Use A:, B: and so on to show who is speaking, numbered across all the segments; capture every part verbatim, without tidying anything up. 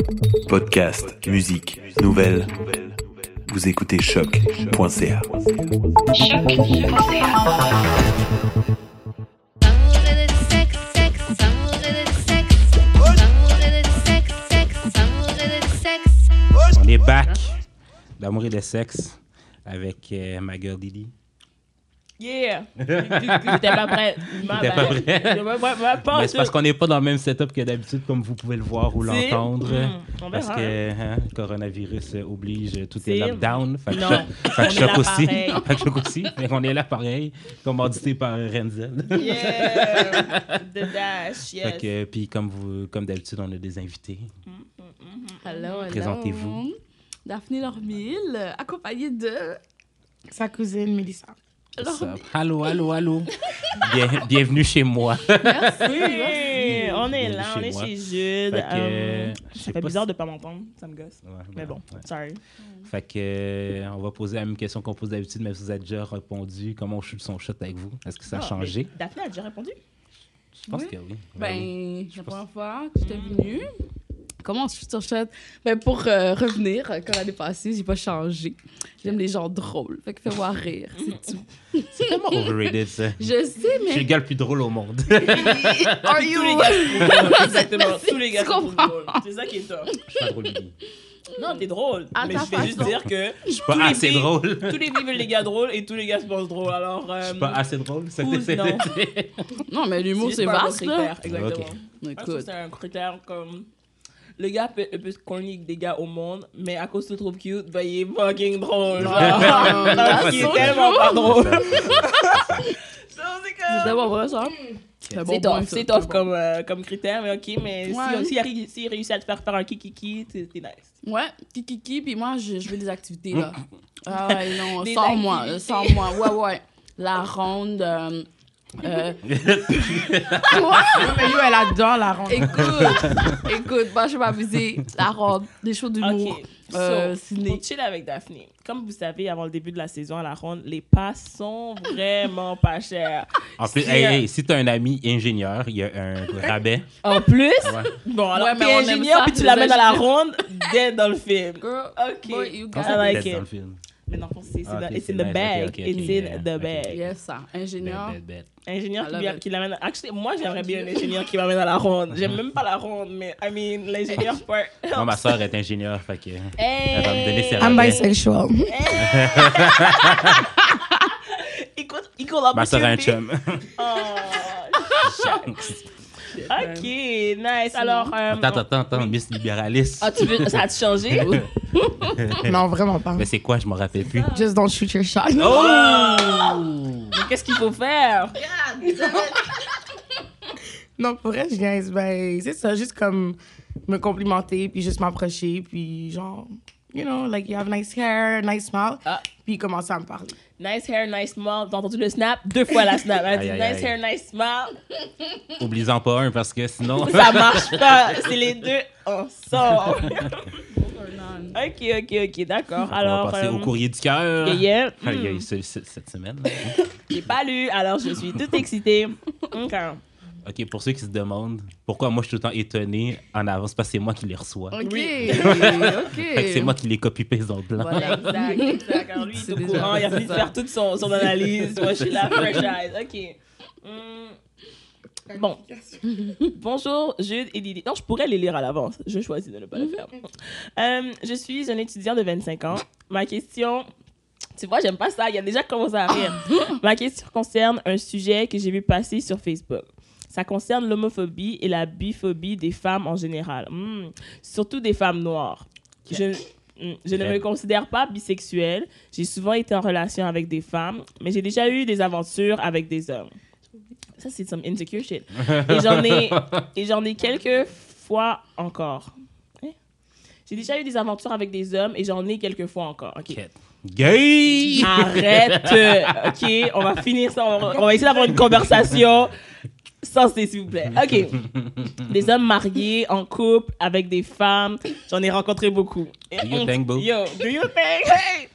A: Podcast, musique, nouvelles. Vous écoutez choc point c a.
B: On est back d'amour et de sexe avec euh, ma girl Didi.
C: Yeah! J'étais pas prête.
B: T'es pas prêt? Mais c'est parce qu'on n'est pas dans le même setup que d'habitude, comme vous pouvez le voir ou
C: C'est...
B: l'entendre.
C: Mmh,
B: parce que hein, le coronavirus oblige, tout est,
C: C'est...
B: lockdown. Fait que
C: non,
B: choc, fait que
C: on est
B: choc
C: là
B: aussi.
C: pareil.
B: Fait que choc aussi. Mais on est là pareil, commandité par Renzel.
C: Yeah! The dash, yes.
B: Fait que, puis comme, vous, comme d'habitude, on a des invités.
C: Mmh, mmh, mmh.
D: Hello, hello.
B: Présentez-vous.
D: Daphné Lormille, accompagnée de...
E: Sa cousine Mélissa.
B: What's up? Allô, allô, allô. Bien, bienvenue chez moi.
D: Merci.
C: Oui, on est
B: Bienvenue
C: là, on
B: chez
C: est
B: moi.
C: chez Jude.
B: Fait que,
C: Euh,
B: je sais
C: ça fait
B: pas
C: bizarre
B: si-
C: de pas m'entendre, ça me gosse.
B: Ouais,
C: Mais bon,
B: ouais.
C: sorry.
B: Fait que, euh, on va poser la même question qu'on pose d'habitude, mais vous avez déjà répondu. Comment on shoot son shot avec vous? Est-ce que ça a
C: Ah,
B: changé?
C: mais Daphné a déjà répondu?
B: Je pense
D: Oui.
B: que oui. oui.
D: Ben,
B: Je
D: la
B: pense-
D: première fois que j'étais venue, comment je suis sur chat? Ben, pour euh, revenir, euh, comme l'année passée, j'ai pas changé. J'aime les gens drôles. Fait que fais-moi rire, c'est tout.
B: C'est tellement overrated, ça.
D: Je sais,
B: Je suis le
D: mais...
B: gars le plus drôle au monde.
D: Are
C: Tous
D: you?
C: les gars sont drôles. Exactement, tous les gars
D: Tu
C: sont
D: comprends?
C: drôles. C'est ça qui est top.
B: Je suis pas drôle, Lily.
C: Non, t'es drôle.
D: À
C: mais
D: ta
C: je vais juste
D: façon.
C: dire que
B: Je suis pas
C: tous les
B: assez
C: filles-
B: drôle.
C: tous les filles veulent les gars drôles et tous les gars se pensent drôles. Alors, euh,
B: Je suis pas assez drôle. Ça
C: Who's
B: c'est
C: non?
D: Non, mais l'humour,
C: juste
D: c'est
C: pas un bon
D: vaste, là.
C: critère, exactement.
B: Ok.
C: Moi, je trouve que
D: Écoute.
C: c'est un critère comme... Le gars peut, peut se corny des gars au monde, mais à cause que tu le trouves cute, ben il est fucking drôle. Genre, alors qu'il est
D: so
C: tellement
D: true.
C: pas drôle.
B: C'est ça, c'est ça.
C: So, c'est
D: C'est
C: comme...
D: tellement vrai, ça. C'est un bon
C: C'est
D: point,
C: tough,
D: ça.
C: c'est tough comme, euh, comme critère, mais ok, mais
D: Ouais.
C: si, si, il si il réussit à te faire faire un kikiki, c'est c'est nice.
D: Ouais, kiki, puis moi, je, je veux des activités, là. Ah ouais, non,
C: Des
D: sors-moi,
C: activités.
D: sors-moi. Ouais, ouais. La ronde... Euh, euh,
E: Mais yo, elle adore la ronde.
D: écoute, écoute, moi, je vais m'amuser. La ronde, des shows d'humour.
C: Ok,
D: Euh,
C: so,
D: ciné.
C: pour chill avec Daphné, comme vous savez, avant le début de la saison à la ronde, les passes sont vraiment pas chères.
B: En plus,
C: Si,
B: hey,
C: euh,
B: hey, si t'as un ami ingénieur, il y a un rabais.
C: En plus,
B: Ouais.
C: bon, alors
D: Ouais, mais
C: t'es
D: on aime
C: ingénieur
D: ça,
C: puis tu
D: les
C: l'amènes à la
D: ingénieurs.
C: ronde dès dans le film.
D: Girl,
C: Ok.
D: boy, you got
B: Non,
C: I
B: c'est
C: like
B: peut-être
C: it.
B: dans le film.
C: Mais non, c'est c'est
B: Ah,
C: dans-
B: ok,
C: it's
B: c'est
C: in the
B: nice,
C: bag.
B: ok, ok, ok,
C: It's in
B: yeah,
C: the
B: ok.
C: bag.
D: Yes, ça. Ingénieur.
B: Bête, bête, bête.
C: Ingénieur
D: I
C: qui,
D: love
C: vient-
D: it.
C: qui l'amène. Actually, moi, j'aimerais bien un ingénieur qui m'amène à la ronde. J'aime même pas la ronde, mais I mean, l'ingénieur part.
B: Moi, ma soeur est ingénieure, fait que
C: Hey!
B: elle va me donner ses
E: I'm
B: rabais.
E: bisexual.
C: Écoute, écoute,
B: Ma soeur a un
C: opportunity.
B: chum.
C: Oh, ok, nice. Alors, euh,
B: Attends, attends, attends, Miss Libéraliste.
C: ah, tu veux, ça a changé?
E: Non, vraiment pas.
B: Mais c'est quoi, je m'en rappelle plus.
E: Just don't shoot your shot.
B: Oh!
C: Mais qu'est-ce qu'il faut faire?
E: Non, pour vrai, je niaise. Ben, c'est ça, juste comme me complimenter, puis juste m'approcher, puis genre, you know, like you have nice hair, nice smile,
C: Ah.
E: puis commencer à me parler.
C: Nice hair, nice smile. T'as entendu le snap? Deux fois la snap. Elle a dit
B: Aïe, aïe,
C: nice
B: aïe.
C: hair, nice smile.
B: Oublie-en pas un parce que sinon.
C: Ça marche pas. C'est les deux ensemble. ok, ok, ok, d'accord.
B: On
C: Alors,
B: va passer
C: euh,
B: au courrier du cœur.
C: yeah, yeah.
B: Ah, il y a
C: Hmm.
B: eu ce- ce- cette semaine.
C: J'ai pas lu, alors je suis toute excitée. Ok.
B: OK, pour ceux qui se demandent pourquoi moi je suis tout le temps étonné en avance, parce que c'est moi qui les reçois.
D: OK,
C: Oui.
D: OK.
B: Fait que c'est moi qui les copie-paste dans le plan.
D: Voilà.
C: Exact, exact. Alors lui, il est
D: C'est
C: au
D: déjà-
C: courant. Il a fini de
D: c'est
C: faire
D: ça.
C: toute son, son analyse. Moi, je suis là, fresh eyes. Ok. Hmm. Bon. Bonjour, Jude et Lily. Non, je pourrais les lire à l'avance. Je choisis de ne pas le faire. Euh, je suis un étudiant de vingt-cinq ans. Ma question... Tu vois, j'aime pas ça. Il a déjà commencé à rire. Ma question concerne un sujet que j'ai vu passer sur Facebook. Ça concerne l'homophobie et la biphobie des femmes en général. Hmm. Surtout des femmes noires. Je, hmm, je ne me considère pas bisexuelle. J'ai souvent été en relation avec des femmes, mais j'ai déjà eu des aventures avec des hommes. Ça, c'est some insecure shit. Et j'en ai, et j'en ai quelques fois encore. Hein? J'ai déjà eu des aventures avec des hommes et j'en ai quelques fois encore. OK.
B: Quête. Gay!
C: Arrête! euh, OK, on va finir ça. On va, on va essayer d'avoir une conversation sensée, s'il vous plaît. OK. Des hommes mariés, en couple, avec des femmes. J'en ai rencontré beaucoup. Et
B: Do you
C: on-
B: think, boo?
C: Yo, do you think? Hey!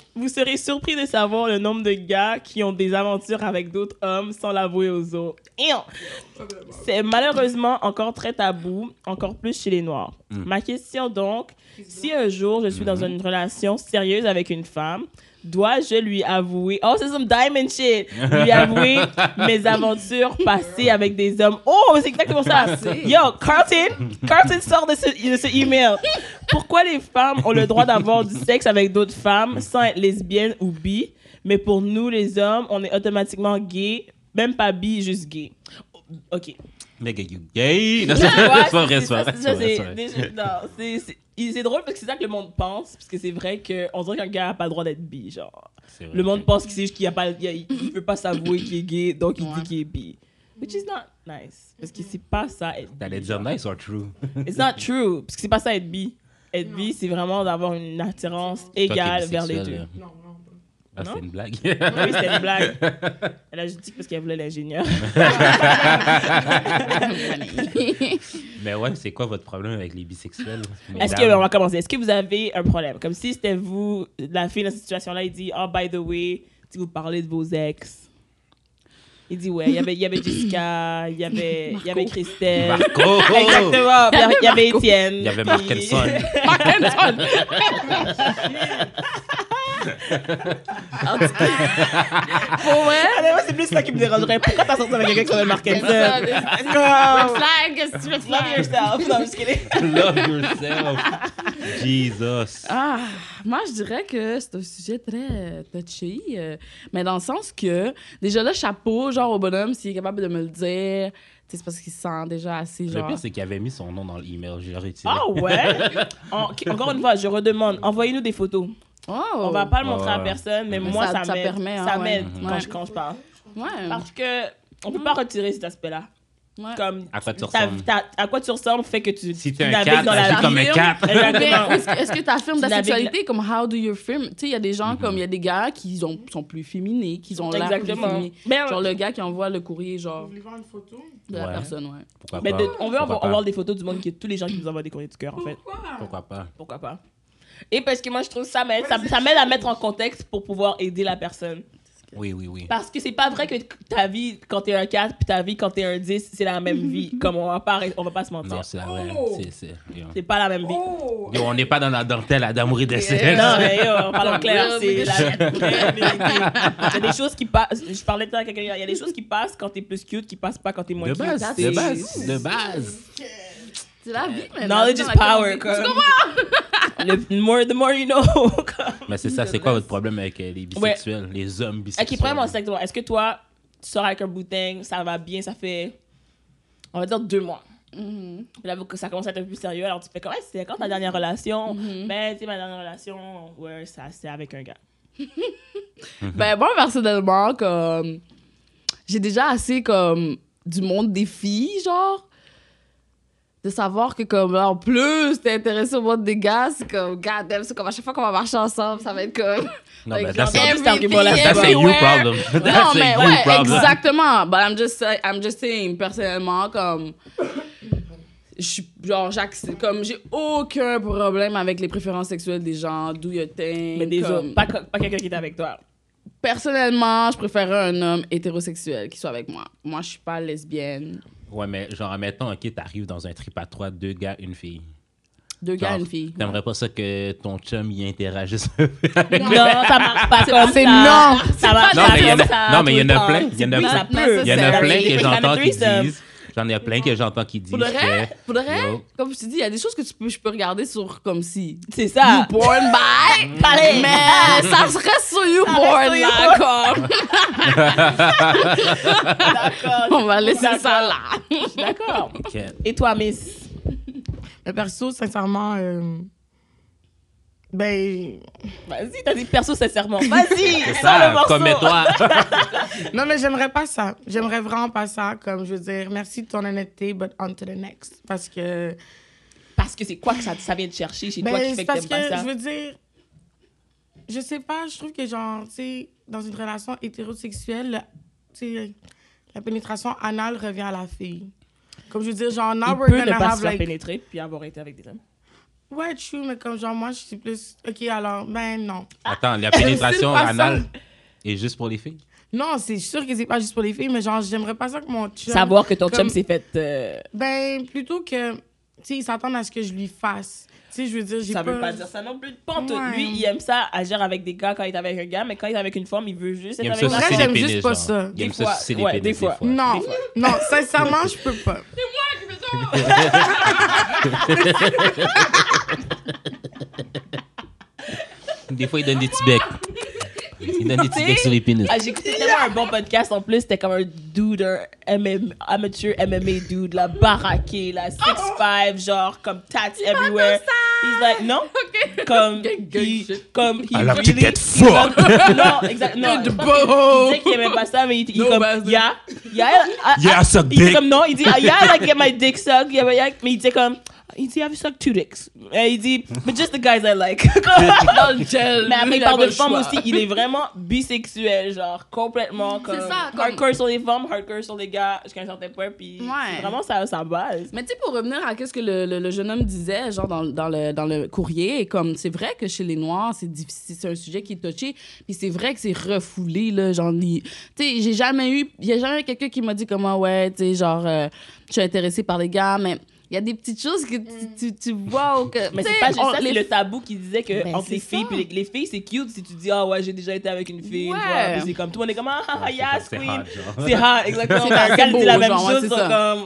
C: Vous serez surpris de savoir le nombre de gars qui ont des aventures avec d'autres hommes sans l'avouer aux autres. C'est malheureusement encore très tabou, encore plus chez les Noirs. Mm. Ma question donc, si un jour je suis mm-hmm. dans une relation sérieuse avec une femme, dois-je lui avouer... Oh, c'est some diamond shit! Lui avouer mes aventures passées avec des hommes. Oh, c'est exactement ça! Yo, Carlton! Carlton sort de ce, de ce email. Pourquoi les femmes ont le droit d'avoir du sexe avec d'autres femmes sans être lesbiennes ou bi, mais pour nous, les hommes, on est automatiquement gay, même pas bi, juste gay. OK.
B: Nigga, you gay? Non, c'est pas vrai, c'est pas
C: vrai. C'est drôle parce que c'est ça que le monde pense, parce que c'est vrai qu'on dirait qu'un gars n'a pas le droit d'être bi, genre. Le monde pense que c'est juste qu'il a pas, il ne peut pas s'avouer qu'il est gay, donc il ouais. dit qu'il est bi. Which is not nice, parce que c'est pas ça être bi.
B: T'allais dire nice or true?
C: It's not true, parce que c'est pas ça être bi. Être bi, c'est vraiment d'avoir une attirance égale vers les deux.
E: Non, non.
B: Ah, c'était une blague.
C: Oui, c'était une blague. Elle a juste dit parce qu'elle voulait l'ingénieur.
B: Mais ouais, c'est quoi votre problème avec les bisexuels?
C: Est-ce que, on va commencer. Est-ce que vous avez un problème? Comme si c'était vous, la fille dans cette situation-là, il dit, oh, by the way, si vous parlez de vos ex. Il dit, ouais, il y avait, il y avait Jessica, il y avait, il y avait Christelle.
B: Marco!
C: Exactement. Il y avait Étienne.
B: Il y avait Markenson.
D: Markenson!
C: En tout cas, pour vrai, moi, c'est plus ça qui me dérangerait. Pourquoi t'as sorti avec quelqu'un qui s'appelle Markenson?
D: Flag, qu'est-ce que tu veux
C: Love yourself. Non, just kidding.
B: Love yourself. Jesus.
D: Ah, moi, je dirais que c'est un sujet très touchy, euh, mais dans le sens que, déjà là, chapeau, genre au bonhomme, s'il est capable de me le dire, c'est parce qu'il se sent déjà assez, genre...
B: Le pire, c'est qu'il avait mis son nom dans l'email, j'ai retiré.
C: Ah ouais? En, encore une fois, je redemande, envoyez-nous des photos.
D: Oh.
C: On va pas le montrer
B: oh.
C: à personne, mais, mais moi, ça, ça m'aide. Ça, hein, m'aide ouais. quand, ouais. je, quand je parle.
D: Ouais.
C: Parce que on peut pas retirer cet aspect-là.
D: Ouais.
C: Comme
B: à quoi tu
C: ta,
B: ressembles?
C: Ta, à quoi tu ressembles fait que tu,
B: si
C: tu
B: un
C: navigues
B: quatre,
C: dans la vie.
B: comme un quatre.
D: Est-ce que tu affirmes ta sexualité comme how do you affirm? Tu sais, il y a des gens mm-hmm. comme il y a des gars qui ont, sont plus féminés, qui ont l'air plus féminés. Ben, genre le gars qui envoie le courrier, genre.
E: Vous voulez voir une photo
D: de la ouais. personne, ouais.
B: Pourquoi
C: Mais
B: pas?
C: de, on veut
B: Pourquoi
C: avoir, avoir des photos du monde, qui tous les gens qui nous envoient des courriers du cœur, en fait.
B: Pourquoi pas?
C: Pourquoi pas? Et parce que moi, je trouve ça m'aide, ça, ça m'aide à mettre en contexte pour pouvoir aider la personne.
B: Oui, oui, oui.
C: Parce que c'est pas vrai que ta vie quand t'es un quatre puis ta vie quand t'es un dix, c'est la même vie. Comme on va pas, on va pas se mentir.
B: Non, c'est la vraie.
E: Oh.
B: C'est, c'est,
C: c'est pas la même vie.
E: Oh.
B: Yo, on n'est pas dans la dentelle à d'amour et de sexe.
C: Non, mais yo, on parle en clair, c'est la vraie vérité. Il y a des choses qui passent. Je parlais de ça à quelqu'un. Il y a des choses qui passent quand t'es plus cute qui passent pas quand t'es moins
B: de
C: cute.
B: Base, de base, de base.
D: C'est la vie, mais
C: knowledge is power. Comme. Le more, the more you know.
B: Mais c'est ça, c'est quoi votre problème avec les bisexuels, ouais. les hommes bisexuels?
C: Ok, premièrement, c'est exactement. Est-ce que toi, tu sors avec un boutin, ça va bien, ça fait, on va dire, deux mois.
D: Mm-hmm. Puis
C: là, ça commence à être un peu plus sérieux. Alors, tu fais comme, ouais, c'est quand ta dernière relation?
D: Mm-hmm.
C: Ben, tu sais, ma dernière relation, ouais, ça, c'est avec un gars.
D: Ben, moi, personnellement, comme, j'ai déjà assez, comme, du monde des filles, genre. De savoir que, comme, en plus, t'es intéressé au monde des gars, c'est comme, god damn, c'est comme à chaque fois qu'on va marcher ensemble, ça va être comme.
B: Non,
D: like,
B: mais that's,
C: that's,
B: that's a you problem. That's
D: non, mais
B: a
D: ouais,
B: you problem.
D: exactement. But I'm just, I'm just saying, personnellement, comme. Je suis, genre, j'accepte, comme, j'ai aucun problème avec les préférences sexuelles des gens, do your thing.
C: Mais des
D: comme,
C: hommes, pas, pas quelqu'un qui est avec toi.
D: Personnellement, je préférerais un homme hétérosexuel qui soit avec moi. Moi, je suis pas lesbienne.
B: Ouais, mais genre, admettons, OK, t'arrives dans un trip à trois, deux gars, une fille.
D: Deux
B: genre,
D: gars, une fille.
B: T'aimerais pas ça que ton chum y interagisse un peu avec
C: Non, ça marche pas comme
D: c'est
C: ça.
D: Non,
C: ça marche
B: non,
C: pas
B: mais il y en
C: comme
B: a,
C: ça.
B: non, mais il y en a plein.
C: Oui,
B: Il y en a
C: ça
B: plein.
C: peut.
B: Il y en a plein que j'entends qui
C: disent...
B: disent... J'en ai plein que j'entends qui disent
D: Faudrait,
B: que...
D: faudrait,
B: Yo.
D: comme je te dis, il y a des choses que tu peux, je peux regarder sur comme si.
C: C'est ça.
D: YouPorn, bye!
C: Allez.
D: Mais ça serait sur YouPorn, là, comme.
C: D'accord.
D: On va laisser
C: D'accord.
D: ça là.
C: D'accord.
B: Okay.
C: Et toi, Miss?
E: Mais perso, sincèrement, euh, ben...
C: Vas-y, t'as dit perso sincèrement. Vas-y,
B: C'est
C: sors le
B: ça,
C: morceau.
B: commets-toi.
E: Non, mais j'aimerais pas ça. J'aimerais vraiment pas ça. Comme, je veux dire, merci de ton honnêteté, but on to the next. Parce que...
C: Parce que c'est quoi que ça, ça vient de chercher chez
E: Ben,
C: toi qui
E: c'est
C: fait que
E: parce
C: t'aimes pas
E: que,
C: ça?
E: je veux dire... Je sais pas, je trouve que, genre, tu sais, dans une relation hétérosexuelle, tu sais, la pénétration anale revient à la fille. Comme je veux dire, genre, now
C: Il
E: we're
C: peut ne
E: gonna
C: pas
E: have,
C: se faire
E: like...
C: pénétrer puis avoir été avec des hommes.
E: Ouais, true, mais comme genre, moi, je suis plus. Ok, alors, ben non.
B: Attends, la pénétration
E: pas ça.
B: anale est juste pour les filles?
E: Non, c'est sûr que c'est pas juste pour les filles, mais genre, j'aimerais pas ça que mon chum.
C: Savoir que ton
E: comme-
C: chum s'est fait... euh,
E: Ben, plutôt que. Tu sais, ils s'attendent à ce que je lui fasse. Tu sais, je veux dire, j'ai
C: Ça
E: pas.
C: veut pas dire ça non plus. Pas en tout.
E: Ouais.
C: Lui, il aime ça agir avec des gars quand il est avec un gars, mais quand il est avec une femme, il veut juste
B: Il
C: être
B: aime
C: avec
B: ça
C: la
B: sucer
E: Vrai,
B: les
E: j'aime
B: pénis,
E: juste pas
B: genre.
E: ça.
B: Il aime
C: Des
B: ça
C: fois,
B: sucer les
C: ouais,
B: pénis,
C: des fois.
E: Non,
C: Des fois.
E: non, sincèrement, je peux pas.
B: Des fois, il donne des petits becs. Il donne des petits becs sur les pénis.
C: Ah, j'ai écouté tellement un bon podcast en plus, c'était comme un dude, un M M, amateur M M A dude, là, baraqué, là, six five, genre, comme tats everywhere. He's like, non? Comme, il, comme, he
A: I like to
C: really-
A: get
C: he love- Non, exact, non.
E: The
C: je pense qu'il-
E: bow.
C: Il disait qu'il aimait pas ça, mais il, il
D: No
C: comme,
D: bastard.
C: yeah, yeah, I-
A: Yeah, I suck
C: il dit
A: dick.
C: comme, non, il dit, ah, yeah, I like to get my dick sucked, yeah, but yeah, mais il disait comme, il dit, I've sucked two dicks. Et il dit, but just the guys I like.
D: Dans le gel.
C: Mais après,
D: lui,
C: il
D: a
C: parle
D: pas
C: de
D: le
C: femmes
D: choix.
C: aussi. Il est vraiment bisexuel, genre, complètement comme.
D: ça, comme-
C: Hardcore sur les femmes, hardcore sur les gars, jusqu'à un certain point. Puis
D: Ouais.
C: c'est vraiment sa, sa base.
D: Mais tu sais, pour revenir à ce que le, le, le jeune homme disait, genre dans, dans, le, dans le courrier, comme c'est vrai que chez les Noirs, c'est difficile, c'est un sujet qui est touché, puis c'est vrai que c'est refoulé, là, genre, les- tu sais, j'ai jamais eu, il y a jamais quelqu'un qui m'a dit comment, ouais, tu sais, genre, euh, je suis intéressée par les gars, mais il y a des petites choses que tu, tu, tu vois ou que...
C: Mais
D: tu
C: c'est
D: sais,
C: pas juste
D: on-
C: ça, c'est
D: les-
C: le tabou qui disait que
D: Ben,
C: entre les
D: c'est
C: filles,
D: ça.
C: puis les, les filles, c'est cute si tu dis, ah ouais, j'ai déjà été avec une fille. une
D: Ouais.
C: fois. Puis c'est comme, tout le monde est comme, ah, ah,
B: Ouais,
C: yes,
B: c'est
C: queen.
B: hot, genre.
C: C'est hot, exactement.
D: C'est
C: Quand
D: assez
C: un gars
D: beau,
C: dit la même
D: genre, ouais,
C: chose,
D: c'est
C: ils sont
D: ça.
C: comme.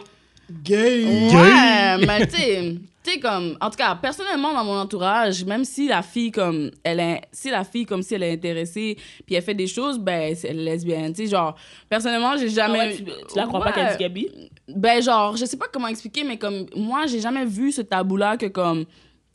D: Ouais, mais tu sais, tu sais comme en tout cas personnellement dans mon entourage, même si la fille comme elle est si la fille comme si elle est intéressée puis elle fait des choses, ben c'est elle est lesbienne, tu sais genre personnellement, j'ai
C: Ah
D: jamais
C: ouais, tu, tu la crois pas
D: Ouais.
C: qu'elle dit Gabi?
D: Ben genre, je sais pas comment expliquer mais comme moi, j'ai jamais vu ce tabou là que comme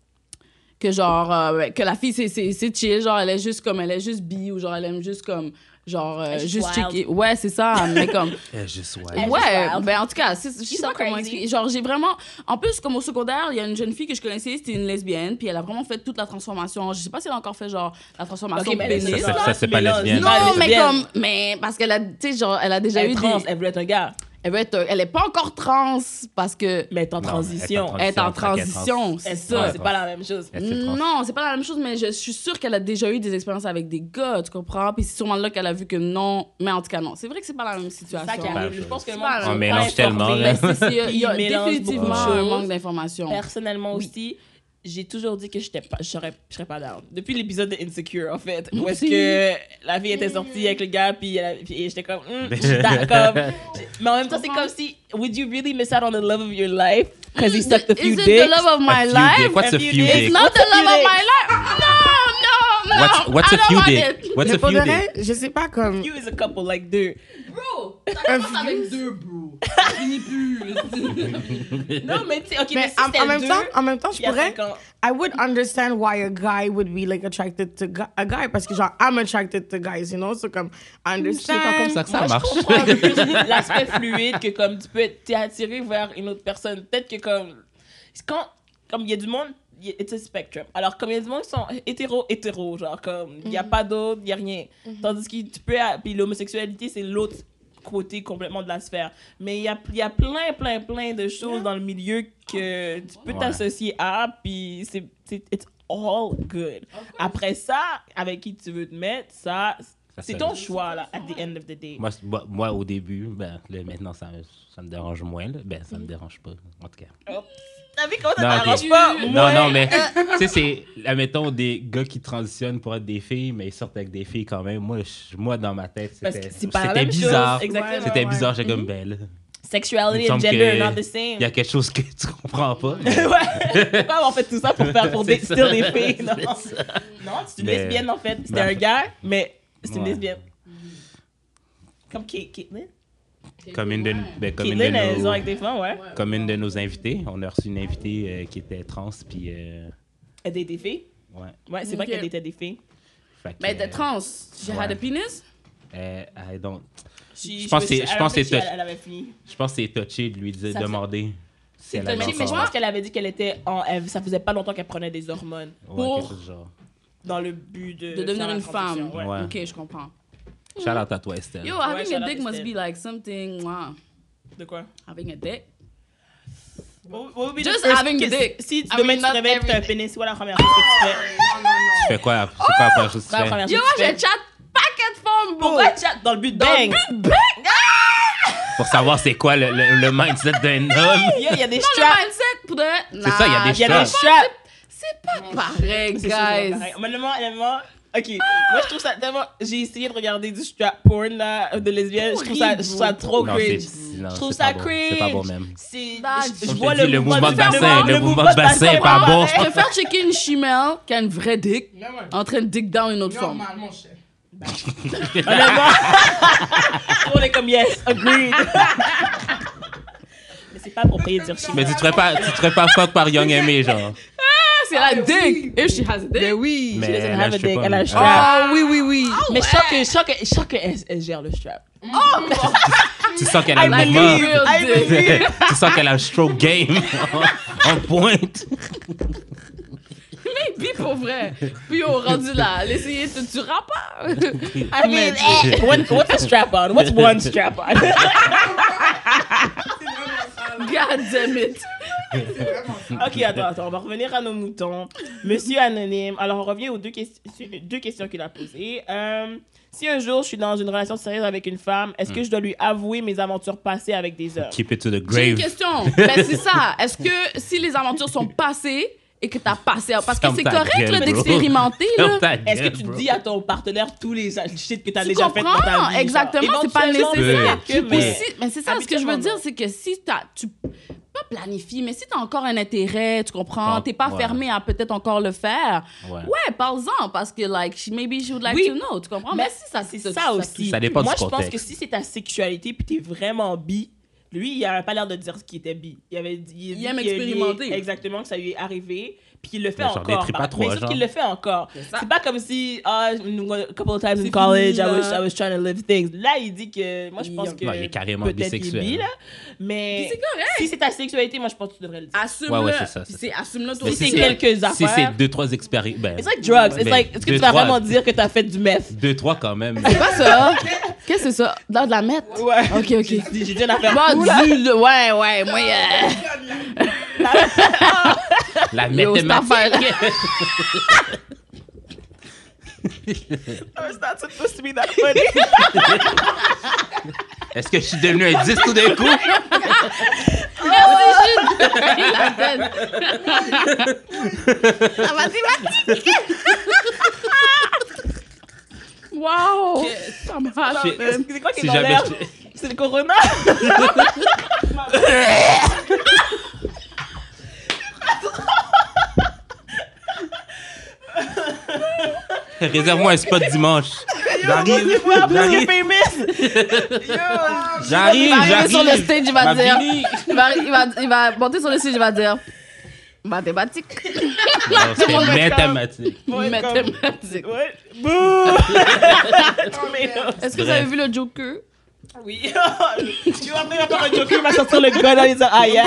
D: que genre euh, que la fille c'est c'est c'est chill, genre elle est juste comme elle est juste bi ou genre elle aime juste comme genre euh,
C: Elle est juste
D: juste
C: wild.
D: checker. Ouais, c'est ça, mais comme
B: Eh, juste, ouais.
C: Elle est
D: ouais,
C: juste wild.
D: ben en tout cas, c'est- je sais
C: so
D: pas comment
C: crazy.
D: expliquer. Genre, j'ai vraiment. En plus, comme au secondaire, il y a une jeune fille que je connaissais, c'était une lesbienne, puis elle a vraiment fait toute la transformation. Je sais pas si elle a encore fait genre la transformation
C: Ok, mais elle est-
D: pénis.
B: Ça,
D: là.
B: ça, c'est pas
C: Mais non,
B: lesbienne.
C: c'est
D: Non,
C: pas
D: mais
C: lesbienne.
D: comme. Mais parce qu'elle a. Tu sais, genre, elle a déjà
C: Elle
D: eu
C: est trans,
D: des.
C: elle veut être un gars.
D: Elle, veut être- elle est pas encore trans parce que.
C: Mais elle est en
B: Non,
C: transition.
B: elle est en
D: Elle est en transition, c'est
C: Elle-
D: ça.
C: ouais, c'est pas la même chose.
B: Elle s'est trans-
D: Non, c'est pas la même chose, mais je suis sûre qu'elle a déjà eu des expériences avec des gars, tu comprends? Puis c'est sûrement là qu'elle a vu que non. Mais en tout cas, non. C'est vrai que c'est pas la même
C: C'est
D: situation.
C: ça qui arrive. Je pense que le
D: C'est
C: monde
D: pas la
C: sont
B: On
D: même-
C: pas
B: mélange tellement,
C: informés.
B: là.
D: Mais c'est- c'est- il y a
C: Ils mélangent
D: définitivement
C: beaucoup de
D: un
C: choses.
D: manque d'informations.
C: Personnellement
D: Oui.
C: aussi, j'ai toujours dit que j'étais pas, je serais, je serais pas down. Depuis l'épisode de Insecure, en fait, où est-ce
D: Aussi.
C: que la fille était sortie avec le gars, puis, elle a- puis j'étais comme, Hum, je suis d'accord. Mais en même temps, c'est comme si, would you really miss out on the love of your life? Because he sucked a few
D: Is it
C: dicks.
D: the love of my
B: A few
D: life?
B: dick. What's a
C: A few
B: few
C: dicks.
B: dick?
D: It's not
C: What's
D: the
C: a few
D: love of my
C: dicks?
D: life. No, no, no.
B: What's, what's
D: I
B: a
D: don't
B: few
D: want
B: dick?
D: it.
B: What's
E: Mais
B: a
E: pour
B: few
E: de
B: dick?
E: vrai, je sais pas comme.
C: You is a couple, like deux.
D: Bro, ça commence avec deux, bro. Ça finit plus.
C: Non, mais tu sais, ok, mais,
E: Mais
C: si
E: en,
C: c'était
E: en même
C: deux,
E: temps, en même temps, je
C: il y a
E: pourrais.
C: cinq ans.
E: I would understand why a guy would be like attracted to gu- a guy parce que genre I'm attracted to guys, you know, so comme I understand.
B: C'est pas comme ça que ça
C: Moi,
B: marche.
C: je comprends un peu plus l'aspect fluide que comme tu peux être t'es attiré vers une autre personne. Peut-être que comme quand comme il y a du monde, il y a- it's a spectrum. Alors comme il y a du monde qui sont hétéro hétéro, genre comme il y a pas d'autre, il y a rien. Tandis que tu peux puis l'homosexualité c'est l'autre côté complètement de la sphère. Mais il y a il y a plein plein plein de choses dans le milieu que tu peux
B: Ouais.
C: t'associer à puis c'est c'est it's all good. Après ça, avec qui tu veux te mettre, ça
B: Ça,
C: c'est
B: ça-
C: ton choix, là, at the end of the day.
B: Moi, c'est- moi, moi, au début, ben, là, maintenant, ça, ça me dérange moins. Là. Ben, ça me dérange pas, en tout cas.
C: T'as vu comment ça
B: Non,
C: t'arrange
B: ok.
C: pas?
B: Non,
C: Moi,
B: non, mais, tu sais, c'est, admettons, des gars qui transitionnent pour être des filles, mais ils sortent avec des filles quand même. Moi, je- moi dans ma tête,
C: Parce
B: c'était,
C: que c'est pas la
B: c'était
C: même
B: bizarre.
C: chose, exactement.
B: C'était
E: Ouais.
B: bizarre, j'étais comme, ben, là, il
C: Sexuality
B: me
C: and
B: semble
C: gender
B: que
C: are not the same.
B: il y a quelque chose que tu comprends pas.
C: Ouais. Pourquoi avoir fait tout ça pour faire pour
B: C'est
C: des,
B: ça.
C: still des filles? Non,
B: C'est ça.
C: non c'est une
B: Mais-
C: lesbienne, en fait. C'était
B: Ben,
C: un gars, mais c'est une
B: ouais.
C: lesbienne. Comme Kate- Caitlyn.
B: Comme une de, ben, comme une
C: Caitlyn,
B: de
C: elle
B: nos,
C: sort avec des femmes, ouais.
B: comme une de nos invités. On a reçu une invitée euh, qui était trans, puis, euh,
C: Elle était des filles.
B: ouais.
C: Ouais, c'est vrai
D: Ok.
C: qu'elle était des filles.
B: Fait que,
D: Mais t'es
B: euh,
D: trans. She had
B: ouais.
D: a penis?
B: euh, I don't-
C: Je
B: Je pense que c'est- je pense que c'est
C: elle,
B: touch.
C: elle avait fini.
B: Je pense que c'est touché de lui dire,
C: Ça,
B: demander si
C: C'est
B: elle avait
C: touchy, mais je
B: encore-
C: pense qu'elle avait dit qu'elle était en. elle- ça faisait pas longtemps qu'elle prenait des hormones
B: Ouais,
D: pour-
B: quelque chose du genre.
C: dans le but de.
D: De devenir
C: faire la
D: une
C: transition,
D: femme.
C: ouais.
B: Ouais.
D: Ok, je comprends.
B: Shout out à toi, Estelle.
D: Yo,
C: Ouais,
D: having
C: shout
D: a
C: out
D: dick must
C: Estelle.
D: be like something. Wow.
C: De quoi?
D: Having a dick.
C: What would be the
D: Just
C: first
D: having
C: kiss?
D: dick.
C: Si tu
D: I
C: demain
D: mean,
C: tu
D: not
C: te réveilles et tu as un
D: everything.
C: pénis, c'est quoi la première chose que tu fais?
B: Tu fais quoi? C'est quoi la première chose que tu
C: La
B: fais?
C: première
D: Yo,
C: chose
D: moi,
C: que tu
D: j'ai
C: fais.
D: chat paquet de femmes, bro.
C: Pourquoi tu chattes dans le but de
D: Dans
C: bang?
D: le but de bang. Ah!
B: Pour savoir c'est quoi le, le, le mindset d'un homme.
C: Yo, il y a des
D: Non,
C: straps.
D: le mindset, pour de...
B: C'est ça, il y a des
C: Il y a des
B: straps.
C: straps.
D: C'est pas pareil,
C: C'est sûr, c'est
D: guys.
C: pareil. Honnêtement, honnêtement, ok. Moi, je trouve ça tellement. J'ai essayé de regarder du strap porn là, de lesbiennes. Je trouve ça, je trouve ça trop
B: Non,
C: cringe.
B: c'est- non,
C: Je trouve
B: c'est
C: ça
B: pas bon.
C: cringe.
B: C'est pas bon même.
C: C'est.
D: Bah,
C: Je, je
B: Comme je
C: vois
B: te dis,
C: le
B: le mouvement de
C: faire
B: bassin, le mouvement de bassin est pas bon.
D: Je préfère checker une chimelle qui a une vraie dick en train de dick down une autre femme.
E: Normal, mon cher.
C: Honnêtement, on est comme yes, agreed. Mais c'est pas approprié de dire chimère.
B: Mais tu te ferais pas, tu te ferais pas fuck par Young Aimé, genre.
D: C'est la dick. If she has a dick.
E: Ben oui.
B: Mais
C: doesn't
B: elle
C: have a
B: je sais
C: dick,
B: pas,
C: elle a un
B: mais-
C: strap.
E: Ah oui, oui, oui.
C: Mais je sens que, je sens que, je sens que elle, elle gère le strap.
B: Tu sens qu'elle a
C: I
B: le
C: believe.
B: mouvement.
D: Real
C: I
D: dick.
C: believe.
B: Tu sens qu'elle a le stroke game en pointe.
D: Puis pour vrai. Puis on rendu là. L'essayer de tu pas.
C: I mean, eh, what, what's a strap on? What's one strap on?
D: God damn it.
C: Ok, attends, attends, on va revenir à nos moutons. Monsieur Anonyme, alors on revient aux deux, ques- deux questions qu'il a posées. Euh, si un jour je suis dans une relation sérieuse avec une femme, est-ce que je dois lui avouer mes aventures passées avec des hommes?
B: Keep it to the
D: J'ai une
B: grave.
D: question. Ben c'est ça. Est-ce que si les aventures sont passées et que t'as passé, parce que
B: Ferme
D: c'est
B: ta
D: correct
B: gueule,
D: là,
B: bro.
D: d'expérimenter
B: Ferme
D: là.
B: ta
C: Est-ce que
B: gueule,
C: tu
B: bro.
C: dis à ton partenaire tous les shit que t'as
D: Tu
C: déjà fait dans ta
D: comprends?
C: vie? genre?
D: Exactement, c'est pas
C: Éventuellement,
D: nécessaire.
C: peut-être que,
D: Ou
C: mais-
D: si- mais c'est ça, ce que je veux
C: habituellement,
D: dire,
C: non.
D: c'est que si t'as, tu pas planifies, mais si t'as encore un intérêt, tu comprends,
B: Bon,
D: t'es pas
B: ouais.
D: fermé à peut-être encore le faire.
B: Ouais.
D: Ouais, parle-en parce que like she- maybe she would like
C: Oui.
D: to know, tu comprends?
C: Mais
D: Mais si ça
C: c'est
D: te-
C: ça aussi.
B: Ça dépend
C: Moi,
B: du
C: je pense
B: contexte.
C: que si c'est ta sexualité puis t'es vraiment bi, lui, il avait pas l'air de dire ce qu'il était bi. Il avait dit, il, a
D: Il
C: dit
D: aime
C: que lui-
D: expérimenter.
C: exactement, que ça lui est arrivé. Puis il le fait
B: Mais genre,
C: encore.
B: détruis pas
C: par-
B: trop,
C: mais sauf
B: genre.
C: qu'il le fait encore.
D: C'est ça.
C: C'est pas comme si, ah, a couple of times in
D: C'est
C: college,
D: fini,
C: I was,
D: là.
C: I was trying to live things. Là, il dit que, moi, je pense
D: Il-
C: que
B: Non, il est carrément
C: peut-être
B: bisexuel.
C: il est bi, là. Mais
D: Puis c'est correct.
C: si c'est ta sexualité, moi, je pense que tu devrais le dire.
D: Assume-le.
B: Ouais, ouais, c'est ça,
D: Puis
B: c'est
D: c'est assume-le toi
B: Mais
C: Si
D: aussi.
C: c'est quelques
B: Si c'est
C: affaires.
B: deux, trois expériences. Ben,
C: It's like drugs. It's
B: ben,
C: like, est-ce que
B: deux,
C: tu vas
B: trois-
C: vraiment dire que t'as fait du meth?
B: Deux, trois quand même.
D: C'est pas ça. Qu'est-ce que c'est ça? Dans de la mettre?
C: Ouais.
D: Ok, ok.
C: J'ai dit j'ai dit une affaire
D: Bah,
C: cool, là.
D: du, le- ouais, ouais, moi, euh,
B: La
D: Yo, cette
B: mathématique.
C: Oh, it's not supposed to be that funny.
B: Est-ce que je suis devenu un dix tout d'un coup?
D: la tête. La mathématique. Wow. Ça marche.
B: Si-
C: C'est quoi qui est
B: si
C: dans
B: jamais
C: l'air?
B: je-
C: C'est le corona?
B: Réserve-moi un spot dimanche. J'arrive,
C: Moi, après,
B: j'arrive,
C: c'est famous. Yo.
B: j'arrive,
D: Il va arriver
B: j'arrive.
D: sur le stage, il va
B: Ma
D: dire.
B: Billy.
D: Il va, il, va, il va monter sur le stage, il va dire. Mathématiques.
B: Non, c'est mathématique.
C: Ouais,
D: Mathématiques.
C: comme- Ouais. Bouh.
D: Est-ce que vous avez vu le Joker?
C: Oui. Tu vas après, il va faire un joker, il va sortir le gun, il va dire ah, yeah.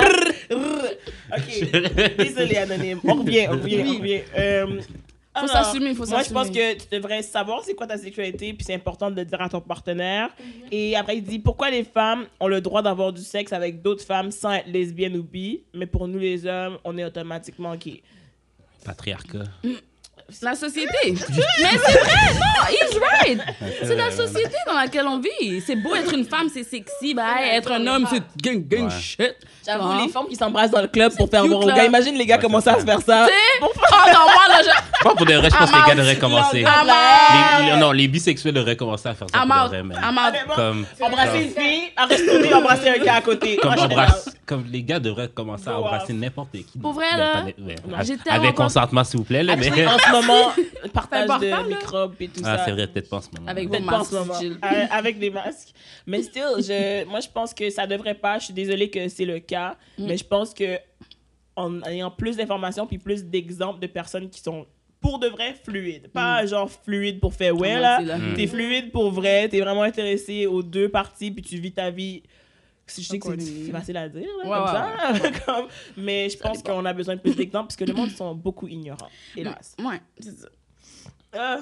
C: Ok. Désolé, Anonyme. On revient, on revient, on revient. Euh,
D: Faut
C: alors,
D: s'assumer, faut
C: Moi, je
D: s'assumer.
C: pense que tu devrais savoir c'est quoi ta sexualité, puis c'est important de le dire à ton partenaire. Et après, il dit pourquoi les femmes ont le droit d'avoir du sexe avec d'autres femmes sans être lesbiennes ou bi, mais pour nous les hommes, on est automatiquement gay.
B: Patriarcat.
D: La société. Mais c'est vrai, non, he's right. C'est la société dans laquelle on vit. C'est beau être une femme, c'est sexy. Bah, être un homme, c'est gang, gang
B: Ouais.
D: shit.
C: J'avoue,
D: Ah.
C: les femmes qui s'embrassent dans le club pour faire
D: cute,
C: voir aux
D: là.
C: gars. Imagine les gars
B: Ouais,
C: commencer
B: c'est
C: à se faire ça.
D: Tu sais? Oh non, moi, là, je...
B: Pas pour de vrai, je pense que les gars devraient commencer.
C: Ah,
B: Les, les- non, les bisexuels devraient commencer à faire ça
D: I'm
B: pour de
D: out.
B: vrai, man.
D: I'm out.
C: Honnêtement,
B: Comme,
C: Embrasser une fille, à retourner embrasser un gars à côté.
B: comme,
C: Moi, je suis
B: embrasse, comme les gars devraient commencer à
C: Wow.
B: embrasser n'importe qui.
D: Pour vrai,
B: Ben,
D: là,
B: pas n- ouais,
D: j'ai
B: avec-
D: tellement
B: Avec
D: pas-
B: consentement, s'il vous plaît, là, mais...
C: Actually, en ce moment, partage
D: important,
C: de
D: là.
C: microbes et tout
B: Ah,
C: ça.
B: c'est vrai, peut-être pas en ce moment.
D: Avec vos
C: Peut-être pas en
D: masques,
C: ce moment.
D: Gilles.
C: Euh, avec des masques. Mais still, je, moi, je pense que ça devrait pas. Je suis désolée que c'est le cas.
D: Mm.
C: Mais je pense que en ayant plus d'informations puis plus d'exemples de personnes qui sont pour de vrai fluides. Pas genre fluide pour faire ouais,
D: Ah,
C: là.
D: c'est là.
B: Mm.
C: T'es fluide pour vrai. T'es vraiment intéressé aux deux parties puis tu vis ta vie. Je sais que c'est
D: Accordingly.
C: c'est facile à dire, là,
D: Ouais,
C: comme
D: ouais,
C: ça. Comme- mais je pense qu'on a besoin de plus d'exemples parce que le monde sont beaucoup ignorants, hélas.
D: Ouais, c'est ça.
C: Ah,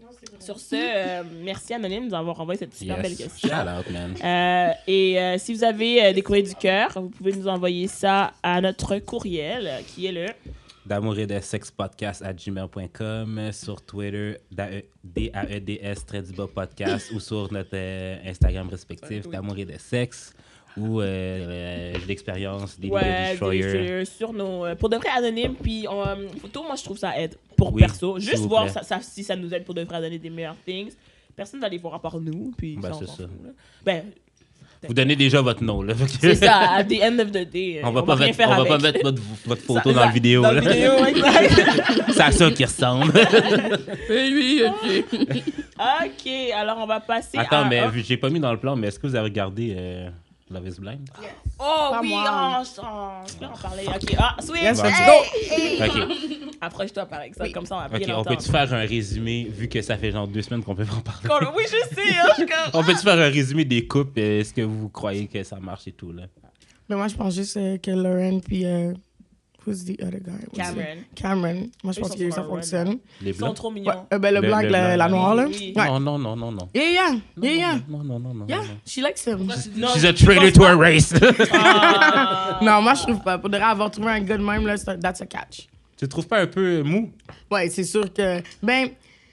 C: Sur ce, euh, merci Anonyme d'avoir envoyé cette super
B: Yes.
C: belle question.
B: Shout out, man.
C: Euh, et euh, si vous avez euh, des courriers du cœur, vous pouvez nous envoyer ça à notre courriel euh, qui est le
B: D'amour et de sexe podcast à gmail point com, sur Twitter, D A E D S trait du bas podcast, ou sur notre euh, Instagram respectif, d'amour et de sexe, ou euh, euh, l'expérience des
C: ouais,
B: Destroyer.
C: des- sur nos euh, pour de vrai anonymes. Puis euh, photo, moi je trouve ça aide pour
B: Oui,
C: perso.
B: s'il
C: Juste
B: vous
C: voir
B: plaît.
C: ça, ça- si ça nous aide pour de vrai à donner des meilleurs things. Personne va les voir à part nous. Puis
B: Ben,
C: ça, on
B: c'est
C: s'en
B: ça.
C: fout, là. Ben,
B: Vous donnez déjà votre nom, là.
C: c'est ça. At the end of the day, euh,
B: On va pas
C: rien
B: mettre,
C: faire
B: on va
C: avec.
B: pas mettre votre, votre photo
C: Ça-
B: dans
C: ça-
B: la vidéo.
C: Dans
B: là.
C: la vidéo, exact.
B: C'est à ça qui ressemble.
D: Oui, ok.
C: Ok, alors on va passer à...
B: Attends, mais
C: un-
B: vu- j'ai pas mis dans le plan, mais est-ce que vous avez regardé euh, Love is Blind?
C: Oh
E: Pas
C: oui,
E: moi.
C: oh, je oh, je peux en parler. Ok, ah, sweet.
E: Yes, let's
C: Hey,
E: go.
C: hey.
B: Ok,
C: Approche-toi par exemple, comme ça on va
B: ok,
C: bien
B: on
C: entendre.
B: peut-tu faire un résumé, vu que ça fait genre deux semaines qu'on peut pas en parler?
C: Qu'on- Oui, je sais, hein, je suis comme...
B: On peut-tu faire un résumé des couples? euh, Est-ce que vous croyez que ça marche et tout, là?
E: Mais moi, je pense juste euh, que Lauren puis... Euh, who's the other guy? What's
C: Cameron.
E: it? Cameron. Moi, je
C: Ils
E: pense
C: sont
E: que
C: sur
E: ça
C: un run,
E: fonctionne.
B: Les
C: Ils sont
B: blancs?
C: trop
E: Ouais,
C: mignons.
E: euh, ben, le
B: Le-
E: blanc
B: le
E: avec la,
B: blanc,
E: la
B: oui,
E: noire, là.
C: oui.
E: Ouais.
B: Non, non, non, non, non.
E: Yeah, yeah. Yeah, yeah.
B: Non, non, non, non.
E: Yeah,
B: non.
E: she likes him.
C: Non,
B: She's a
C: je
B: traitor
C: pense
B: to
C: pas.
B: her race.
C: Ah.
E: Non, moi, je trouve pas. Pour de vrai, avoir trouvé un gars de même, là, c'est- that's a catch.
B: Tu trouves pas un peu mou?
E: Ouais, c'est sûr que... Ben...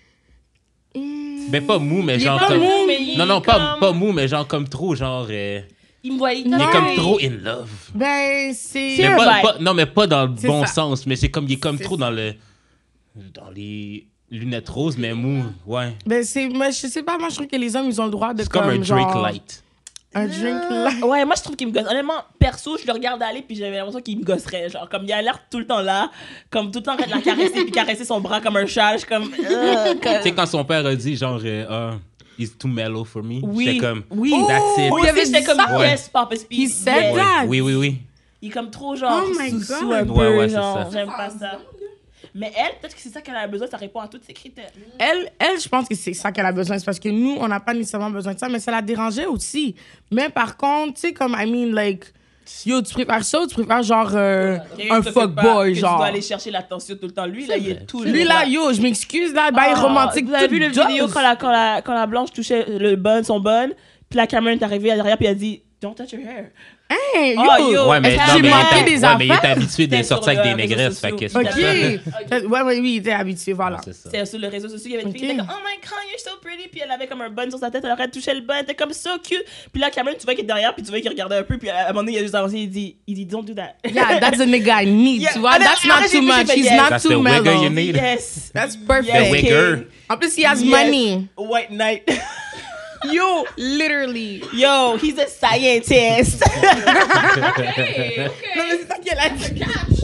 E: hmm,
B: Ben pas mou, mais
E: Il est
B: genre
E: pas
B: comme...
E: mou,
C: mais il
B: Non, non,
C: est
B: pas,
C: comme-
B: pas mou, mais genre comme trop, genre... euh,
C: Il me voit, il
B: Il est
E: Non.
B: comme trop in love.
E: Ben, c'est...
C: C'est
B: Mais
C: un
B: pas,
C: vibe.
B: pas- non, mais pas dans le
E: C'est
B: bon
E: ça.
B: sens, mais c'est comme, il est comme
E: C'est
B: trop
E: ça.
B: dans le... Dans les lunettes roses, mais mou, ouais.
E: Ben, c'est... Mais je sais pas, moi, je trouve que les hommes, ils ont le droit de
B: C'est comme un Drake
E: genre,
B: light.
E: Un drink light.
C: Ouais, moi je trouve qu'il me gosse. Honnêtement, perso, je le regarde aller puis j'avais l'impression qu'il me gosserait. Genre, comme il a l'air tout le temps là, comme tout le temps en train de la caresser puis caresser son bras comme un chat. Je suis comme. euh, comme-
B: Tu sais, quand son père a dit, genre, euh, ah, he's too mellow for me,
C: Oui,
B: j'étais comme,
C: oui.
B: that's it.
C: Moi
E: il
C: aussi,
E: avait
C: j'étais
E: dit
C: comme
E: ça.
B: Ouais.
C: yes, Papa Speed.
E: He said
C: yes.
E: that.
B: Oui, oui, oui.
C: Il est comme trop genre
E: Oh my
C: sous-sous
E: God.
C: un peu.
B: Ouais, ouais, c'est
C: genre,
B: ça.
C: j'aime pas ça. Mais elle, peut-être que c'est ça qu'elle a besoin, ça répond à tous ses critères.
E: Elle, elle, je pense que c'est ça qu'elle a besoin. C'est parce que nous, on n'a pas nécessairement besoin de ça, mais ça la dérangeait aussi. Mais par contre, tu sais, comme, I mean, like, yo, tu préfères ça ou tu préfères genre euh,
C: Et
E: un
C: te fais pas
E: fuckboy,
C: que Tu
E: genre.
C: dois aller chercher l'attention tout le temps. Lui, là, il est
B: vrai.
C: tout
E: Lui, là, yo, je m'excuse, là, bail
C: Ah,
E: romantique.
C: Vous avez
E: tout
C: vu le
E: dose.
C: vidéo quand la, quand, la, quand la blanche touchait le bun, son bun, puis la caméra est arrivée derrière, puis elle a dit Don't touch your hair.
E: Hey, yo,
C: Oh, yo.
B: Ouais, mais,
C: Est-ce
B: non,
C: que
E: j'ai
B: mais, il
E: manqué
B: était-
E: des
B: ouais, mais il était
E: affaires?
B: habitué de
C: C'était
B: sortir
C: sur
B: avec des
C: les réseaux
B: négresses, fait
C: sociaux.
B: que
E: Ok.
B: c'est
E: Ouais, ouais, oui, il était habitué, voilà.
B: c'est ça.
C: C'était sur les réseaux sociaux, il y avait une fille qui
E: Ok.
C: était comme Oh my god, you're so pretty. Puis elle avait comme un bun sur sa tête, elle aurait touché le bun, elle était comme so cute. Puis là, Cameron, tu vois qu'il est derrière, puis tu vois qu'il regardait un peu, puis à un moment donné, il a juste avancé, il dit, il dit Don't do that.
E: Yeah, that's the nigga I need,
C: Yeah,
E: tu vois.
C: ah,
E: That's
C: non,
E: not
C: j'ai
E: too
C: vu, j'ai
E: much.
C: fait
E: He's
C: yes.
E: not
B: That's
E: too
B: the wigger
E: mellow.
B: you need.
C: Yes.
E: That's
B: The
E: perfect.
B: wigger.
E: En plus, he has
C: Yes.
E: money.
C: White Knight.
E: Yo, literally.
C: Yo, he's a scientist.
E: Non, mais c'est ça qu'elle a dit.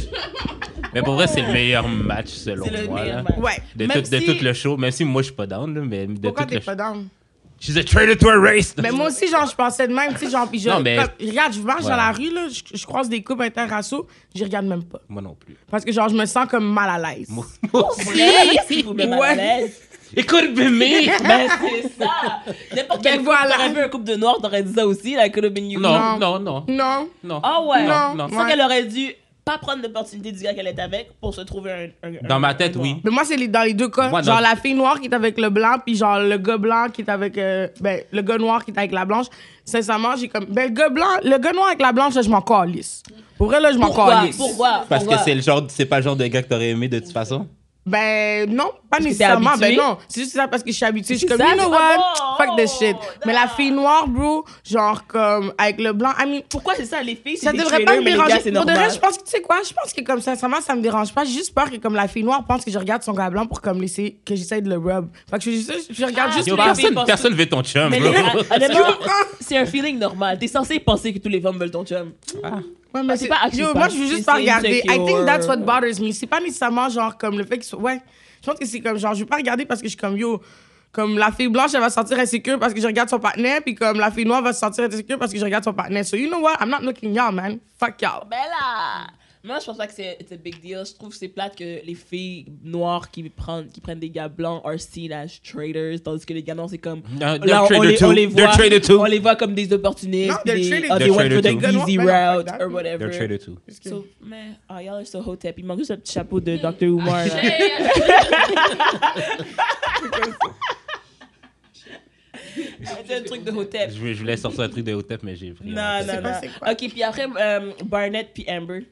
B: Mais pour vrai, c'est le meilleur match, selon
C: C'est le
B: moi.
C: meilleur
B: là.
C: match.
E: Ouais.
B: De,
C: Même
B: tout, de
C: si-
B: tout le show, même si moi, je suis pas down, là, mais de
E: Pourquoi
B: tout
E: t'es
B: le
E: pas
B: show.
E: down?
B: She's a traitor to her race.
E: Mais moi aussi, genre, je pensais de même, tu sais, genre, puis je...
B: Non, mais-
E: comme, regarde, je marche
B: Ouais.
E: dans la rue, là, je, je croise des couples interraciaux, je regarde même pas.
B: Moi non plus.
E: Parce que, genre, je me sens comme mal à l'aise.
B: Moi, moi aussi.
C: Vrai, qu'est-ce qui vous met mal à
E: Ouais.
C: l'aise?
B: It could be me.
C: Ben, c'est ça. N'importe
E: Ben
C: quel couple,
E: voilà.
C: t'aurais vu un couple de noirs, t'aurais dit ça aussi, like, could have been you.
B: Non, non, non,
E: Non.
B: non.
C: Ah ouais.
E: Non.
B: non.
C: C'est ça qu'elle aurait dû pas prendre l'opportunité du gars qu'elle est avec pour se trouver un. un-
B: Dans
C: un-
B: ma
C: un
B: tête,
C: noir.
B: oui.
E: Mais moi, c'est les- dans les deux cas.
B: Moi,
E: genre,
B: dans-
E: la fille noire qui est avec le blanc, puis genre, le gars blanc qui est avec... euh, ben, le gars noir qui est avec la blanche. Sincèrement, j'ai comme... Ben, le gars blanc, le gars noir avec la blanche, là, je m'en calisse. Pour vrai, là, je m'en
C: Pourquoi?
E: calisse.
C: Pourquoi?
B: Parce que
C: Pourquoi?
B: c'est le genre, c'est pas le genre de gars que t'aurais aimé de toute façon.
E: Ben, non, pas
C: que t'es
E: nécessairement. Ben
C: habitué?
E: non, c'est juste ça parce que je suis habituée. Je suis
C: C'est
E: comme,
C: ça,
E: you know
C: c'est pas
E: what?
C: bon.
E: Fuck this shit.
C: Oh,
E: Mais la
C: non.
E: fille noire, bro, genre comme, avec le blanc, I mean,
C: Pourquoi c'est ça, les filles, c'est
E: ça
C: des
E: devrait
C: trailers,
E: pas me
C: mais les
E: déranger.
C: gars, c'est
E: Pour de
C: normal.
E: vrai, je pense que, tu sais quoi, je pense que comme ça, sincèrement, ça me dérange pas. J'ai juste peur que comme la fille noire pense que je regarde son gars blanc pour comme laisser, que j'essaie de le rub. Fait que je, je, je regarde
C: Ah,
E: juste
B: Yo,
C: les
E: les
C: filles
B: personne,
C: pensent
B: personne veut ton chum,
C: Mais
B: bro.
C: les- honnêtement, c'est un feeling normal. T'es censé penser que tous les femmes veulent ton chum.
E: Ouais, mais
C: Ah, c'est
E: c'est
C: pas actually
E: yo,
C: pas-
E: moi, je veux
C: c'est-
E: juste pas
C: c'est
E: regarder. I
C: insecure.
E: think that's what bothers me. C'est pas nécessairement genre comme le fait que. Ouais. Je pense que c'est comme genre, je veux pas regarder parce que je suis comme yo. Comme la fille blanche, elle va se sentir insécure parce que je regarde son partenaire, puis comme la fille noire va se sentir insécure parce que je regarde son partenaire. So you know what? I'm not looking y'all, man. Fuck y'all.
C: Ben là! Moi, je pense pas que c'est it's a big deal. Je trouve que c'est plate que les filles noires qui prennent, qui prennent des gars blancs are seen as traitors, tandis que les gars noirs, c'est comme.
B: No, they're
C: Là, on,
B: traitor
C: les,
B: too.
C: on les
B: They're
C: voit,
B: traitor too.
C: on les voit comme des opportunistes.
E: No, they're
C: des,
E: traitor-
C: oh, they
B: They're
C: went for the
B: traitor
E: too.
C: easy
E: Ben non, ben non,
C: route
E: fuck that.
C: or whatever.
B: They're traitor too.
C: So, mais, oh, y'all are so hotep. Il manque juste un petit chapeau de docteur Umar. là. C'est un truc de Hotep.
B: Je, je voulais sortir un truc de Hotep, mais j'ai pris.
C: Non,
B: un-
C: non,
E: pas
C: non.
E: c'est quoi.
C: Ok, puis après, euh, Barnett puis Amber.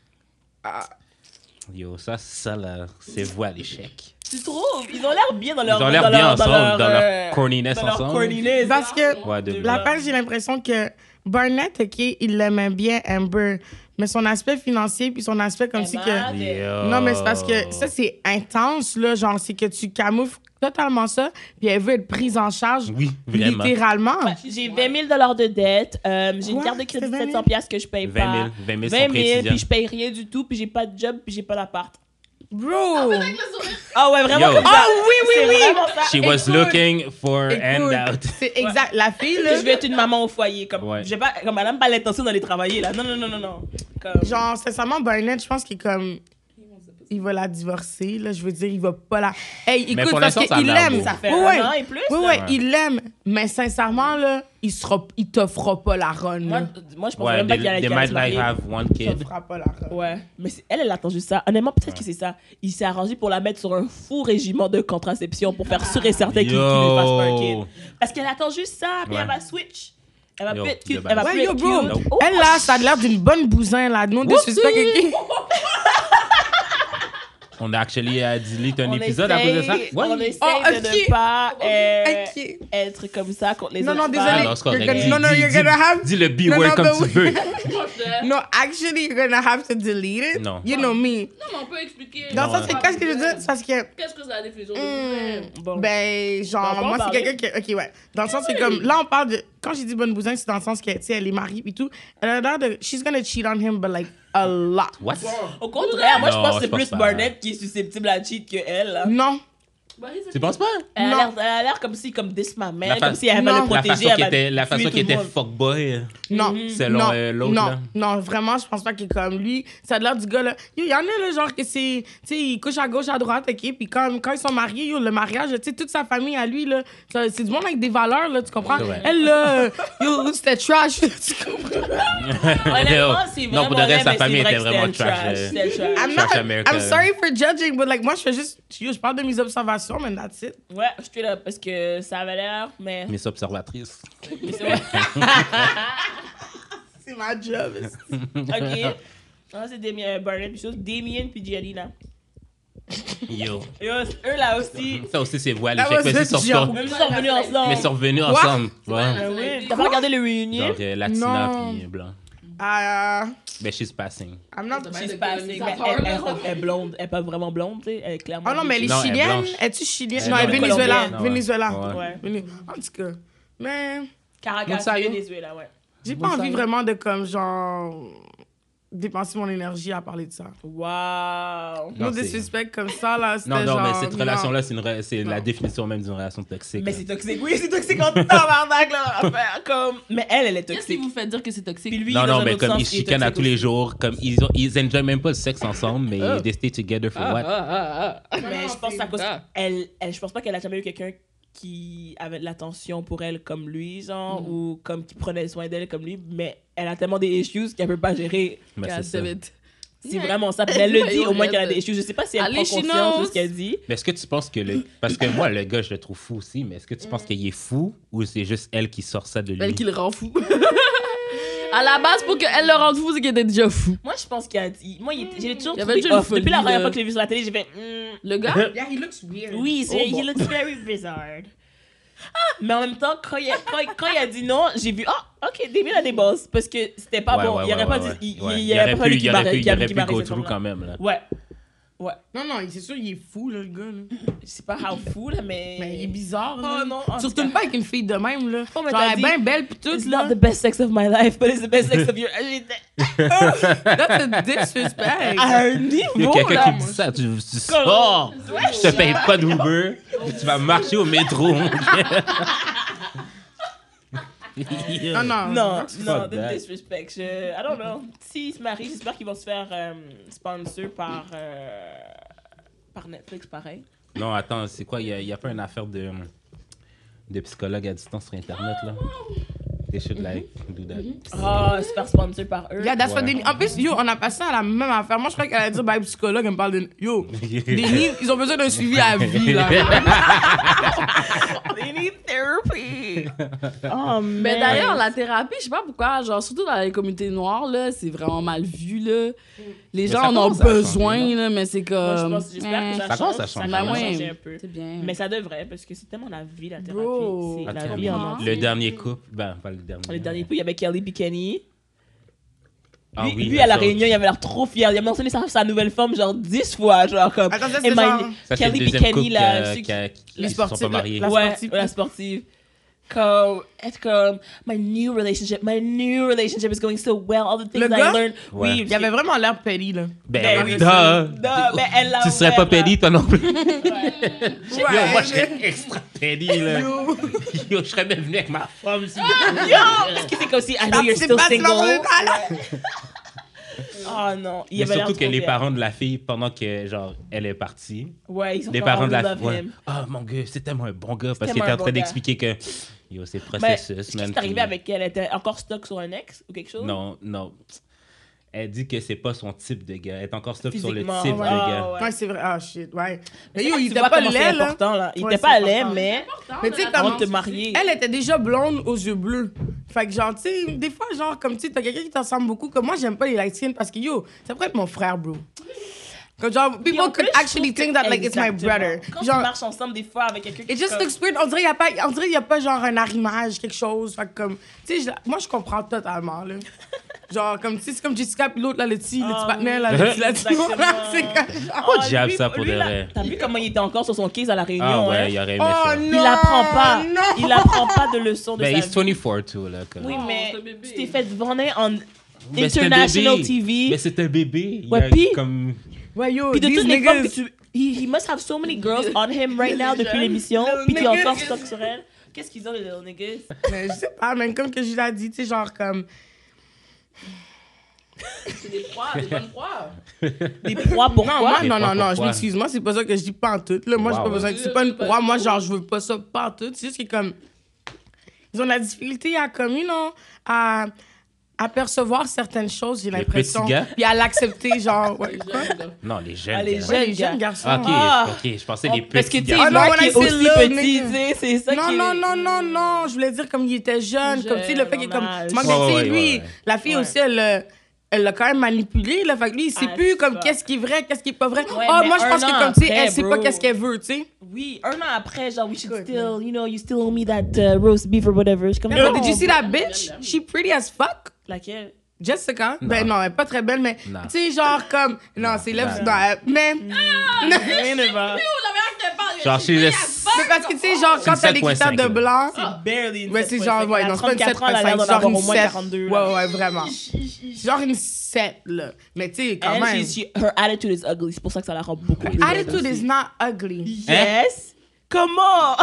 B: Yo, ça, ça, là, c'est voie à l'échec.
C: Tu trouves? Ils ont l'air bien dans leur...
B: Ils ont l'air
C: dans
B: bien
C: leur-
B: ensemble,
C: leur,
B: dans leur
C: euh,
B: corniness
C: dans leur
B: ensemble.
C: corniness.
E: Parce que
B: Ouais, de
E: la page, j'ai l'impression que Barnett, OK, il l'aimait bien, Amber. Mais son aspect financier, puis son aspect comme si que...
B: Yo.
E: Non, mais c'est parce que ça, c'est intense, là. Genre, c'est que tu camoufles totalement ça, puis elle veut être prise en charge.
B: Oui, vraiment.
E: Littéralement.
C: Ouais, j'ai vingt mille dollars de dette. euh, j'ai une
E: Quoi?
C: carte de crédit de
E: C'est vingt
C: sept cents piastres que je paye
B: vingt mille.
C: pas.
B: vingt mille,
C: vingt
B: son prêt
C: mille,
B: étudiant.
C: puis je paye rien du tout, puis j'ai pas de job, puis j'ai pas d'appart.
E: Bro!
C: Ah ouais, vraiment
B: Yo.
C: comme ça.
E: Ah oui, oui,
C: C'est
E: oui.
C: vraiment ça.
B: She was
E: Écoute,
B: looking for
E: Écoute,
B: handout.
E: c'est exact. La fille,
C: Puis
E: là,
C: je vais être une maman au foyer. Comme,
B: Ouais.
C: j'ai pas, comme elle n'a pas l'intention d'aller travailler, là. Non, non, non, non, non. Comme...
E: genre, sincèrement, Barnett, je pense qu'il est comme... Il va la divorcer, là. Je veux dire, il va pas la... Hey,
B: Mais
E: écoute,
B: pour
E: parce
B: l'instant, ça a
E: qu'il
B: l'air
E: l'aime.
B: beau.
C: Ça fait
E: Oui,
C: un
E: ouais.
C: an et plus,
E: Oui,
C: là.
E: oui,
B: Ouais.
E: il l'aime. Mais sincèrement, là, il, sera... il t'offrira pas la run,
C: Moi,
E: là.
C: moi, je pense
B: Ouais,
C: même pas
B: they,
C: qu'il allait
B: they
C: qu'elle allait
B: might
C: se
B: like
C: marier.
B: have one
E: Il
B: kid.
E: t'offrira pas la run.
C: Ouais, mais c'est- elle, elle attend juste ça. Honnêtement, peut-être que c'est ça. Il s'est arrangé pour la mettre sur un fou régiment de contraception pour faire sûr et certain qu'il qu'il lui fasse pas un kid.
B: Yo.
C: Parce qu'elle attend juste ça, puis
B: Ouais.
C: elle va switch. Elle va
B: Yo,
C: plus être
B: de
C: cute.
B: base.
C: Elle va
E: Ouais,
C: plus
E: yo,
C: être
E: bro.
C: cute.
B: Nope.
C: Oh,
E: Elle, là, ça a l'air d'une bonne bousin, là. Non, de suspect.
B: On a actually uh, delete un
C: on
B: épisode à cause de ça.
C: essaye-
B: Ouais.
C: On essaye
E: Oh,
C: de
E: ok.
C: ne pas euh,
E: Ok.
C: être comme ça contre les
E: Non,
C: autres
E: non,
C: femmes.
E: désolé.
B: Ah non, c'est correct.
E: You're gonna-
B: Dis-
E: no, no,
B: dis-
E: you're
B: dis-
E: gonna have-
B: Dis le B
E: No,
B: word
E: no,
B: comme
E: but
B: tu
E: we-
B: veux.
E: No, actually, you're gonna have to delete it.
B: Non.
E: You know me.
D: Non, mais on peut expliquer.
E: Dans
B: Non,
E: ça,
B: ouais.
E: c'est qu'est-ce que je veux dire? C'est parce que...
D: Qu'est-ce que c'est la définition de
E: Hmm,
D: bousin?
C: Bon.
E: Ben, genre,
C: On va en
E: moi, c'est
C: parler.
E: quelqu'un qui... OK, ouais. Dans le sens, c'est comme... Là, on parle de... Quand j'ai dit bonne bousin, c'est dans le sens que, tu sais, elle est mariée et tout. Elle a l'air de... She's gonna cheat on him, but, like, a lot.
B: What?
C: Au contraire, moi, je
B: Non,
C: pense que
B: je
C: c'est
B: pense
C: plus
B: pas.
C: Barnett qui est susceptible à cheat que elle. là.
E: Non.
B: Tu penses pas?
C: Elle a
E: Non.
C: l'air- elle a l'air comme si, comme this my man,
B: La fa-
C: comme si elle va
E: Non.
C: le
B: La
C: protéger.
B: façon
C: elle
B: qui
C: va
B: était, la
C: tuer
B: façon
C: tout
B: qui
C: le
B: était
C: monde.
B: fuckboy.
E: Non.
B: Selon,
E: non.
B: euh, l'autre,
E: non.
B: là.
E: Non, vraiment, je pense pas qu'il est comme lui. Ça a l'air du gars, là. Yo, il y en a, là, genre, que c'est... Tu sais, ils couchent à gauche, à droite, OK? Puis quand, quand ils sont mariés, yo, le mariage, tu sais, toute sa famille à lui, là, ça- c'est du monde avec des valeurs, là, tu comprends?
B: C'est vrai.
E: Elle, là, euh, yo, c'était trash. Tu comprends?
C: Honnêtement, c'est
B: Non,
C: vraiment
B: pour de vrai,
C: vrai,
B: sa
C: mais
B: famille
C: c'est vrai
B: était
C: que
B: vraiment
C: c'était
B: trash,
C: trash.
B: euh,
C: C'était trash.
E: I'm
B: Trash
E: not...
B: America.
E: I'm sorry for judging, but, like, moi, je fais juste... Yo, je parle de mes observations, mais that's it.
C: Ouais, je suis là parce que ça avait l'air, mais.
B: Mes observatrices.
C: mais c'est vrai.
E: C'est ma job.
C: Ok. Ah, c'est Damien, Barnett, puis chose. Damien, puis Gianina.
B: Yo.
C: Et eux, eux, là aussi,
B: Ça aussi, c'est voie à
E: That
B: l'échec.
E: was
B: Mais ils
E: it,
B: sont,
E: Jean.
C: même ils sont revenus ensemble.
B: mais ils sont revenus
E: Quoi?
B: ensemble. Ouais.
C: Ah oui. T'as pas regardé le réunion?
B: Genre euh, Latina
E: Non.
B: puis blanc.
E: Ah,
B: Ben, she's passing.
E: I'm not...
C: She's passing, mais elle, elle, elle est blonde. Elle est pas vraiment blonde, tu sais. Elle est clairement.
E: Oh non, mais elle est
B: Non, elle est
E: chilienne.
B: blanche.
E: Es-tu chilienne?
B: Elle
E: Non,
B: est
E: elle est
C: blanche.
E: Venezuela.
C: Colombienne.
E: Venezuela.
B: Ouais.
C: Ouais.
E: Vene- En tout cas, mais
C: Caracas,
B: Monsayo.
C: Venezuela, ouais.
E: j'ai pas
B: Monsayo.
E: envie vraiment de, comme, genre, dépenser mon énergie à parler de ça.
C: Waouh.
B: Non,
E: No
B: c'est-
E: disrespect comme ça, là, c'était
B: Non, non,
E: genre...
B: mais cette
E: non.
B: relation-là, c'est, une re- c'est la
E: Non.
B: définition même d'une relation toxique.
C: Mais
B: là.
C: c'est toxique, oui, c'est toxique en tabarnak, là, à faire comme. Mais elle, elle est
D: Qu'est-ce qui
C: toxique.
D: vous fait dire que c'est toxique?
C: Puis lui,
B: Non,
C: dans
B: non,
C: un
B: mais
C: autre
B: comme
C: sens,
B: ils
C: il est
B: chicanent à
C: toxique
B: tous les
C: aussi.
B: jours, comme ils, ont, ils enjoy même pas le sexe ensemble, mais
D: Oh.
B: they stay together for
D: Ah,
B: what?
D: ah, ah, ah.
C: Mais je pense
E: c'est-
C: à cause.
D: Ah.
C: Elle, elle, je pense pas qu'elle a jamais eu quelqu'un qui avait de l'attention pour elle comme lui, genre,
D: Mm.
C: ou comme qui prenait soin d'elle comme lui, mais elle a tellement des issues qu'elle peut pas gérer.
B: Mais
D: God
B: c'est ça.
D: damn it.
C: C'est
D: Yeah.
C: vraiment ça. Puis elle le dit
D: Yo,
C: au moins qu'elle a
D: regarde.
C: des issues. Je sais pas si elle
D: Allez,
C: prend
D: she
C: conscience de
D: knows.
C: ce qu'elle dit.
B: Mais est-ce que tu penses que le. Parce que moi, le gars, je le trouve fou aussi, mais est-ce que tu penses qu'il est fou ou c'est juste elle qui sort ça de lui?
D: Elle qui le rend fou. À la base, pour qu'elle le rende fou, c'est qu'elle était déjà fou.
C: Moi, je pense qu'il a dit. Moi, il- j'ai toujours
D: Il y avait
C: trouvé
D: déjà une
C: off. Depuis la
D: folie,
C: première
D: là.
C: fois que je l'ai vu sur la télé, j'ai fait. hmm,
D: Le gars?
E: Yeah, he looks weird.
C: Oui, c'est,
D: Oh,
C: he
D: bon.
C: looks very bizarre. Mais en même temps, quand il a, quand, il- quand il a dit non, j'ai vu, ah, ok, Damien a des boss. Parce que c'était pas
B: Ouais,
C: bon.
B: ouais,
C: il aurait
B: ouais,
C: pas
B: ouais,
C: dit. Il,
B: ouais.
C: il,
B: Il
C: aurait
B: aurait
C: pas fallu
B: pu,
C: qu'il
B: il aurait
C: m'arrête-
B: pu, il
C: qu'il
B: aurait pu
C: m'arrête
B: go
C: cette
B: through
C: femme-là.
B: quand même, là.
C: Ouais. Ouais.
E: Non, non, c'est sûr, il est fou, là, le gars, là.
C: Je sais pas how fou, là, mais.
E: Mais il est bizarre, là.
C: Oh non, en tout
E: Surtout
C: cas.
E: pas avec une fille de même, là.
C: Oh, mais
E: Genre,
C: t'as
E: elle est
C: dit,
E: bien belle pis tout,
C: It's
E: là.
C: not the best sex of my life, but it's the best sex of your. J'étais
E: That's a disrespect.
C: à un
B: Il y a
C: niveau,
B: quelqu'un
C: là.
B: qui me dit ça, tu, tu sors, je te paye pas d'Uber, tu vas marcher au métro.
E: Non, non.
C: Non,
B: Fuck
C: non, the
B: that.
C: disrespect. Je, I don't know. S'ils se marient, j'espère qu'ils vont se faire euh, sponsor par, euh, par Netflix, pareil.
B: Non, attends, c'est quoi? Il y a, il y a pas une affaire de, de psychologue à distance sur Internet, là? They should like do that.
C: Ah, se faire sponsor par eux.
E: Yeah, that's what
B: Ouais.
E: they need. En plus, yo, on a passé à la même affaire. Moi, je crois qu'elle allait dire, bah, psychologue, elle me parle de. Yo, they need- ils ont besoin d'un suivi à vie, là.
C: They need therapy. Oh, man.
D: Mais d'ailleurs, la thérapie, je sais pas pourquoi, genre, surtout dans les communautés noires, là, c'est vraiment mal vu, là. Les
B: ça
D: gens en ont
B: commence à
D: besoin,
B: changer,
D: là, mais c'est
C: Moi, je
D: comme...
C: pense, j'espère
D: eh,
C: que ça,
B: Ça commence
C: change.
B: à changer.
C: Ça commence à
D: Ben
C: changer
D: ouais.
C: un peu.
D: C'est bien.
C: Mais ça devrait, parce que c'est tellement la vie, la thérapie.
D: Bro.
C: C'est la
B: Ok,
C: vie en
D: comprends.
C: entier.
B: Le dernier couple, ben, pas le dernier.
C: Le dernier coup, il y avait Kelly puis Kenny.
B: Ah
C: Lui,
B: oui,
C: lui, à la
B: d'accord.
C: réunion, il avait l'air trop fier. Il a mentionné sa, sa nouvelle forme genre dix fois. Genre comme.
E: Attends, ça,
C: Et
E: c'est
C: my-
E: genre-
B: Ça, c'est
C: Kelly
B: le
C: puis
B: deuxième
C: Kenny,
B: couple
C: là.
B: qui,
C: ceux
B: qui,
C: qui-
B: qui
E: les
B: se sont
E: sportifs,
B: pas mariés.
E: la-
C: ouais,
E: sportive.
C: la sportive. Comme, être comme, my new relationship, my new relationship is going so well. All the things
E: Le
C: I
E: gars?
C: learned.
B: Ouais.
C: Oui,
E: Il avait vraiment l'air petty, là.
B: Ben,
C: Ben
B: oui,
C: oui,
B: duh.
C: Non, mais elle l'a
B: Tu serais
C: ouvert,
B: pas
C: là.
B: pédie, toi non plus. Yo,
E: Ouais,
B: moi, je serais extra pédie, là.
E: Yo.
B: Yo, je serais même venu avec ma femme. si-
C: Yo! Parce que c'est comme si, I know you're
E: C'est
C: still
E: pas de
C: single.
E: l'envers, là.
C: Oh non. Il
B: Mais
C: avait l'air
B: surtout que
C: trop
B: les
C: fier.
B: parents de la fille, pendant que, genre, elle est partie,
C: Ouais, ils sont
B: les
C: comme,
B: parents
C: oh,
B: de la
C: we love
B: fille, ouais.
C: him.
B: Ah, mon gars, c'est tellement un bon gars, parce
C: tellement
B: qu'il était
C: un
B: en train
C: bon gars.
B: d'expliquer que, yo, c'est
C: Mais
B: processus,
C: est-ce
B: man.
C: qui est arrivé
B: puis-
C: avec elle? Elle était encore stock sur un ex ou quelque chose?
B: Non, non. Elle dit que c'est pas son type de gars. Elle est encore stop sur le type
C: Physiquement,
B: de
C: ouais.
B: gars.
C: Ah, ouais.
E: Ouais, c'est vrai. Ah, shit, ouais. Mais
C: C'est
E: yo,
C: là que
E: il
C: tu
E: était
C: vois
E: pas
C: comment c'est
E: laid, là.
C: important, là. Il
E: Ouais,
C: était pas
E: c'est
C: laid,
E: important.
C: mais
E: Mais tu sais,
C: avant
E: comme
C: de te marier.
E: elle était déjà blonde aux yeux bleus. Fait que genre, tu sais, des fois, genre, comme tu sais, t'as quelqu'un qui te ressemble beaucoup. Comme moi, j'aime pas les light skin parce que yo, ça pourrait être mon frère, bro. Comme genre,
C: Puis
E: people
C: en plus,
E: could
C: je
E: actually
C: trouve
E: think
C: que-
E: that like it's my
C: Exactement.
E: brother.
C: Quand
E: Genre,
C: tu marches ensemble des fois avec quelqu'un qui
E: it just
C: comme-
E: looks weird. On dirait, y a pas, on dirait, y a pas genre un arrimage, quelque chose. Fait que comme, tu sais, je- moi, je comprends totalement, là. Genre, comme, tu sais, c'est comme Jessica puis l'autre, là, le petit, le
C: Ah,
E: petit patinet, là, le petit latino, là.
C: exactement.
E: C'est comme genre.
B: Pourquoi
C: Oh,
B: diable
C: lui,
B: ça pour
C: lui,
B: de
C: là,
B: vrai?
C: T'as vu comment il était encore sur son case à la réunion,
B: Ah
C: hein?
B: ouais, il aurait aimé
E: Oh
B: ça.
E: non!
C: Il apprend pas.
E: Non!
C: Il apprend pas de leçons de
B: Ben,
C: sa
B: he's
C: vie.
B: twenty-four, too, là. Comme...
C: Oui,
D: Oh,
C: mais
D: c'est un bébé.
C: tu t'es fait vendre en
B: Mais c'est un
C: International
B: bébé.
C: T V.
B: Mais c'est un bébé. Il
C: Ouais,
B: y a
C: puis-
B: comme...
E: Ouais, yo,
C: Puis de
E: these
C: toutes les femmes que
E: niggas.
C: tu... He, he must have so many girls on him right now depuis l'émission.
E: Little
C: Puis t'es
E: niggas.
C: encore stock sur elle. Qu'est-ce qu'ils ont, les little niggas?
E: Mais je sais pas, même comme que je l'ai dit, tu sais, genre comme.
D: C'est des proies, des bonnes proies.
C: Des proies, pourquoi?
E: Non, moi,
B: Mais
E: non,
B: pas
E: non, non, je
B: pourquoi.
E: m'excuse. Moi, c'est pas ça que je dis pas en tout. Là, moi, j'ai
B: Wow.
E: pas besoin. C'est pas une proie. Moi, genre, je veux pas ça pas en tout. C'est juste que, comme. Ils ont la difficulté à, comme, you know, à. à percevoir certaines choses, j'ai
B: Les
E: l'impression.
B: petits gars?
E: Puis à l'accepter, genre. Ouais, quoi?
B: Non, les jeunes.
C: Ah, les
B: gars.
C: jeunes.
E: Ouais, les jeunes garçons.
B: Ok,
C: Ah.
B: ok, je pensais
C: Oh,
B: les
C: parce que
B: petits
C: tu sais,
B: gars.
E: Ah, non,
C: Mark
E: when I
C: est
E: say
C: aussi
E: little
C: petit,
E: nigga.
C: tu sais, c'est ça
E: Non,
C: qui est...
E: non, non, non, non. Je voulais dire comme il était jeune. Comme, tu sais, le fait qu'il est comme.
C: normal.
E: Moi,
B: Ouais,
E: tu sais,
B: ouais,
E: lui,
B: ouais, ouais.
E: la fille
C: Ouais.
E: aussi, elle. euh, Elle l'a quand même manipulé, là. Fait que lui, il sait
C: Ah,
E: plus
C: c'est
E: comme
C: pas.
E: qu'est-ce qui est vrai, qu'est-ce qui est pas vrai.
C: Ouais,
E: Ah,
C: mais
E: moi, je
C: un
E: pense que
C: an
E: comme, tu sais,
C: après,
E: elle sait pas
C: bro.
E: qu'est-ce qu'elle veut, tu sais.
C: Oui, un an après, genre, we should
E: Écoute,
C: still, you know, you still owe me that uh, roast beef or whatever. Je suis comme,
E: Yeah,
C: non,
E: but did you see
C: bro.
E: that bitch? She pretty as fuck.
C: Laquelle?
E: Jessica?
B: Non.
E: Ben non, elle est pas très belle, mais
B: Non.
E: tu sais, genre comme. Non, c'est là.
B: non.
E: Non, elle- mais.
C: Rien ne va.
B: Genre, je suis le...
E: Mais parce que tu sais, genre, quand
B: C'est
E: t'as des
B: sept point
E: critères
B: cinq,
E: de
B: là.
E: blanc.
C: C'est barely une
E: Ouais, c'est
C: sept
E: genre,
C: point cinq.
E: ouais,
C: Elle a
E: non, c'est pas une sept
C: trente-quatre ans, elle a l'air
E: point cinq,
C: d'en
E: genre
C: avoir
E: une
C: au moins
E: sept.
C: quarante-deux. là.
E: Ouais, ouais, vraiment. Genre une sept, là. Mais tu sais, quand
C: And
E: même.
C: she's, she, her attitude is ugly. C'est pour ça que ça la rend beaucoup plus
E: Attitude
C: belle
E: is not ugly.
C: aussi. Yes. Comment?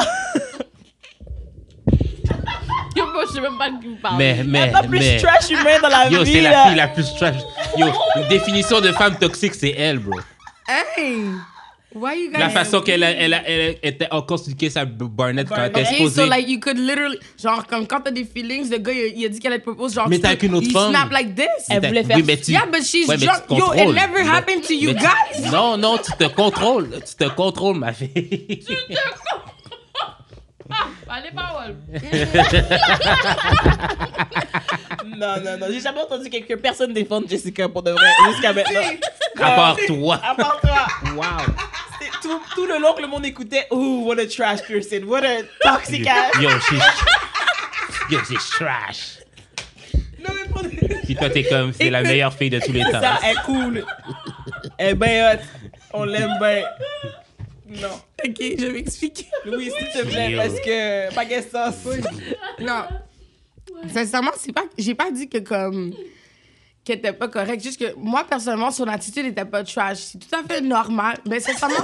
D: Yo, moi, je sais même pas de qui vous parle.
B: Mais,
C: Il n'y
B: mais,
C: a pas plus
B: mais...
C: trash humain dans la
B: Yo,
C: vie,
B: c'est la
C: là.
B: fille la plus trash. Yo, une définition de femme toxique, c'est elle, bro.
E: Hey! Why you guys.
B: La façon qu'elle a- elle, a- elle était encore sur le case à Barnett quand elle était
E: Okay,
B: exposée.
E: so like you could literally, genre comme quand t'as des feelings, le gars il, il a dit qu'elle allait te propose, genre
B: Mais
E: tu
B: t'as
E: peux-
B: avec une autre
E: il
B: femme.
E: snap like this.
C: Elle voulait faire-
B: Oui, mais tu...
E: Yeah, but she's
B: Ouais, mais
E: drunk.
B: tu
E: Yo, it
B: contrôles.
E: never
B: Mais-
E: happened to you
B: mais tu-
E: guys.
B: Non, non, tu te contrôles. Tu te contrôles, ma fille.
D: Allez, parole.
C: Non, non, non. J'ai jamais entendu quelqu'un, personne défendre Jessica pour de vrai, jusqu'à maintenant.
B: À part toi.
C: À part toi.
B: Wow.
C: C'est Tout, tout le long que le monde écoutait, oh, what a trash person, what a toxic ass.
B: Yo, she's... Yo, c'est trash.
C: Non, mais pour
B: Puis toi, t'es comme... C'est la meilleure fille de tous les temps.
C: ça, elle est cool. Elle est bien hot. On l'aime bien. Non.
E: Ok, je vais m'expliquer.
C: Louis, s'il te plaît,
B: Yo.
C: parce que pas que ça.
E: Non. Sincèrement, c'est pas, j'ai pas dit que comme qu'elle était pas correcte. Juste que moi personnellement, son attitude était pas trash. C'est tout à fait normal. Mais sincèrement,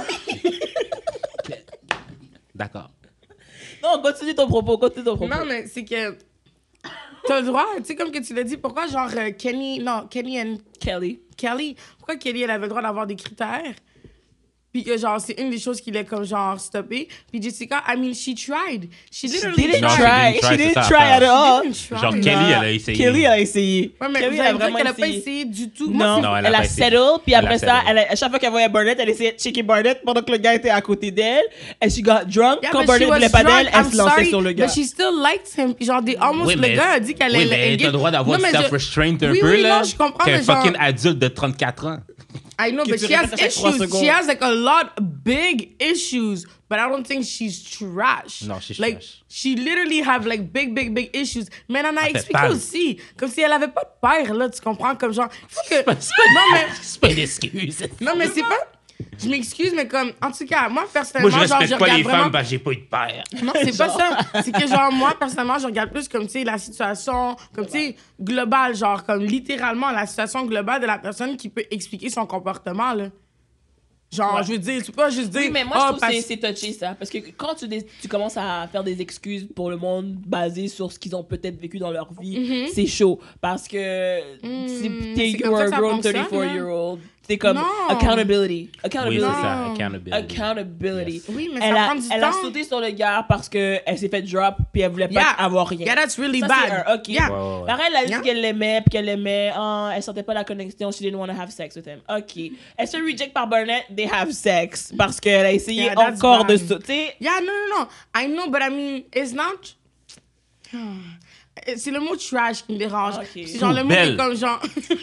B: D'accord.
C: Non, continue ton propos, continue ton propos.
E: non, mais c'est que t'as le droit. Tu sais comme que tu l'as dit. Pourquoi genre euh, Kenny, non, Kenny and
C: Kelly.
E: Kelly. Pourquoi Kelly elle avait le droit d'avoir des critères? puis que genre c'est une des choses qui l'a comme genre stoppé. Puis Jessica, I mean, she tried. She
C: She
E: literally
C: didn't
B: Non, she
C: try.
B: didn't try,
C: She
B: c'est
C: didn't
B: ça,
C: try at
B: l'affaire.
C: all.
E: She didn't try.
B: Genre, Kelly, elle a essayé.
C: Kelly a essayé.
E: Ouais, mais
C: Kelly
E: vous
C: a
E: allez me dire
C: vraiment
E: qu'elle a pas
C: essayé.
E: essayé du tout.
C: Non,
B: Non, elle
C: elle
B: a
C: a,
B: pas essayé.
C: settle, puis
B: Elle
C: après
B: a
C: ça,
B: settle.
C: elle a- à chaque fois qu'elle voyait Burnett, elle essayait de checker Burnett pendant que le gars était à côté d'elle. And she got drunk.
E: Yeah,
C: Quand
E: but she
C: Burnett
E: was
C: voulait pas
E: drunk,
C: d'elle, elle
E: I'm
C: se lançait
E: sorry,
C: sur le gars.
E: But she still liked him. Puis genre, des, almost,
B: Oui,
E: le
B: mais-
E: gars a dit qu'elle
B: Oui,
E: allait
B: mais
E: engage-
B: t'as le droit d'avoir
E: Non,
B: du
E: mais je-
B: self-restraint un
E: oui,
B: peu,
E: oui,
B: là.
E: non, je comprends,
B: Qu'un
E: mais genre-
B: fucking adulte de trente-quatre ans.
E: I know,
C: Que
E: but
C: tu
E: she has
C: répètes à chaque trois
E: issues.
C: secondes.
E: She has like a lot of big issues, but I don't think she's trash.
B: Non, she's
E: like,
B: trash.
E: She literally have like big, big, big issues. Mais elle en a
B: Elle fait
E: expliqué
B: pâle.
E: aussi. Comme si elle avait pas de père, là, tu comprends? Comme genre, il faut que...
B: C'est pas-
E: Non, mais...
B: C'est pas une excuse.
E: Non, mais c'est pas... Je m'excuse, mais comme... En tout cas, moi,
B: Moi,
E: personnellement,
B: je
E: genre,
B: respecte
E: je
B: pas
E: regarde
B: les
E: vraiment...
B: femmes parce que j'ai pas eu de père.
E: Non, c'est pas ça. C'est que, genre, moi, personnellement, je regarde plus comme, tu sais, la situation, comme, tu sais, globale, genre, comme littéralement la situation globale de la personne qui peut expliquer son comportement, là. Genre,
C: Ouais.
E: je veux dire, tu peux pas juste dire...
C: Oui, mais moi,
E: oh,
C: je trouve
E: parce-
C: que c'est- c'est touché, ça. Parce que quand tu, dé- tu commences à faire des excuses pour le monde basées sur ce qu'ils ont peut-être vécu dans leur vie, c'est chaud. Parce que
E: Mm,
C: si
E: mais
C: t'es
E: c'est
C: you
E: comme ça
C: are
E: que ça
C: a grown
E: fonctionne,
C: thirty-four-year-old, c'est comme
E: Non.
C: accountability.
B: Oui,
C: Accountability.
B: c'est ça,
E: Non.
B: accountability.
C: Accountability.
B: Yes.
E: Oui, mais ça
C: Elle a,
E: prend du
C: elle
E: temps.
C: a sauté sur le gars parce qu'elle s'est fait drop puis elle voulait pas
E: Yeah.
C: avoir rien.
E: Yeah, that's really
C: Ça,
E: bad.
C: c'est un, ok.
E: Yeah.
B: Ouais, ouais, ouais.
C: Pareil, elle a dit
E: Yeah.
C: qu'elle l'aimait, puis qu'elle l'aimait. Oh, elle sentait pas la connexion. She didn't want to have sex with him. OK. Elle se fait reject par Burnett. They have sex. Parce qu'elle a essayé
E: Yeah, that's
C: encore de
E: bad.
C: se... Tu sais,
E: Yeah, non, non, non. I know, but I mean, it's not... C'est le mot trash qui me dérange.
C: Ok.
E: C'est genre le mot
B: Belle.
E: que comme genre...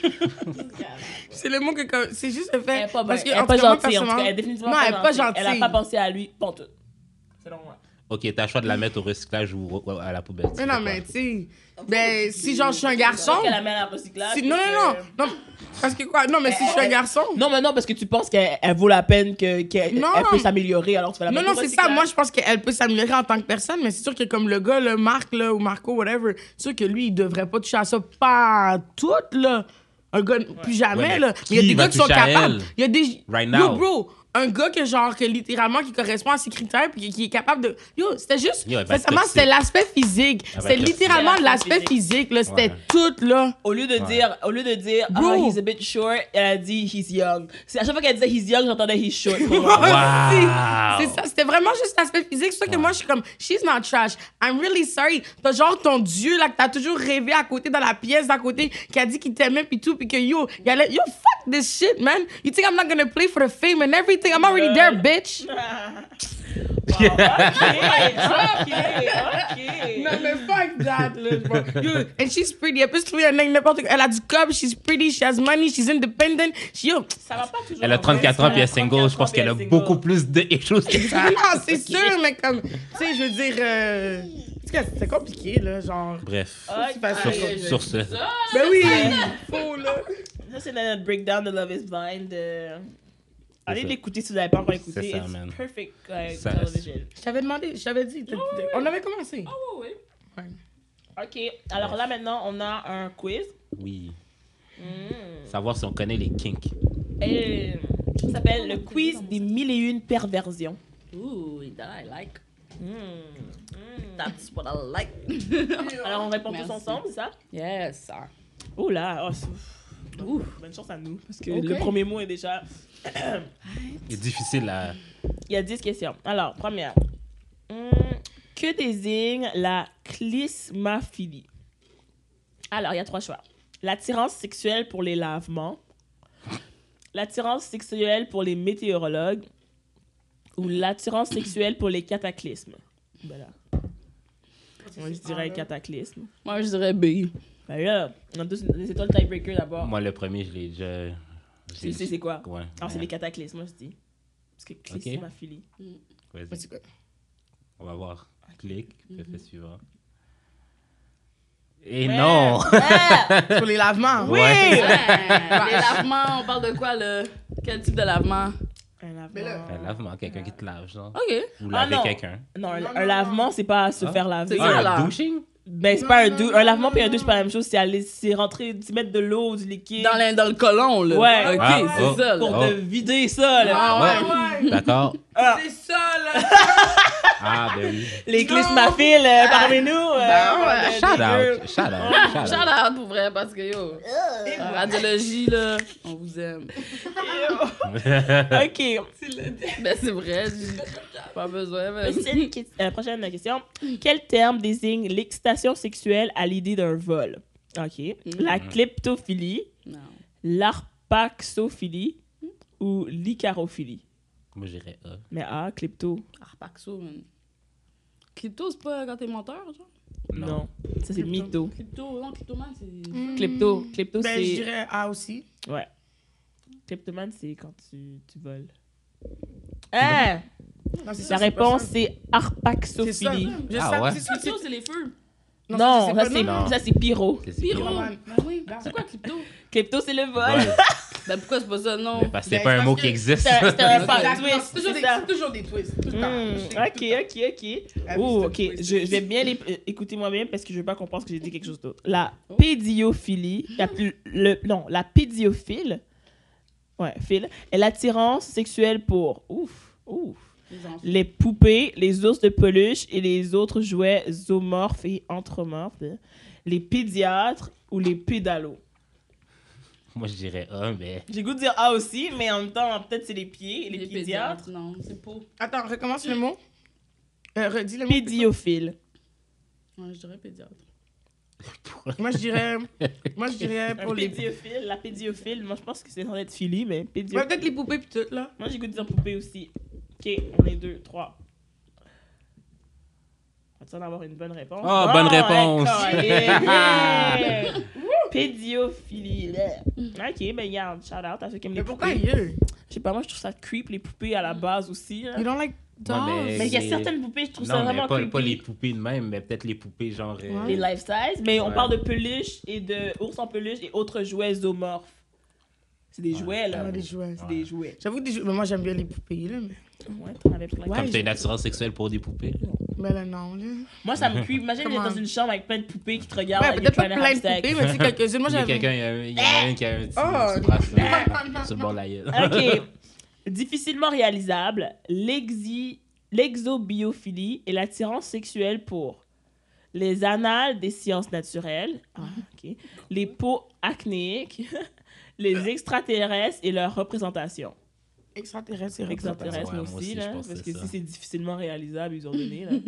E: c'est le mot que comme... C'est juste le fait...
C: elle est pas,
E: parce que,
C: elle est
E: en
C: pas
E: tout cas, moi,
C: gentille. En tout cas,
E: personnellement-
C: elle est définitivement
E: Non,
C: pas
E: elle est pas
C: gentille. Elle a
E: gentille.
C: pas pensé à lui. Pas tout. Selon moi.
B: Ok, t'as le choix de la mettre au recyclage ou ou à la poubelle.
E: Mais non, mais tu sais... Ben, si genre je suis un garçon...
C: Qu'elle la met à la recyclage.
E: si- Non,
C: parce
E: non,
C: que-
E: non, non. Parce que quoi? Non, mais si je suis un garçon...
C: Non, mais non, parce que tu penses qu'elle elle vaut la peine, que- qu'elle
E: Non.
C: elle peut s'améliorer, alors tu vas la
E: Non,
C: mettre
E: non,
C: au
E: c'est ça.
C: recyclage.
E: Moi, je pense qu'elle peut s'améliorer en tant que personne, mais c'est sûr que comme le gars, le Marc, là, ou Marco, whatever, c'est sûr que lui, il devrait pas toucher à ça. Pas tout, là. Un gars, plus jamais,
B: Ouais, mais
E: là. Mais il y a
B: qui
E: des
B: va
E: gars qui sont
B: toucher à
E: capables.
B: elle?
E: Il y a des.
B: Right
E: Yo,
B: now.
E: bro, un gars que, genre, que littéralement, qui correspond à ses critères, puis qui, qui est capable de. Yo, c'était juste.
B: Yo, elle va être
E: Sincèrement,
B: toxique.
E: c'était l'aspect physique.
B: Elle va
E: C'était
B: être toxique.
E: littéralement
C: C'est
E: l'aspect
C: l'aspect
E: physique, là. C'était
B: Ouais.
E: tout, là.
C: Au lieu de dire, au lieu de dire,
E: Bro.
C: ah, he's a bit short, elle a dit, he's young. C'est à chaque fois qu'elle disait he's young, j'entendais he's short. pour moi.
B: Wow.
E: C'est ça, c'était vraiment juste l'aspect physique. C'est ça que moi, je suis comme, she's not trash. I'm really sorry. T'as genre ton Dieu, là, que t'as toujours rêvé à côté, dans la pièce d'à côté, qui a dit qu'il t'aimait, pis tout, pis que yo, il allait, yo, fuck this shit, man. You think I'm not gonna play for the fame and everything? I'm already there, bitch.
C: Ok, ok, ok.
E: Non, mais fuck that, là. je vois. Yo, and she's pretty. Elle peut se trouver un mec n'importe quoi. Elle a du cob, she's pretty, she has money, she's independent. She, yo,
C: Ça va pas toujours.
B: Elle a
C: en vrai,
B: trente-quatre
C: ça.
B: ans puis elle est
C: a
B: single.
C: trente-quatre
B: Je pense
C: ans,
B: qu'elle a
C: puis elle est
B: beaucoup
C: single.
B: plus de choses que ça.
E: non, c'est sûr, mais comme, tu sais, je veux dire, euh, en tout cas, c'est compliqué, là, genre.
B: Bref.
C: Ok.
E: Sur-
B: Sur, sur ce.
E: Ben oui, faux, là.
C: Ça, c'est notre breakdown de Love is Blind. euh, Allez
B: ça.
C: l'écouter si vous n'avez pas encore écouté.
B: C'est ça,
C: It's
B: man.
C: perfect uh,
B: Ça-
C: television.
E: Je t'avais demandé, je t'avais dit, t'as- on avait commencé.
C: Oh, oui.
E: Ouais.
C: Ok, alors là maintenant, on a un quiz.
B: Oui.
C: Mm.
B: Savoir si on connaît les kinks.
C: Et ça s'appelle le quiz des mille et une perversions.
D: Ooh, that I like.
C: Mm. Mm.
D: That's what I like.
C: Alors on répond tous
D: Merci.
C: ensemble, c'est ça?
D: Yes, sir.
C: Oh là, oh, c'est- Ouf, bonne chance à nous, parce que
D: Ok.
C: le premier mot est déjà...
B: C'est difficile à.
C: Il y a dix questions. Alors, première. Hmm, que désigne la clismaphilie? Alors, il y a trois choix. L'attirance sexuelle pour les lavements, l'attirance sexuelle pour les météorologues ou l'attirance sexuelle pour les cataclysmes. Voilà. Moi, je dirais cataclysme.
D: Moi, je dirais B.
C: Ben là, on a tous- c'est toi le tiebreaker d'abord.
B: Moi, le premier, je l'ai déjà.
C: Tu sais c'est quoi?
B: Ouais.
C: Alors, c'est les cataclysmes, moi, je dis. Parce que clismaphilie.
B: Vas-y.
E: Mais c'est quoi?
B: On va voir. Clic. Fais fait suivant. Et
C: Ouais.
B: non!
C: Ah!
E: Sur les lavements.
C: Oui!
B: Ouais.
D: Ouais, les lavements, on parle de quoi, là? Quel type de lavement?
C: Un lavement.
E: Mais là-
B: Un lavement, quelqu'un qui te lave, genre.
D: OK.
B: Ou
C: Ah,
B: laver
C: non.
B: quelqu'un.
C: Non, un,
E: Non,
C: un
E: non,
C: lavement, c'est pas se
B: Ah.
C: faire laver.
D: C'est ça,
B: Ah,
D: là.
B: un douching?
C: Ben, c'est
E: Non,
C: pas un,
E: non,
C: dou-
E: non,
C: un lavement puis un
E: non.
C: douche, c'est pas la même chose. C'est aller, c'est rentrer, d'y mettre de l'eau, du liquide.
D: Dans, le- dans le colon, là.
C: Ouais.
D: OK,
B: Ah,
D: c'est
B: oh.
D: ça, là.
C: Pour
B: Oh.
C: te vider ça, là.
D: Ah,
E: Ouais, ouais.
B: D'accord.
C: Ah.
E: C'est ça, là.
B: Ah, ben oui.
C: Les clismaphiles euh, parmi nous. euh,
D: Ben ouais.
C: de-
B: Shout
C: des
B: out,
C: girls.
B: shout out, shout
D: Shout
B: out.
D: out pour vrai, parce que yo, la radiologie, là, on vous aime.
C: OK.
D: Ben, c'est vrai, j'ai pas besoin, mais...
C: Prochaine, que- euh, prochaine question. Quel terme désigne l'excitation sexuelle à l'idée d'un vol? OK. La kleptophilie,
D: Non.
C: l'arpaxophilie ou l'icarophilie?
B: Moi, j'irais A.
C: Mais ah, klepto.
D: Arpaxo, man. Crypto, c'est pas quand t'es menteur, genre?
C: Non. Ça, c'est mytho.
D: Crypto, non, cryptoman, c'est...
C: Klepto. Klepto,
E: Ben, je
C: c'est...
E: dirais A aussi.
C: Ouais. Kleptomane, c'est quand tu, tu voles. Ah!
E: Non, c'est ça,
C: La
E: c'est pas
C: réponse,
E: ça.
C: c'est
E: C'est ça.
C: arpaxophilie.
E: Je
B: Ah
E: sais,
B: ouais?
E: c'est ce que
D: Crypto, c'est les feux.
C: Non,
E: c'est
C: ça,
E: pas
C: c'est,
B: non.
C: ça, c'est pyro.
B: C'est
D: Pyro.
E: Pyroman.
D: Ben oui, c'est quoi crypto?
C: Klepto, c'est le vol.
B: Vol.
D: Ben pourquoi c'est pas ça, non?
B: Mais parce que c'est
E: Ben,
B: pas un
E: parce
B: mot
E: que
B: qui existe.
C: C'est un, c'est un fan
E: Exactement.
C: twist,
E: C'est toujours,
C: c'est
E: des-
C: ça.
E: c'est toujours des twists. Tout le temps.
C: Hmm,
E: C'est
C: ok,
E: tout-
C: ok, ok.
E: Ah,
C: Oh,
E: c'est
C: ok.
E: un twist.
C: Je, je vais bien les, euh, écouter moi-même parce que je veux pas qu'on pense que j'ai dit quelque chose d'autre. La
E: Oh.
C: pédiophilie, la, le, non, la pédiophile, ouais, phile, est l'attirance sexuelle pour, ouf, ouf,
D: Les enfants.
C: les poupées, les ours de peluche et les autres jouets zoomorphes et anthropomorphes, les pédiatres ou les pédalos.
B: Moi, je dirais A, mais.
C: J'ai goût de dire A aussi, mais en même temps, peut-être c'est les pieds, les,
D: Les
C: pédiatres.
D: pédiatres, non, c'est pas.
E: Attends, recommence le mot. Euh, redis le mot.
C: Pédiophile.
D: Ouais, je dirais pédiatre.
E: Moi, je dirais. Moi, je dirais
C: Un
E: pour les.
C: pédiophile, la pédiophile, moi je pense que c'est censé être philie, mais
E: Ouais,
C: pédiophile.
E: peut-être les poupées pis tout, là.
C: Moi j'ai goût de dire poupée aussi. Ok, on est deux, trois. Va-t-il en avoir une bonne réponse?
B: Oh, bonne réponse.
C: Yeah. Pédiophilie. Ok, ben regarde, shout out à ceux qui aiment les
E: Mais pourquoi
C: poupées.
E: you?
C: Je sais pas, moi je trouve ça creep les poupées à la base aussi. Là.
E: You don't like dolls?
B: mais-
C: Mais il y a
B: les-
C: certaines poupées, je trouve ça
B: Non, mais
C: vraiment
B: pas,
C: creepy.
B: pas les poupées de même, mais peut-être les poupées genre. euh,
C: Les life size, mais on
B: Ouais.
C: parle de peluche et de ours en peluche et autres jouets zoomorphes. C'est des
B: Ouais.
C: jouets là.
E: Ouais, des jouets.
C: C'est des jouets.
E: J'avoue que des jouets. Mais moi, j'aime bien les poupées, là. Mais,
C: Ouais, t'en avais plein.
E: Ouais.
B: Comme t'as une attirance sexuelle pour des poupées.
E: mais là, non, là.
C: Moi, ça me creep. Imagine
E: Comment?
C: d'être dans une chambre avec plein de poupées qui te regardent.
E: Ouais,
C: and
E: peut-être
C: you're
E: pas
C: trying to
E: plein
C: have
E: de
C: sex.
E: poupées, mais tu sais, quelques-unes. Moi,
B: Il y a
E: j'avais.
B: quelqu'un, il y, a- il y en a un qui a un petit
E: Oh,
B: petit bras sur, sur le bord de la gueule.
C: OK. Difficilement réalisable, l'exi... l'exobiophilie est l'attirance sexuelle pour les annales des sciences naturelles, ah, ok, les peaux acnéiques, les extraterrestres et leur représentation.
E: Extraterrestre, c'est
C: Extraterrestres,
B: Ouais,
C: moi
B: moi
C: aussi,
B: aussi,
C: là,
B: je pense que
C: parce
B: c'est
C: que
B: ça.
C: si c'est difficilement réalisable, ils ont donné, là.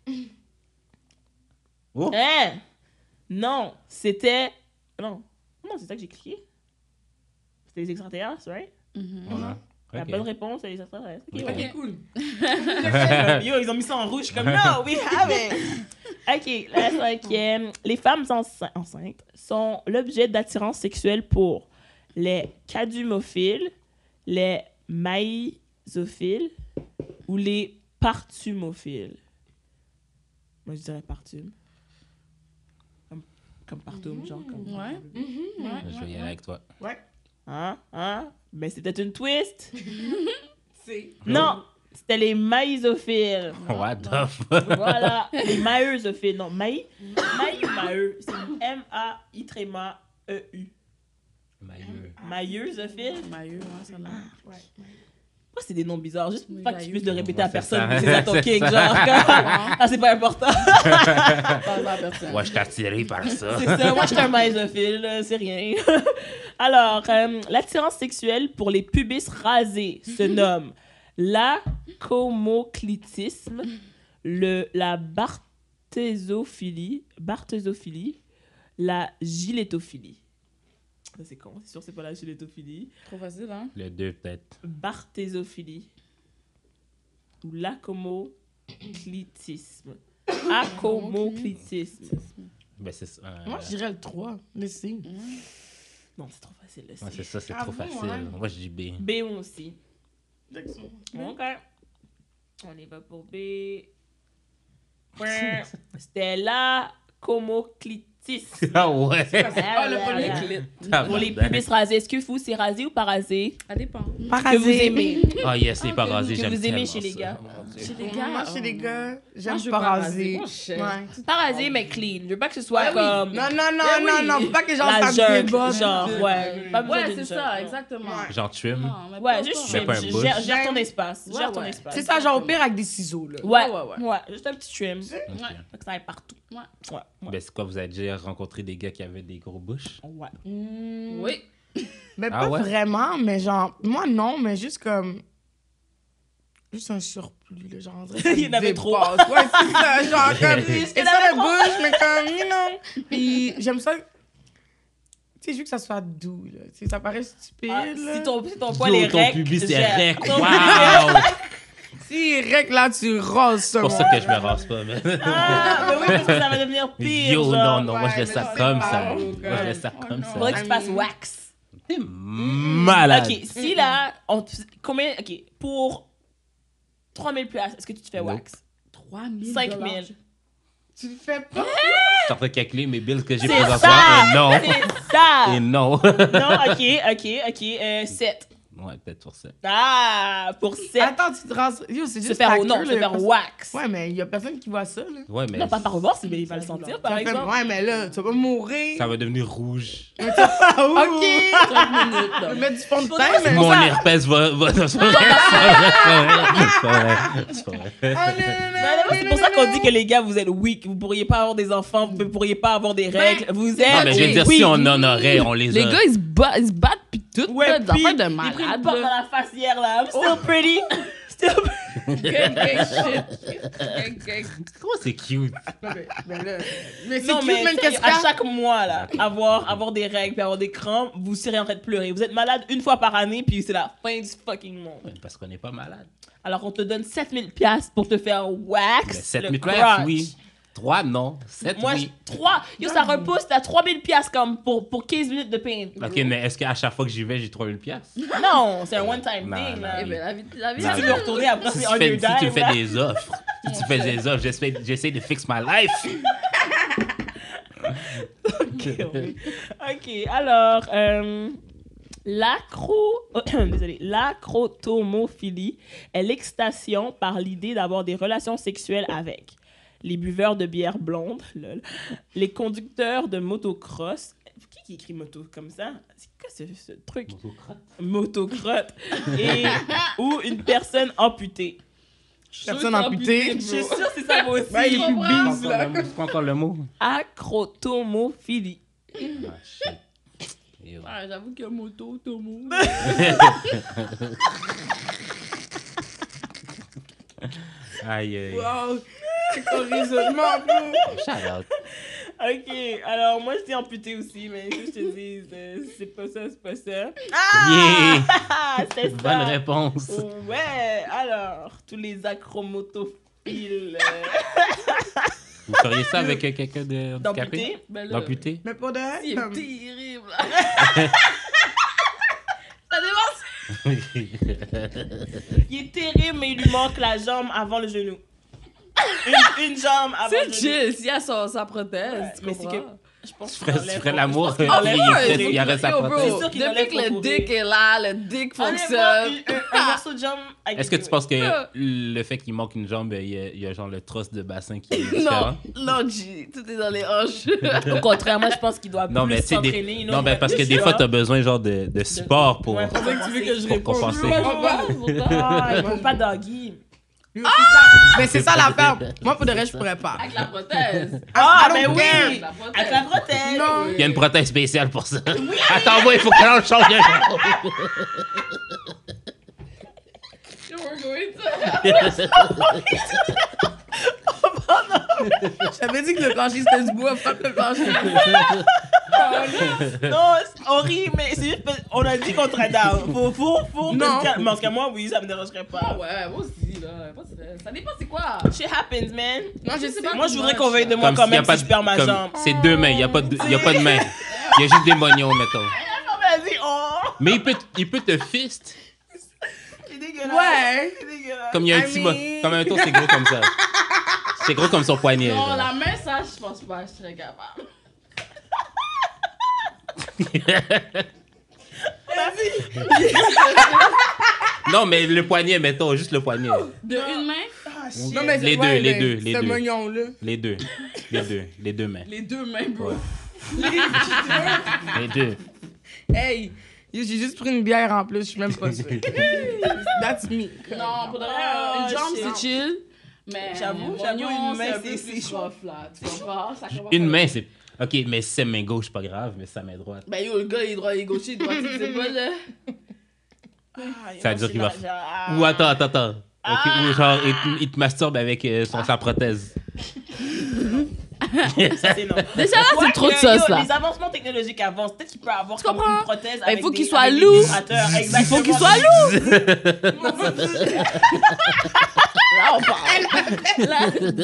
B: Oh!
C: Hein? Non, c'était... Non, non, c'est ça que j'ai cliqué. C'était les extraterrestres, right?
B: Voilà.
C: La
B: Ok.
C: bonne réponse, c'est les extraterrestres. Ok, ouais.
E: Ok, cool.
C: Yo, ils ont mis ça en rouge. Je suis comme, no, we have it. OK, la cinquième. Les femmes ence- enceintes sont l'objet d'attirance sexuelle pour les cadumophiles, les maïsophiles ou les partumophiles. Moi, je dirais partum. Comme, comme partum, genre. Comme...
D: Ouais.
B: Je vais y aller avec toi.
E: Ouais.
C: Hein? Hein? Mais c'était une twist.
E: C'est.
C: Non, c'était les maïsophiles.
B: What the fuck?
C: Voilà, les maïeusophiles. Non, maï, maï ou maïeux, c'est M A I E U.
B: Mailleux.
C: Maïeusophiles.
D: Maillot, ouais, ça l'a.
E: Ouais.
C: Pourquoi c'est des noms bizarres? Juste
D: Oui,
C: pas que tu
D: maïeux.
C: puisses le répéter
B: Ouais,
C: à
B: c'est
C: personne,
B: ça.
C: mais c'est à ton
B: C'est
C: kick,
B: ça.
C: genre. comme- Ah, c'est pas important.
D: Pas à personne.
B: Ouais, je t'ai attiré par ça.
C: C'est ça, moi je suis un maïsophile, euh, c'est rien. Alors, euh, l'attirance sexuelle pour les pubis rasés se nomme l'acomoclitisme, le, la barthésophilie, barthésophilie, la gilétophilie. Ça c'est con, c'est sûr que c'est pas la gilétophilie.
D: Trop facile, hein?
B: Le deux, peut-être.
C: Barthésophilie ou l'acomoclitisme. Acomoclitisme.
B: Ben, c'est ça. euh,
E: Moi, je dirais le trois. Le C.
C: Non, c'est trop facile. Là,
B: ouais, c'est ça, c'est
E: Ah
B: trop
E: bon,
B: facile.
E: hein?
B: Moi, je dis B.
C: B aussi. OK. On y va pour B. Ouais. C'était la comoclitisme. six.
B: Ah ouais.
C: Ah,
D: le premier
C: clit.
B: Ah,
C: Pour les
B: ben.
C: pubis rasés, est-ce que vous, c'est rasé ou pas rasé?
D: Ça dépend.
E: Pas
C: Que vous aimez.
B: Ah yes, les pas rasés,
C: Que
B: j'aime
C: vous aimez
B: tellement
C: chez les
B: ça.
C: gars.
D: Chez les
E: Moi, chez
D: oh.
E: les gars, j'aime
D: je veux
E: pas
D: pas
E: raser.
D: raser. Moi, je sais.
E: Ouais.
C: Pas rasé, mais clean. Je veux pas que ce soit
D: Ah oui.
C: comme
E: Non, non, non,
D: Mais
E: non,
D: oui.
E: non, faut pas que les gens
C: la
E: fassent des
C: jungle.
E: bottes.
C: Genre, ouais. Pas besoin
D: Ouais,
C: d'une
D: c'est
C: jungle,
D: ça,
C: non.
D: exactement.
E: Ouais.
B: Genre trim.
D: Non, mais
C: Ouais,
D: pas
C: juste
D: ça.
B: Mais pas un
C: trim.
B: bush.
C: Gère, gère ton espace.
D: Ouais,
C: Gère ton
D: ouais.
C: espace.
E: C'est ça, genre au pire avec des ciseaux, là.
C: Ouais,
D: Ouais,
C: ouais,
D: ouais,
C: ouais. Juste un petit trim.
B: Ok.
C: Faut que ça aille partout.
D: Ouais.
C: Ouais. Ouais.
B: Ben c'est quoi, vous avez déjà rencontré des gars qui avaient des gros bouches?
C: Ouais.
D: Oui.
E: Mais
B: Ah
E: pas
B: ouais?
E: vraiment, mais genre, moi non, mais juste comme. Juste un surplus, là, genre. on dirait que ça
C: Il y en avait
E: dépasse.
C: trop.
E: Ouais, c'est ça, genre comme.
C: Il y en
E: Et ça
C: avait
E: me
C: trop.
E: bouge, mais comme, you know. Puis j'aime ça. Tu sais, je veux que ça soit doux, là. Tu sais, ça paraît stupide,
C: Ah,
E: là.
C: si ton, si ton poil
B: Yo,
C: est
B: ton
C: rec,
B: pubis c'est
C: gère.
B: rec.
C: Ton
B: Wow!
E: Si, rec, là, tu roses ça.
B: C'est pour
E: mon
B: ça que
E: gars.
B: je me rase pas, mais.
C: Ah, mais oui, parce que ça va devenir pire.
B: Yo,
C: genre.
B: non, non, moi
E: ouais,
B: je laisse
E: mais
B: ça
E: c'est
B: comme
E: pas
B: ça.
E: beau,
B: Moi je laisse ça
D: Oh
B: comme
D: non.
C: Faudrait que
B: ça.
C: tu fasses wax.
B: T'es malade.
C: Ok, si là, on te- combien, ok, pour trois mille piastres, est-ce que tu te fais
B: Nope.
C: wax?
D: trois mille
C: cinq mille.
E: Tu le fais pas.
B: Je suis en train de calculer mes bills que j'ai
C: C'est
B: présentement.
C: ça!
B: Et non.
C: C'est ça!
B: Et non.
C: Non, ok, ok, ok, euh, sept.
B: Ouais, peut-être pour ça.
C: Ah, pour sept.
E: Attends, tu te rases. Yo, c'est
C: Se
E: juste
C: faire,
E: ta
C: non,
E: queue,
C: se
E: là,
C: faire
E: parce-
C: wax.
E: Ouais, mais il y a personne qui voit ça, là.
B: Ouais, mais
C: Non, pas par revoir, si mais il va le sentir, par
E: Ça fait-
C: exemple.
E: Ouais, mais là, tu vas pas mourir.
B: ça va devenir rouge.
E: Ok.
D: cinq minutes, là.
E: Je vais mettre du fond de
C: Pour
E: teint,
C: vrai,
E: mais.
B: Mon
C: ça.
B: herpès va. va... C'est pas vrai, c'est pas vrai. C'est pas vrai. C'est pas vrai.
E: Ah, non, non,
C: Non,
E: non,
C: non, c'est pour ça qu'on dit que les gars, vous êtes weak. Vous pourriez pas avoir des enfants, vous pourriez pas avoir des règles. Vous êtes
B: Non, mais je veux dire,
C: weak.
B: si on en aurait, on les
D: Les
B: a.
D: gars, ils se battent, ils se battent pis tout,
C: Ouais,
D: là, des
C: puis,
D: affaires de
C: j'ai pris une
D: malade,
C: porte dans
D: là.
C: la face hier, là. I'm still pretty. Still
D: Gang, gang shit. Gang, gang.
B: Comment c'est cute?
E: non, mais, mais là. Mais c'est
C: Non,
E: cute,
C: mais
E: même
C: sérieux,
E: qu'est-ce
C: à
E: qu'il y a?
C: chaque mois, là, avoir, avoir des règles puis avoir des crampes, vous serez en train de pleurer. Vous êtes malade une fois par année, puis c'est la fin du fucking monde.
B: Parce qu'on n'est pas malade.
C: Alors, on te donne sept mille piastres pour te faire wax.
B: Mais sept
C: le
B: mille
C: crotch.
B: piastres, oui. trois, non. sept,
C: Moi,
B: oui.
C: trois. Yo, ça repousse à trois mille piastres comme pour, pour quinze minutes de pain.
B: Ok, mais est-ce qu'à chaque fois que j'y vais, j'ai trois mille piastres?
C: Non, c'est un one-time
B: Non,
C: thing,
B: non,
C: là.
D: Eh ben, la vie, la vie,
C: Si
B: Non,
C: tu
B: non.
C: veux retourner après,
B: Si
C: c'est
B: tu,
C: on
B: fais,
C: your
B: si tu
C: dime,
B: fais
C: là.
B: des offres, si tu fais des offres, j'essaie, j'essaie de fix my life.
C: Ok, alors, euh, l'acro... Désolé. L'acrotomophilie est l'excitation par l'idée d'avoir des relations sexuelles avec les buveurs de bière blonde, lol, les conducteurs de motocross. Qui qui écrit moto comme ça? C'est quoi ce, ce truc? Motocrotte. Et, ou une personne amputée.
E: Personne amputée.
C: Je suis sûre que c'est ça, moi aussi.
E: Ben, il est plus
D: comprends.
E: bise, là.
B: C'est quoi encore le mot?
C: Acrotomophilie.
B: Ah, shit. Yo.
D: Ah, j'avoue que moto, Tomo.
B: Aïe, aïe.
E: Wow. C'est ton raisonnement, bro.
B: Shout out.
C: Ok, alors moi je dis amputé aussi, mais je te dis, euh, c'est pas ça, c'est pas ça.
B: Yeah.
C: Ah, c'est ça.
B: Bonne réponse.
C: Ouais, alors, tous les acromotophiles euh,
B: Vous feriez ça avec euh, quelqu'un de handicapé?
C: d'amputé.
D: Ben là,
B: D'amputé?
E: Mais pour de vrai,
D: il est
E: comme-
D: terrible. Ça démontre.
C: Il est terrible, mais il lui manque la jambe avant le genou. Une, une jambe avant le
D: C'est
C: genou.
D: chill, s'il y a sa, sa prothèse,
C: Ouais,
D: tu
C: mais c'est
D: comprends?
C: que je pense
B: Tu
C: qu'il
B: ferais,
C: enlève
B: tu ferais
C: son-
B: l'amour,
C: je pense qu'il
B: il,
C: enlève
B: il,
C: son
B: ferait-
C: fourré.
B: il arrête sa
D: Yo, bro,
C: C'est
B: prothèse.
C: sûr qu'il
D: depuis
C: enlève
D: que le
C: son
D: dick
C: fourré.
D: est là, le dick
C: Honnêtement,
D: fonctionne.
C: une- un, un morceau de jambe avec
B: Est-ce que
C: des-
B: tu penses que
D: Ah.
B: le fait qu'il manque une jambe, il y a, il y a genre le trosse de bassin qui est
D: Non,
B: différent?
D: non, G, tout est dans les hanches.
C: Au contraire, moi je pense qu'il doit
B: Non, mais
C: plus
B: tu sais, des-
C: s'entraîner.
B: non, ben, parce que des fois, t'as besoin genre de, de support pour,
C: Ouais,
E: C'est vrai que tu veux que je
B: pour
E: réponde.
B: compenser.
E: Je comprends pas.
C: Ah, il faut pas doggy.
E: Lui aussi, ça. Mais c'est ça l'affaire. Moi, pour de vrai, je pourrais pas.
D: Avec la prothèse.
C: Ah,
E: I
C: ben
E: don't
C: oui!
E: care.
D: La prothèse.
C: Avec la prothèse!
E: Non.
B: Il y a une prothèse spéciale pour ça. Attends, moi, il faut que l'on change de jambe.
D: We're going to-
E: J'avais dit que le plancher c'était du bois, fuck le plancher.
C: Non, c'est horrible, mais c'est juste parce qu'on a dit qu'on serait down. Faut, faut, faut.
E: Non.
C: Mais en tout cas, moi, oui, ça me dérangerait
D: Ah
C: pas.
D: ouais, moi aussi, là. Pas de stress. Ça dépend c'est quoi.
C: Shit happens, man.
E: Non, je sais pas.
C: Moi, je voudrais qu'on veuille de moi
B: Comme
C: quand
B: s'il y a
C: même
B: pas
C: si
B: de-
C: je perds ma
B: comme-
C: jambe.
B: C'est deux mains, il n'y a, pas de- il y a pas de main. Il y a juste des moignons, mettons.
C: Vas-y, oh!
B: Mais il peut, il peut te fist.
C: C'est dégueulasse.
E: Ouais.
C: C'est dégueulasse.
B: Comme il y a un
E: I
B: petit
E: mean-
B: mo- Comme un tour, c'est gros comme ça. C'est gros comme son poignet.
D: Non,
B: genre.
D: la main, ça, je pense pas que je serais capable.
B: Non, mais le poignet, mettons, juste le poignet.
D: De une main?
E: Ah, shit.
B: Non, mais les deux,
E: ouais,
B: les
E: mais
B: deux, les
E: c'est
B: deux.
E: mignon, là.
B: Les deux. Les deux. Les deux mains.
D: Les deux mains, bro.
B: Ouais. Les deux.
E: Hey, yo, j'ai juste pris une bière en plus, je suis même pas sûre. That's me.
D: Non, pour de vrai,
C: Oh,
D: une jambe,
C: shit.
D: c'est chill. Mais
C: J'avoue,
D: mon
C: j'avoue,
D: oignon,
C: une main,
D: c'est un
C: c'est-
D: peu
C: c'est
D: plus
C: chaud.
D: rough, là. Tu comprends? Ça commence
B: Une
D: à-
B: main, c'est... OK, mais si c'est main gauche, c'est pas grave, mais sa main droite.
D: Ben yo, le gars, il est droit, il est gaucher, il est droitier, c'est pas là.
B: Ça veut dire qu'il va...
C: Ah.
B: Ou attends, attends, attends. OK, ou genre, il te, il te masturbe avec euh, son, sa prothèse.
C: C'est non.
D: Déjà là, c'est trop de
C: Yo,
D: sauce, là.
C: Les avancements technologiques avancent. Peut-être qu'il peut avoir
D: Tu
C: comme
D: comprends?
C: une prothèse
D: Ben,
C: avec
D: il faut
C: des-
D: qu'il soit
C: avec des
D: lourd.
C: vibrateurs.
D: Il faut qu'il
C: Exactement.
D: soit lourd. Là, on parle. Là,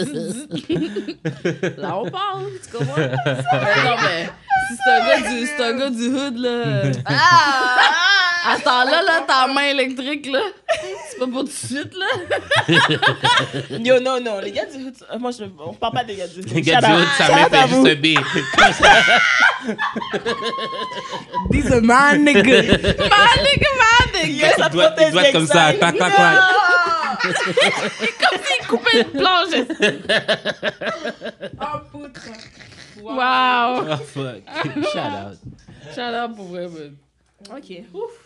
D: là on parle. Tu comprends? Mais non, mais si c'est un gars du, c'est un gars du hood, là. Ah! Attends, là, là, ta main électrique, là. C'est pas pour tout de suite, là.
C: Yo, non, non, les gars du hood, euh, moi, je, on parle pas des gars du hood.
B: Le gars du
C: Shout out.
B: haut, sa
C: Shout
B: main
C: out à
B: fait
C: vous.
B: juste un B. Comme ça.
E: These are my niggas.
C: Yo, sa
B: Il doit, il
C: prothèse
B: doit être comme ça.
C: d'examen.
B: Tac, tac, tac.
D: Comme s'il coupait une planche.
E: Oh, putain.
D: Wow.
B: Oh, fuck. Shout out.
D: Shout out pour vrai, man.
C: Ok. Ouf.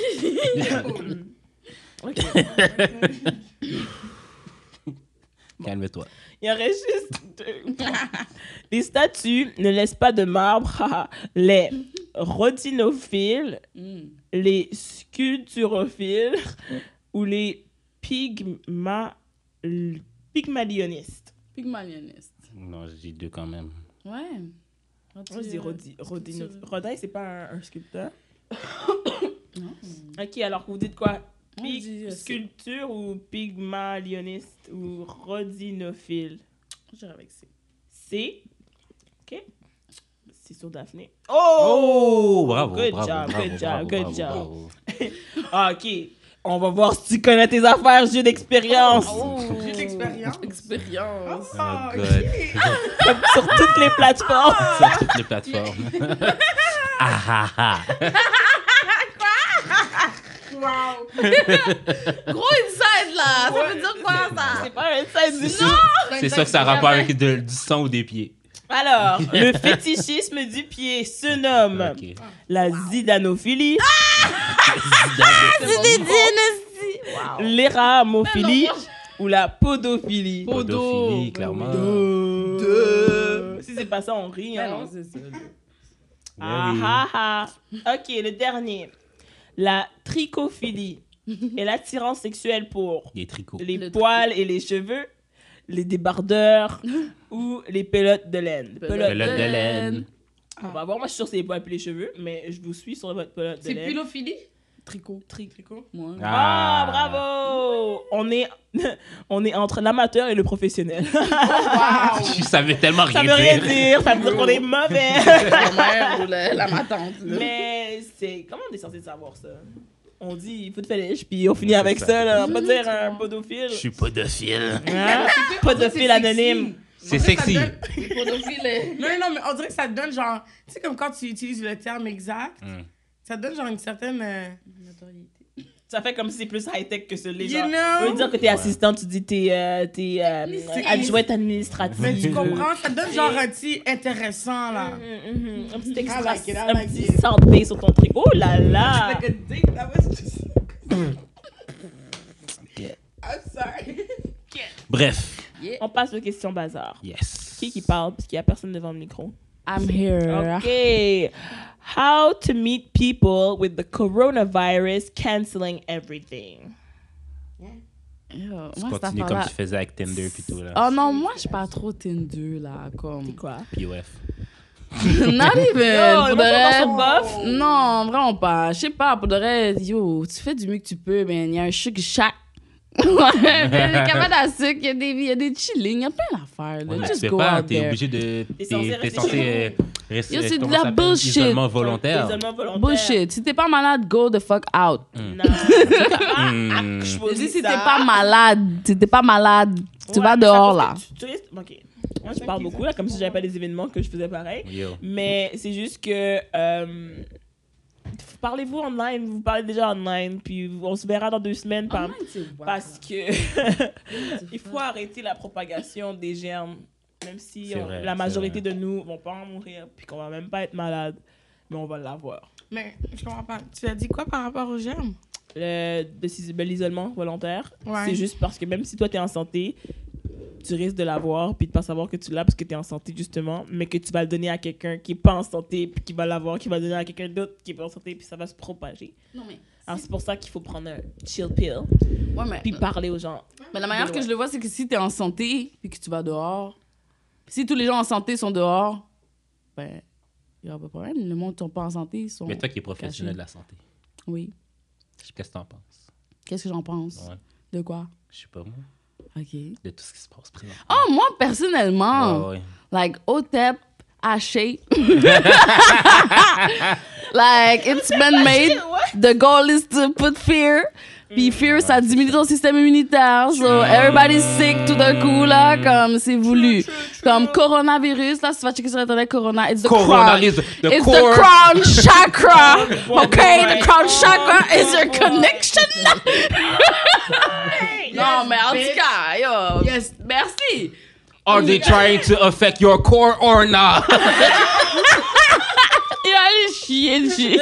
B: Calme-toi.
C: Il y aurait juste deux. Les statues ne laissent pas de marbre. Les rhodinophiles,
D: Mm.
C: les sculpturophiles ou les pygma... pygmalionistes.
D: Pygmalioniste.
B: Non, je dis deux quand même.
D: Ouais.
C: Moi, je dis rodi- rhodino- Rodin, c'est pas un, un sculpteur.
D: Non.
C: Ok, alors vous dites quoi?
D: Moi, je
C: Pig-
D: dis, euh, c'est-
C: sculpture ou pygmalioniste ou rhodinophile?
D: J'irai avec C.
C: C. Ok. C'est sur Daphné.
B: Oh, bravo,
C: Good
B: bravo,
C: job,
B: bravo,
C: good
B: bravo,
C: job, good
B: bravo,
C: job.
B: bravo.
C: Ah, ok. On va voir si tu connais tes affaires, jeu d'expérience.
E: J'ai de l'expérience.
D: Expérience.
E: Ah,
B: Oh,
E: ok.
B: God.
C: Sur toutes les plateformes.
B: Sur toutes les plateformes. Ah, ah, ah.
E: Wow.
D: Gros inside, là. Ça veut dire quoi, ça?
C: C'est pas un inside du
B: C'est
C: tout.
B: sûr- C'est sûr que ça a rapport avec de- du sang ou des pieds.
C: Alors, le fétichisme du pied se nomme
B: Ok.
C: la zidanophilie,
D: C'est des dynasties. Wow.
C: l'éramophilie
D: Mais non,
C: ou la podophilie.
D: Podo.
B: Podophilie, clairement.
C: Deux. Si c'est pas ça, on rit.
D: Mais
C: Hein.
D: non, c'est ça. là.
C: Ah,
B: oui.
C: ah, ah. Ok, le dernier. La trichophilie est l'attirance sexuelle pour
B: Des tricots.
C: les
D: Le
C: poils et les cheveux, les débardeurs ou les pelotes de laine.
D: Pelotes
C: Pelotes.
B: Pelote de laine.
C: On va voir, moi je suis sûre que c'est les poils et les cheveux, mais je vous suis sur votre pelote de
D: C'est
C: laine.
D: pilophilie? Tricot.
E: Tricot.
D: Moi.
C: Ah, bravo! On est, on est entre l'amateur et le professionnel.
B: Je savais tellement
C: Ça
B: rien
C: veut rien
B: dire.
C: dire, ça veut dire qu'on est mauvais.
D: La mère ou la, la ma tante. là.
C: Mais c'est... Comment on est censé savoir ça? On dit, il faut de fétiche, puis on finit avec ça, là. On va pas dire un podophile.
B: Je suis podophile.
C: Hein? Podophile anonyme.
B: C'est
E: On dirait que ça
B: sexy.
E: donne-
D: Les podophiles.
E: Non, non, mais on dirait que ça donne genre. Tu sais, comme quand tu utilises le terme exact,
B: Mm.
E: ça donne genre une certaine. euh,
D: Notoriété.
C: Ça fait comme si c'est plus high-tech que ce les
E: You
C: gens.
E: know?
C: Au lieu de dire que t'es assistante, tu dis t'es, euh, t'es euh,
E: C'est-
C: adjointe administrative.
E: Mais tu comprends, ça donne genre un petit intéressant là.
C: Mhm, mhm. Un petit extra,
E: like it, I
C: un
E: like
C: petit
E: it.
C: santé sur ton truc. Oh là là!
E: Like a date, that was just.
B: Yeah.
E: I'm sorry.
B: Bref.
C: On passe aux questions bazar.
B: Yes.
C: Qui qui parle? Parce qu'il y a personne devant le micro.
D: I'm here.
C: Okay. How to meet people with the coronavirus canceling everything.
D: Yo,
B: Tu
D: moi, cette
B: continues comme
D: affaire-là.
B: tu faisais avec Tinder puis tout là.
D: Oh non, moi, je suis pas trop Tinder, là. Comme.
C: C'est quoi?
B: P O F.
D: Not even.
C: Yo,
D: pour
C: le
D: de
C: monde
D: vrai.
C: sont bof.
D: Non, vraiment pas. Je sais pas, pour de vrai, yo, tu fais du mieux que tu peux, mais il y a un sugar shack. Ouais, des cabanes à sucre, il y a des, il y a des chillings, il y a plein d'affaires.
B: Ouais,
D: là.
B: mais tu
D: Just
B: fais
D: go
B: pas,
D: out
B: t'es
D: there.
B: obligé de.
C: T'es censé
B: T'es
C: rester
B: censé.
C: chez
B: euh, rester-
D: Yo, c'est de
B: comment
D: la
B: ça s'appelle?
D: bullshit.
B: Isolement volontaire.
C: Isolement volontaire.
D: Bullshit. Si t'es pas malade, go the fuck out.
C: Non.
B: Hmm.
C: Je
D: Je
C: vous
D: dis
C: dis
D: si
C: ça.
D: t'es pas malade, si t'es pas malade, tu
C: Ouais,
D: vas
C: mais ça
D: dehors
C: parce
D: là.
C: que tu- tu risques- ok. Moi, je parle beaucoup, là, comme si j'avais pas des événements que je faisais pareil.
B: Yo.
C: Mais c'est juste que... euh, parlez-vous online, vous parlez déjà online, puis on se verra dans deux semaines par...
D: Online, c'est wow.
C: parce que il faut arrêter la propagation des germes, même si on-
B: vrai,
C: la
B: c'est
C: majorité
B: vrai.
C: de nous vont pas en mourir, puis qu'on va même pas être malade, mais on va l'avoir.
E: Mais je comprends pas. Tu as dit quoi par rapport aux germes?
C: Le, de six- ben, l'isolement volontaire,
E: Ouais.
C: c'est juste parce que même si toi tu es en santé, tu risques de l'avoir puis de pas savoir que tu l'as parce que tu es en santé justement, mais que tu vas le donner à quelqu'un qui est pas en santé puis qui va l'avoir, qui va le donner à quelqu'un d'autre qui est pas en santé puis ça va se propager.
D: Non, mais...
C: Alors c'est pour ça qu'il faut prendre un chill pill
D: Ouais, mais...
C: puis parler aux gens.
D: Mais la manière
C: Ouais.
D: que je le vois, c'est que si t'es en santé puis que tu vas dehors, si tous les gens en santé sont dehors, ben, il n'y aura pas de problème. Le monde qui sont pas en santé, ils sont...
B: Mais toi qui es professionnel
D: cachés.
B: de la santé,
D: Oui.
B: qu'est-ce que t'en penses?
D: Qu'est-ce que j'en pense?
B: Ouais.
D: De quoi?
B: Je sais pas moi.
D: OK.
B: De tout ce qui se passe présentement.
D: Oh, moi, personnellement,
B: Ouais, ouais.
D: like, Otep, haché. Like, it's been made. The goal is to put fear. Puis fear, ça diminue ton système immunitaire. So, everybody's sick tout d'un coup, là, comme c'est voulu. Comme coronavirus, là, si tu vas checker sur Internet, corona, it's the
B: Corona
D: crown.
B: is the
D: It's
B: core.
D: the crown chakra. Okay, the crown chakra is your connection. Non, mais en tout cas, yo, yes, merci.
B: Are they trying to affect your core or not?
D: Il va aller chier dessus.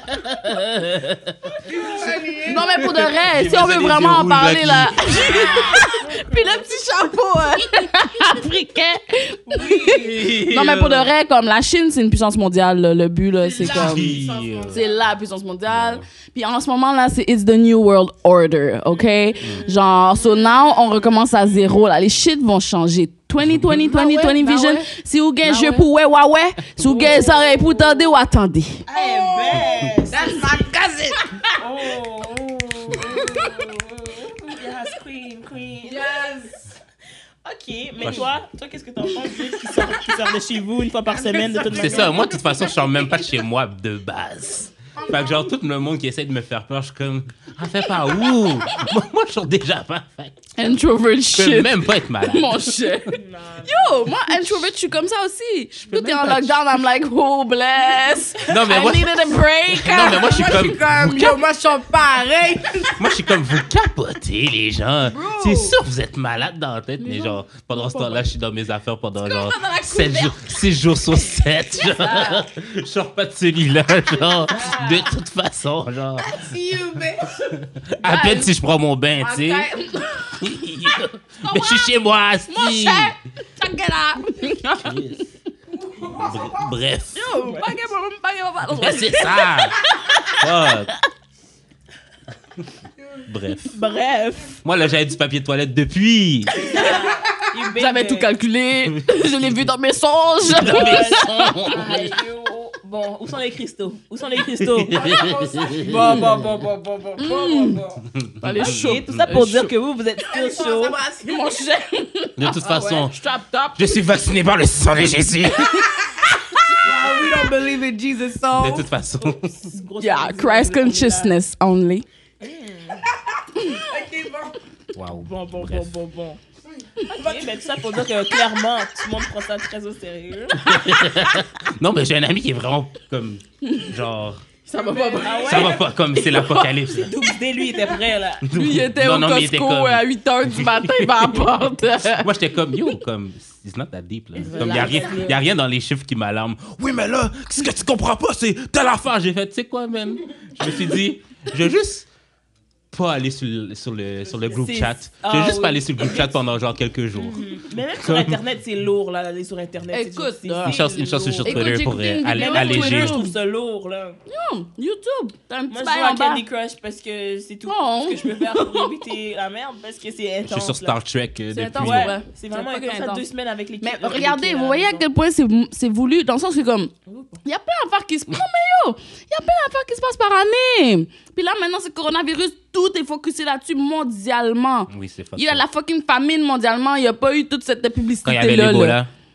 D: Non, mais pour de vrai, si on veut
B: des
D: vraiment en
B: yeux
D: parler,
B: rouges,
D: là. Puis le petit chapeau euh, africain. Non, mais pour de vrai, comme la Chine, c'est une puissance mondiale. Là. Le but, là, c'est comme. C'est la puissance mondiale. Puis en ce moment, là, c'est It's the New World Order, OK? Genre, so now, on recommence à zéro. Là. Les shit vont changer. vingt vingt, vingt vingt, ouais, vingt bah Vision. ouais. Si vous avez un Bah jeu ouais. pour ouais, ouais, ouais. Si vous avez ça oreille pour tendre ou attendez.
E: Hey, man! That's my cousin!
C: Oh, oh, oh, oh. Yes, queen, queen.
E: Yes!
C: OK, mais toi, toi qu'est-ce que t'en penses juste qui sort, qui sort de chez vous une fois par semaine de toute
B: C'est
C: manière?
B: ça, moi de toute façon, je sors même pas de chez moi de base. Fait que genre, tout le monde qui essaie de me faire peur, je suis comme, ah, fais pas où? Moi, moi, je sors déjà pas. Fait que
D: Introvert
B: je peux
D: shit.
B: même pas être malade.
D: Mon cher. Yo, moi, introvert, je suis comme ça aussi.
B: peux
D: Tout est
B: même
D: en
B: pas-
D: lockdown, I'm like, oh, bless.
B: Non, mais
D: I
B: moi,
D: needed a break.
B: non, mais moi, je suis
E: Moi, je
B: comme,
E: suis comme, yo, moi, je suis pareil!
B: moi, je suis comme, vous capotez, les gens. C'est sûr, vous êtes malade dans la tête, mais genre, pendant ce temps-là, je suis dans mes affaires pendant genre
D: ça dans la
B: sept jours, six jours sur sept, genre. Je sors pas de celui-là, genre, de toute façon, genre.
E: See you, bitch!
B: À peine si je prends mon bain, tu sais. Mais je suis chez moi,
D: Mon
B: si.
D: cher, check it out.
B: Br- Bref.
D: Yo, pas que pour me payer, on va-
B: Mais c'est ça. Fuck. Bref.
C: Bref.
B: Moi, là, j'avais du papier de toilette depuis.
D: J'avais tout calculé. Je l'ai vu dans mes songes.
C: Aïe, yo. Bon, où sont les cristaux? Où sont les cristaux? Bon, bon, bon, bon, bon, bon, bon, bon.
D: Allez,
C: Ok,
D: chaud.
C: tout ça pour dire que vous, vous êtes still chaud.
D: Mon cher.
B: De toute façon,
D: Strap top.
B: je suis vacciné par le sang de Jésus.
E: Oh, we don't believe in Jesus, so...
B: De toute façon.
C: Grosse
D: Yeah,
C: maladie,
D: Christ
C: là.
D: consciousness only.
E: OK, bon.
B: Waouh.
C: Bon, bon,
B: Bref.
C: bon, bon, bon. Ok, mais tout ça pour dire que clairement, tout le monde prend ça très au sérieux.
B: Non, mais j'ai un ami qui est vraiment comme. Genre.
D: Ça va pas bien.
C: Ah ouais?
B: Ça va pas comme c'est l'apocalypse. là.
C: Doomsday, lui, était prêt, là.
D: Lui, il était
B: Non,
D: au
B: non, mais il était
D: Costco
B: comme-
D: à huit heures du matin, il va à la porte.
B: Moi, j'étais comme, yo, comme, it's not that deep, là. Comme, y a rien, y a rien dans les chiffres qui m'alarment. Oui, mais là, ce que tu comprends pas, c'est telle affaire. J'ai fait, tu sais quoi, même? Je me suis dit, je vais juste pas aller sur le, sur le, sur le group
C: C'est-
B: chat. Je
C: ah
B: vais juste
C: oui.
B: pas aller sur le group chat pendant genre quelques jours.
C: Mais même sur Internet, c'est lourd, là, d'aller sur Internet. c'est
D: Écoute,
C: juste-
D: là.
C: c'est
B: Une chance, une chance
C: lourd.
B: sur
D: Écoute,
B: Twitter
D: j'ai
B: pour
D: écouté
B: euh,
D: une
B: aller-
D: vidéo
C: Même Twitter,
B: alléger.
C: je trouve ça lourd, là.
D: Non, YouTube, t'as un
C: Moi,
D: petit
C: je
D: bail
C: joue à
D: en bas.
C: Candy Crush parce que c'est tout
D: Oh.
C: ce que je peux faire pour éviter la merde, parce que c'est intense.
B: Je suis sur
C: là.
B: Star Trek euh,
D: C'est
B: depuis.
D: intense,
C: Ouais,
D: ouais.
C: c'est vraiment
D: C'est pas
C: intense. Ça,
D: intense.
C: deux semaines avec l'équipe.
D: Mais
C: avec
D: regardez,
C: l'équipe,
D: vous
C: là,
D: voyez à
C: donc.
D: quel point c'est c'est voulu, dans le sens que comme, il y a plein d'affaires qui se... Non mais yo, il y a plein d'affaires qui se passent par année. Puis là, maintenant, c'est coronavirus, tout est focusé là-dessus mondialement.
B: Oui, c'est
D: Il y a
B: fucked
D: la
B: up.
D: fucking famine mondialement, il n'y a pas eu toute cette
B: Quand il y avait
D: publicité-là. là.
B: l'Ebola.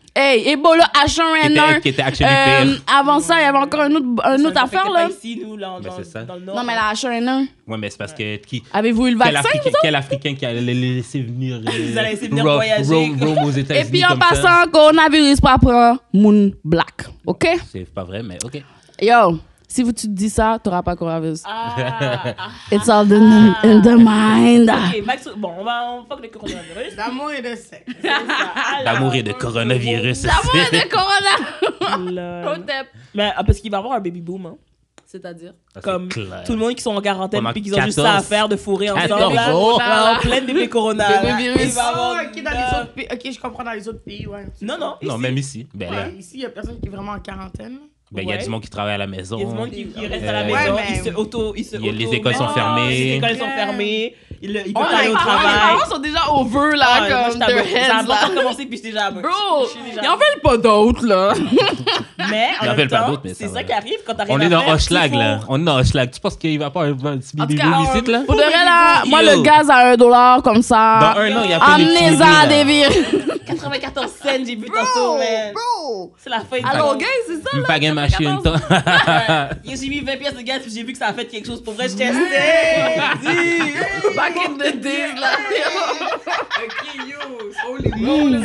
D: Hey, Ebola H un N un.
B: Qui était, qui était actually
D: Euh,
B: pire.
D: avant ça, il y avait encore une autre, une autre
C: Ça
D: affaire,
C: fait que
D: là.
C: pas ici, nous, là,
B: Ben,
C: dans,
B: c'est ça.
C: dans le nord.
D: Non, mais la H un N un.
B: Ouais, mais c'est parce que qui.
D: Avez-vous eu le
B: Quel
D: vaccin?
B: Africain, quel Africain qui allait les laisser venir. euh,
C: Ils allaient laisser venir
B: ro-
C: voyager,
B: ro-
C: quoi.
B: roam aux
D: Et
B: États-Unis.
D: puis en
B: comme ça.
D: passant, coronavirus pas prend Moon Black. OK?
B: C'est pas vrai, mais ok.
D: Yo, si vous tu te dis ça, t'auras pas coronavirus.
C: Ah, ah,
D: It's all the, in the mind.
C: ok, back to- bon, on va, on fuck le coronavirus.
E: D'amour et de sexe.
C: C'est ça. Alors,
B: D'amour et de coronavirus.
D: D'amour et de corona.
C: là.
D: Protect.
C: Mais, ah, parce qu'il va y avoir un baby boom, hein.
D: C'est-à-dire?
B: Ah, c'est
C: Comme
B: clair.
C: tout le monde qui sont en quarantaine
B: Pendant
C: puis qui ont juste ça à
B: quatorze
C: faire de fourrer ensemble.
B: quatorze
C: Là,
B: jours.
C: Ouais, en plein bébé corona.
D: Bébé virus.
C: Il va y avoir
E: Ah, ok, dans
C: de-
E: les autres pays. Ok, je comprends dans les autres pays, ouais.
C: Non, non.
B: Non,
C: ici.
B: même ici. Ben là,
E: Ouais, ici, il y a personne qui est vraiment en quarantaine.
B: ben, il y a
C: Ouais.
B: du monde qui travaille à la maison.
C: Il y a du monde qui, qui reste à la
B: Euh,
C: maison,
E: ouais,
C: ils
E: mais-
C: se auto, ils se
B: Il y a- les
C: auto-
B: écoles sont
C: Oh,
B: fermées.
C: Les écoles sont
E: Yeah.
C: fermées. Ils, ils
E: Oh
C: peuvent aller
E: my
C: au
E: God.
D: Les
C: travail.
D: parents sont déjà over, là,
C: Ah, moi, je
D: comme
C: t'avoue,
D: their
C: ça a
D: heads,
C: pas
D: là.
C: encore commencé puis je suis déjà.
D: Bro,
C: je suis déjà-
D: ils en veulent pas d'autres, là.
C: Mais
B: Ils en
C: en même
B: veulent pas
C: temps,
B: d'autres, mais ça
C: c'est
B: va.
C: ça qui arrive quand t'arrives
B: On
C: à
B: est dans
C: faire
B: Hochelag,
C: six
B: là.
C: fours.
B: On est dans Hochelag. Tu penses qu'il va pas avoir un petit
D: En tout
B: baby
D: cas,
B: boom ici, là?
D: Pour de vrai, là, moi,
B: Yo.
D: le gaz à un dollar, comme
B: Dans
D: ça.
B: un an, il y a pas de petits
D: Amenez-en
B: bébés,
D: des
B: là.
D: virus.
C: quatre-vingt-quatorze cents, j'ai vu tantôt, man.
D: Bro!
C: C'est la fin de
D: Alors,
C: temps.
D: gars, c'est ça,
B: Une
D: là.
B: pagaie machine, toi.
C: Ouais. J'ai mis vingt pièces de gaz puis j'ai vu que ça a fait quelque chose. Pour vrai, je testais. Dis.
D: Back in the days, là.
E: Ok, yo, holy moly.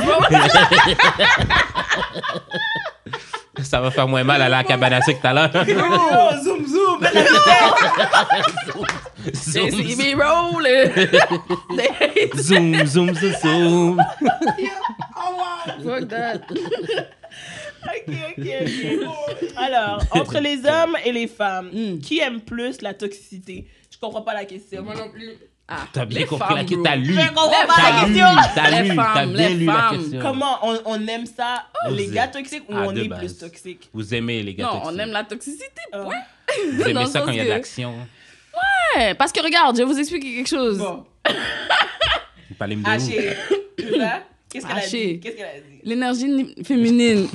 B: Ça va faire moins mal à la cabane à sucre tout à l'heure.
C: Oh, zoom, zoom. Ben, la
B: Zoom,
D: They see me rolling. They hate
B: zoom, zoom, zoom, zoom.
D: Fuck that.
C: Ok, ok, ok. Alors, entre les hommes et les femmes, qui aime plus la toxicité? Je comprends pas la question.
E: Moi non plus.
D: Ah,
B: T'as bien
D: les
B: compris
D: femmes,
B: la question.
D: bro.
B: T'as lu.
C: Je comprends
D: Les
C: pas
B: T'as
C: la
B: lu.
C: question.
B: T'as
D: Les
B: lu. T'as
D: femmes,
B: bien
D: les
B: lu la
D: femmes.
B: question.
C: Comment on, on aime ça, les
B: Vous
C: gars
B: êtes-
C: toxiques, ou
B: Ah,
C: on
B: de
C: est
B: base.
C: plus toxiques?
B: Vous aimez les gars
D: Non,
B: toxiques.
D: on aime la toxicité,
C: Euh,
D: point.
B: Vous
D: Dans
B: aimez
D: le
B: ça quand
D: sens
B: il y a de
D: que-
B: l'action.
D: Ouais, parce que regarde, je vais vous expliquer quelque chose.
E: Bon.
B: Vous parlez de où?
C: Haché. C'est ça? Qu'est-ce qu'elle a
D: Haché.
C: dit? Qu'est-ce qu'elle a dit?
D: L'énergie ni- féminine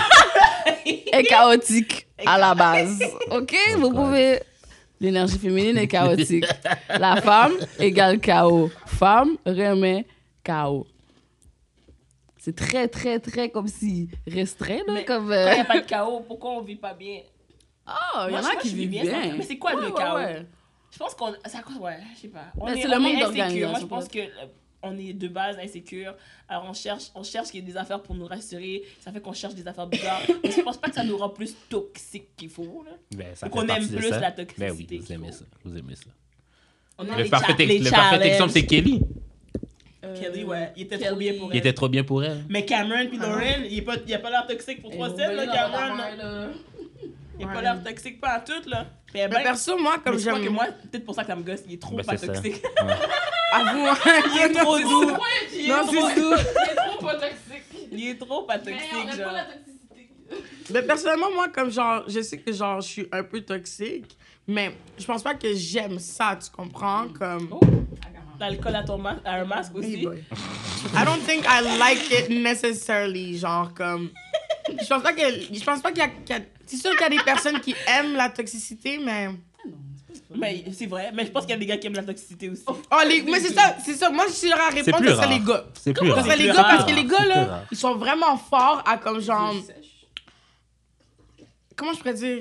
D: est chaotique à la base. OK?
B: Oh
D: Vous
B: God.
D: pouvez... L'énergie féminine est chaotique. La femme égale chaos. Femme remet chaos. C'est très, très, très comme si restreint, là.
C: Mais
D: Comme,
C: Quand
D: euh,
C: il n'y a pas de chaos, pourquoi on vit pas bien?
D: Ah, il y
C: Moi,
D: en
C: je
D: a
C: pense
D: qui
C: que je vis
D: vivent
C: bien
D: bien.
C: sans- mais c'est quoi, le
D: Ouais,
C: chaos?
D: ouais, ouais.
C: Je pense qu'on. C'est à cause. Ouais, je sais pas. On
D: Ben,
C: est,
D: c'est le
C: on
D: manque
C: est insécure. Moi,
D: d'organisation,
C: je pense que euh, on est de base insécure. Alors, on cherche, on cherche qu'il y ait des affaires pour nous rassurer. Ça fait qu'on cherche des affaires bizarres. Mais je pense pas que ça nous rend plus toxiques qu'il faut. Là.
B: Ben, ça
C: Ou
B: fait
C: qu'on
B: partie
C: aime
B: de
C: plus
B: ça.
C: la toxicité
B: Ben oui, vous
C: qu'il
B: aimez
C: faut.
B: ça. Vous aimez ça.
C: On a
B: Le
C: les
B: parfait,
C: cha-
B: ex-
C: les
B: le parfait exemple,
C: challenges.
B: c'est Kelly.
C: Kelly, ouais. Il était
D: Kelly.
C: trop bien pour
B: Il
C: elle.
B: était trop bien pour elle.
C: Mais Cameron puis Lauren, il, est pas, il a pas l'air toxique pour trois cents, là, Cameron. là. Il a pas
E: Ouais.
C: l'air toxique pas à tout, là. Mais
E: Mais
C: ben,
E: perso, moi,
C: mais
E: comme
C: je crois que
E: j'aime.
C: moi, peut-être pour ça que ça me gosse, il est trop
B: Ben,
C: pas
B: c'est ça.
C: toxique.
B: Ouais.
E: Avoue,
C: Il est trop doux.
E: Non,
C: Il est trop
E: c'est
C: doux.
D: trop pas toxique.
C: Il est trop pas toxique, genre.
D: toxicité.
E: Mais personnellement, moi, comme genre, je sais que genre, je suis un peu toxique, mais je pense pas que j'aime ça, tu comprends? Comme.
C: Oh. L'alcool à, ton ma- à un masque
E: Hey
C: aussi.
E: boy. I don't think I like it necessarily, genre comme. Je pense pas que, je pense pas qu'il y a, qu'il y a- c'est sûr qu'il y a des personnes qui aiment la toxicité, mais.
C: Mais c'est vrai. Mais je pense qu'il y a des gars qui aiment la toxicité aussi.
E: Oh les, mais c'est ça, c'est ça. Moi, je suis à
B: C'est
E: répondre
B: plus
E: que c'est
B: rare.
E: les gars.
B: C'est plus
E: Ça
B: rare.
E: serait les
C: plus
E: gars
C: rare.
E: parce que les gars
B: C'est plus
E: là,
B: rare.
E: ils sont vraiment forts à comme genre. Comment je pourrais dire?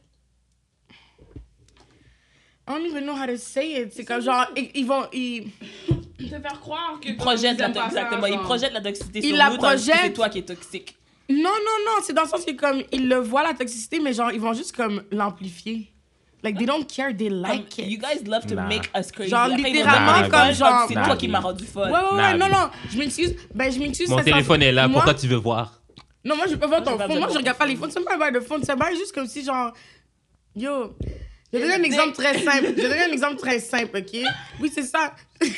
E: I don't even know how to say it. C'est comme genre, ils, ils vont. Ils,
D: Te faire croire que.
C: Ils projettent la toxicité. Exactement. Ils projettent la toxicité
E: Ils
C: sur
E: la
C: nous, tandis que c'est
E: projettent.
C: toi qui es toxique.
E: Non, non, non, c'est dans le sens que comme ils le voient la toxicité, mais genre ils vont juste comme l'amplifier. Like they don't care, they like
C: Comme,
E: it.
C: you guys love to
B: Nah.
C: make us crazy.
E: Genre,
C: Après, ils vont
E: littéralement,
C: dire,
B: comme
C: ah,
E: genre-
C: c'est
B: Nah,
C: toi qui
B: oui.
C: m'as rendu folle.
E: Ouais, ouais, ouais,
B: Nah,
E: non,
B: oui.
E: non, je m'excuse. Ben, je m'excuse.
B: Mon
E: ça,
B: téléphone
E: ça-
B: est là.
E: moi-
B: Pourquoi tu veux voir?
E: Non, moi, je vais pas voir
C: Moi,
E: ton
C: j'ai pas
E: fond. Moi,
C: besoin
E: je
C: de
E: regarde
C: ton
E: pas les fonds. C'est même pas un bail de fond. C'est un bail juste comme si, genre. Yo. Je vais donner un exemple très simple. Je vais donner un exemple très simple, OK? Oui, c'est ça.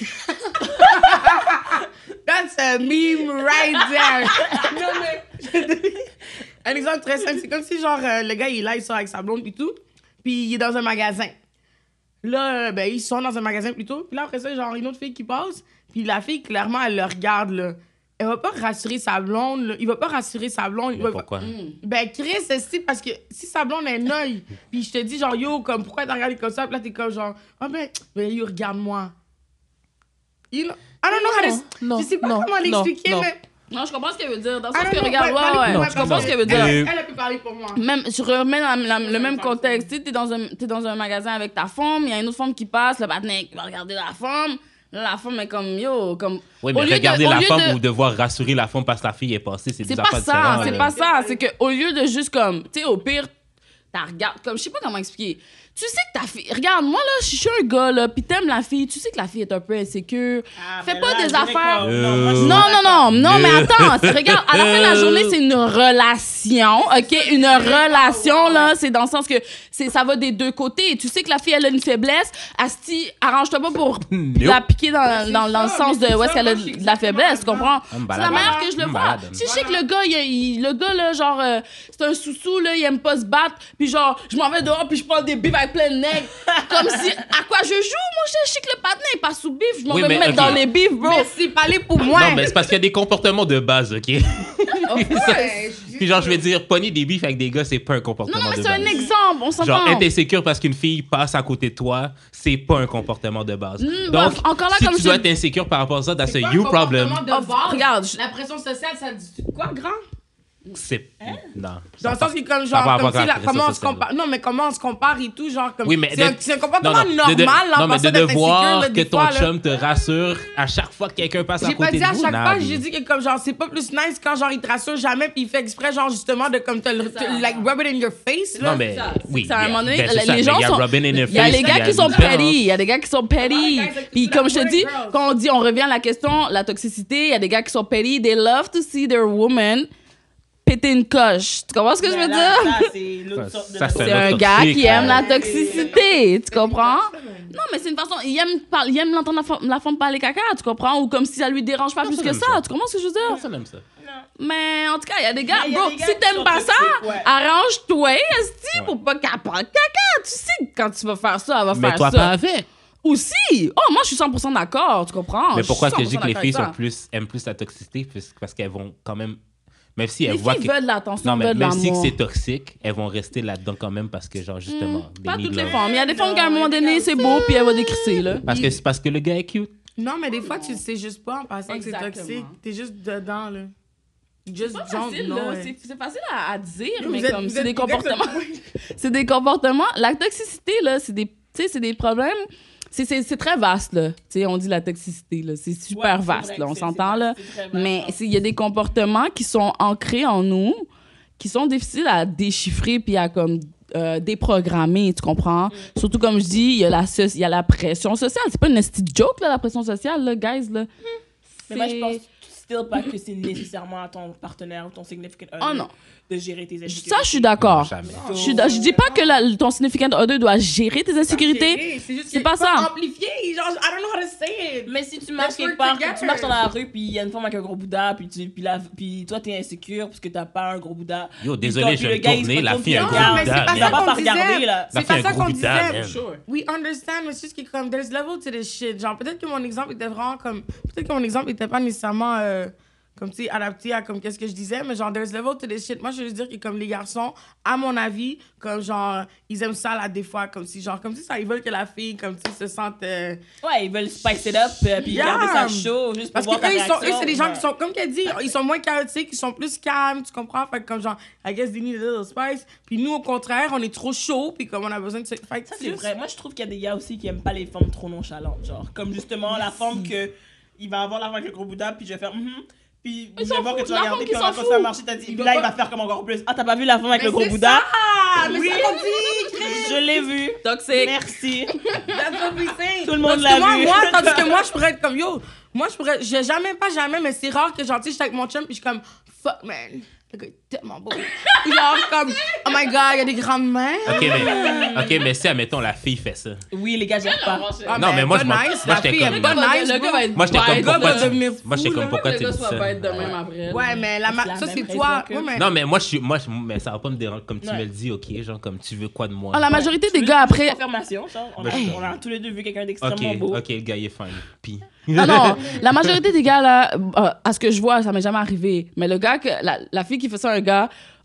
E: That's a meme right there. Non, mais. Un exemple très simple. C'est comme si, genre, euh, le gars, il est là, il sort avec sa blonde, puis tout. Puis il est dans un magasin. Là, euh, ben, ils sont dans un magasin plutôt. Puis là, après ça, genre, une autre fille qui passe. Puis la fille, clairement, elle le regarde, là. Elle va pas rassurer sa blonde, là. Il va pas rassurer sa blonde. Il
B: Mais
E: va
B: pourquoi?
E: ben, Chris, c'est parce que si sa blonde a un œil, puis je te dis, genre, yo, comme, pourquoi t'as regardé comme ça? Puis là, t'es comme, genre, ah ben, ben, yo, regarde-moi. You know, I don't know how to.
D: Non,
E: je sais pas
D: non,
E: comment
D: non,
E: l'expliquer,
D: non.
E: mais.
D: Non, je comprends ce qu'elle veut dire. Dans le
E: Ah,
D: sens
E: non,
D: que,
E: non,
D: regarde,
E: ouais,
D: ouais,
E: parlez-
D: ouais,
E: ouais,
D: je comprends
E: parlez-
D: ce qu'elle veut
E: Elle,
D: dire.
E: elle, elle peut parler pour moi.
D: Même, je remets la- la- le même contexte. Tu sais, t'es dans un, t'es dans un magasin avec ta femme, il y a une autre femme qui passe, le partenaire qui va regarder la femme. Là, la femme est comme, yo, comme...
B: Oui,
D: au
B: mais
D: lieu
B: regarder
D: de- au
B: la
D: lieu
B: femme
D: de-
B: ou devoir rassurer la femme parce que la fille est passée, c'est des
D: C'est
B: affaires
D: pas ça,
B: différentes,
D: c'est
B: là.
D: pas ça. C'est qu'au lieu de juste comme, tu sais, au pire, t'as regardes, comme, je sais pas comment expliquer. Tu sais que ta fille, regarde, moi là, je suis un gars là, pis t'aimes la fille, tu sais que la fille est un peu insécure.
C: Ah,
D: Fais
C: mais
D: pas
C: là,
D: des
C: je dirais
D: affaires.
C: que- Non, moi, je suis
D: Non, non, non, non, mais
B: Euh.
D: attends, c'est- regarde, à la fin de la journée, c'est une relation, ok? Une relation, là, c'est dans le sens que c'est, ça va des deux côtés. Tu sais que la fille, elle a une faiblesse, Asti, arrange-toi pas pour la piquer dans, dans, dans le
E: ça,
D: sens
E: mais
D: de
E: c'est
D: où est-ce
E: ça,
D: qu'elle a
E: moi, je suis
D: de la faiblesse, tu
E: exactement
D: comprends?
B: là-dedans.
D: C'est la manière que je le
B: Hum,
D: vois.
B: malade.
D: Si je sais que le gars, il, il- le gars, là, genre, euh, c'est un sous-sous, là, il aime pas se battre, puis genre, je m'en vais dehors, puis je prends des bifs avec plein de nègres, comme si, à quoi je joue, mon cher, je sais que le patin est pas sous bif, je m'en
B: Oui,
D: vais
B: mais,
D: me mettre
B: ok.
D: dans les bifs, bro.
E: Merci, parlez pour moi.
B: Non, mais c'est parce qu'il y a des comportements de base, OK?
E: Ouais,
B: Puis genre, je veux dire, pogner des bifs avec des gars, c'est pas un comportement
D: Non, non, mais
B: de
D: c'est
B: base.
D: un exemple, on s'entend.
B: Genre, être insécure parce qu'une fille passe à côté de toi, c'est pas un comportement de base.
D: Mm,
B: Donc,
D: bah, encore là,
B: si
D: comme
B: tu
D: je-
B: dois être insécure par rapport à ça, that's a
E: C'est pas
B: you
E: un
B: problem.
E: comportement de
D: Oh,
E: base.
D: regarde, je-
E: La pression sociale, ça dit quoi, grand?
B: C'est... Non.
E: Dans le
B: ça
E: sens que, comme,
B: ça a pas
E: genre,
B: rapport
E: comme si
B: avec la
E: la- comment on se
B: pression
E: compare. Non, mais comment on se compare et tout, genre, comme.
B: Oui, mais
E: c'est, un,
B: de-
E: c'est un comportement
B: Non, non,
E: normal,
B: de, de-
E: là,
B: non, mais
E: en
B: de
E: passant d'être
B: devoir
E: insécure, là,
B: que
E: des
B: ton
E: fois, là.
B: chum te rassure à chaque fois que quelqu'un passe à
E: J'ai pas
B: côté
E: dit
B: de
E: à
B: vous.
E: chaque fois,
B: Nabi.
E: j'ai dit que comme genre c'est pas plus nice quand genre il te rassure jamais puis il fait exprès genre justement de comme te le te- like rub it in your face là.
B: Non, mais
D: ça.
B: oui.
D: C'est à un
B: yeah.
D: moment donné,
B: Ben, c'est
D: les
B: ça, mais
D: gens
B: il y a
D: sont-
B: rubbing in their
D: Il y a
B: face,
D: les gars
B: il y a
D: qui sont
B: une différence.
D: petty, il y a des gars qui sont petty.
E: Ouais, guys, like,
D: Puis comme je te
E: like
D: dis,
E: girls.
D: quand on dit, on revient à la question, la toxicité, il y a des gars qui sont petty, they love to see their woman péter une coche. Tu comprends ce que je veux
C: Mais là,
D: dire?
C: ça, c'est l'autre
B: Ça,
C: sorte de
B: ça,
D: C'est
B: c'est
D: un
B: autre
D: gars
B: toxique,
D: qui aime
B: hein.
D: la toxicité, tu comprends? Non, mais c'est une façon, il aime, par- il aime l'entendre la, femme- la femme parler caca, tu comprends? Ou comme si ça lui dérange pas
B: Non,
D: plus
B: ça,
D: que
B: j'aime
D: ça,
B: ça.
D: tu comprends ce que je veux dire?
B: Personne n'aime ça.
D: Mais en tout cas, il y a des gars,
C: Mais il y a
D: bro,
C: des gars
D: si
C: qui
D: t'aimes
C: sont
D: pas ça,
C: toxiques, ouais.
D: arrange-toi, esti, pour pas qu'elle parle caca. Tu sais que quand tu vas faire ça, elle va
B: Mais
D: faire
B: toi,
D: ça.
B: pas avec.
D: Aussi! Oh, moi, je suis cent pour cent d'accord, tu comprends?
B: Mais pourquoi est-ce que je
D: suis
B: dis que les
D: cent pour cent
B: filles sont
D: d'accord avec
B: plus, aiment plus la toxicité? Parce parce qu'elles vont quand même... Même si
D: ça.
B: elles
D: Les
B: voient
D: filles
B: que...
D: veulent de l'attention,
B: Non, mais
D: veulent de
B: même si que
D: l'amour.
B: c'est toxique, elles vont rester là-dedans quand même parce que, genre, justement...
D: Hmm,
B: they
D: pas
B: need
D: toutes les
B: love.
D: femmes. Il y a des femmes qu'à un moment donné, c'est beau, puis elles vont décrisser, là.
B: Parce que c'est parce que le gars est cute.
E: Non, mais des fois tu le sais juste pas en passant que c'est
D: Exactement.
E: toxique. T'es juste dedans là. You just
D: C'est pas
E: don't
D: facile,
E: know
D: là.
E: it.
D: C'est- C'est facile à, à dire,
E: Vous
D: mais
E: êtes-
D: comme
E: vous
D: c'est
E: êtes-
D: des
E: vous êtes-
D: comportements. C'est des comportements. La toxicité, là, c'est des, tu sais, c'est des problèmes. C'est- C'est c'est très vaste, là. Tu sais, on dit la toxicité, là. C'est super
C: Ouais, c'est
D: vaste,
C: vrai
D: là.
C: que
D: On
C: c'est-
D: s'entend,
C: c'est
D: là.
C: vaste, c'est très vaste.
D: Mais c'est- il y a des comportements qui sont ancrés en nous, qui sont difficiles à déchiffrer puis à comme euh, déprogrammer, tu comprends? Surtout comme je dis, il y a la so- il y a la pression sociale. C'est pas une petite joke là, la pression sociale là, guys là.
C: Mais moi, je
D: C'est-
C: pense still pas que c'est nécessairement à ton partenaire ou ton significant other
D: Oh non.
C: de gérer tes
D: Ça,
C: insécurités.
D: je suis d'accord.
B: Jamais.
D: Je suis da- je dis pas que la- ton significant other doit gérer tes insécurités.
E: C'est juste
D: C'est
E: que-
D: pas ça.
E: Amplifié, genre I don't know how to say it.
C: Mais si tu marches
E: Let's
C: quelque
E: work
C: part,
E: together.
C: tu marches dans la rue, puis il y a une femme avec un gros bouddha, puis, tu, puis, la, puis toi, t'es insécure parce que t'as pas un gros bouddha.
B: Yo,
C: Puis
B: désolé,
C: toi-
B: je
C: puis
B: vais
C: le
B: me
C: gars, il se
B: tourner, la
C: retourne,
B: fille a un
C: puis
B: gros
C: il
E: Non, mais
B: bouddha,
E: c'est pas
C: Il
B: man.
C: va
E: ça
C: pas
E: qu'on
C: regarder,
E: disait.
C: là.
B: La
E: C'est
B: fille a
E: pas
B: un
E: ça
B: gros
E: qu'on
B: bouddha,
E: disait.
B: man.
E: Sure. We understand, mais c'est juste qui est comme, there's level to this shit. Genre, peut-être que mon exemple était vraiment comme, peut-être que mon exemple était pas nécessairement, euh, comme, tu sais, adapté à comme qu'est-ce que je disais, mais genre, there's level to this shit. Moi, je veux juste dire que comme les garçons, à mon avis, comme genre, ils aiment ça là des fois, comme si, genre, comme si ça, ils veulent que la fille, comme si, se sente. euh,
C: Ouais, ils veulent spice it up, euh, puis
E: Yeah.
C: garder ça chaud, juste pour
E: Parce
C: voir ta
E: que eux, ils sont, eux,
C: réaction.
E: c'est des gens
C: Ouais.
E: qui sont, comme qu'elle dit, ils sont moins chaotiques, ils sont plus calmes, tu comprends? Fait que comme genre, I guess they need a little spice. Puis nous, au contraire, on est trop chaud, puis comme on a besoin de se. Fait que
C: Ça, c'est
E: juste-
C: vrai. Moi, je trouve qu'il y a des gars aussi qui aiment pas les femmes trop nonchalantes. Genre, comme justement la femme que. Il va avoir la femme avec le gros bouddha, puis je vais faire. Mhm. Puis je
D: s'en
C: vais voir que
D: fout,
C: tu vas
D: la
C: regarder,
D: femme qui
C: puis on va
D: s'en
C: continuer à
D: fout.
C: marcher. T'as dit.
D: Il
C: Puis
D: va
C: là, il
D: pas-
C: va faire comme encore plus. Ah, t'as pas vu la femme avec
E: Mais
C: le gros
E: c'est
C: bouddha?
E: ça! Mais
C: Oui.
E: c'est ça qu'on dit!
C: Je l'ai vu.
D: Toxique.
C: Merci.
E: That's what we say.
C: Tout le monde
E: Tandis
C: l'a
E: que moi,
C: vu.
E: Moi, tandis que moi, je pourrais être comme, yo, moi, je pourrais, j'ai jamais, pas jamais, mais c'est rare que, genre, tu sais, j'étais avec mon chum, puis je suis comme, fuck, man, le gars est tellement beau. Puis genre, comme, oh my god, il y a des grandes mains.
B: OK, mais, OK, mais si, admettons, la fille fait ça.
C: Oui, les gars, j'aime pas.
E: Ah,
B: Non, mais moi,
E: pas
B: je m'en-
E: nice,
B: moi,
E: la
B: j'étais
E: fille
B: comme-
E: est pas
B: Le
E: nice,
D: Le gars
E: bro.
D: va être
B: Moi, j'étais comme,
D: bête,
B: pourquoi
E: va
D: là.
B: tu...
E: devenir
B: Moi, j'étais
E: fou,
B: comme,
E: là.
B: pourquoi
D: Le
B: tu
D: gars
B: dis
D: soit
B: ça?
D: bête de même après.
E: Ouais, mais la, ma-
C: la
E: ça,
C: même
E: c'est
C: raison
E: toi.
C: que-
E: Ouais, mais-
B: Non, mais moi, je suis... Moi, je- mais ça va pas me déranger comme tu
C: Ouais.
B: me le dis, OK? Genre, comme tu veux quoi de moi?
D: Ah, la majorité des
C: Juste-
D: gars
C: juste
D: après.
C: Confirmation, genre. On a,
B: Ben,
C: on a tous les deux vu quelqu'un
B: OK,
C: d'extrêmement beau.
B: OK, le gars, il est fine. Puis...
D: Ah non, la majorité des gars, là, euh, à ce que je vois, ça m'est jamais arrivé. Mais le gars, que, la, la fille qui fait ça à un gars,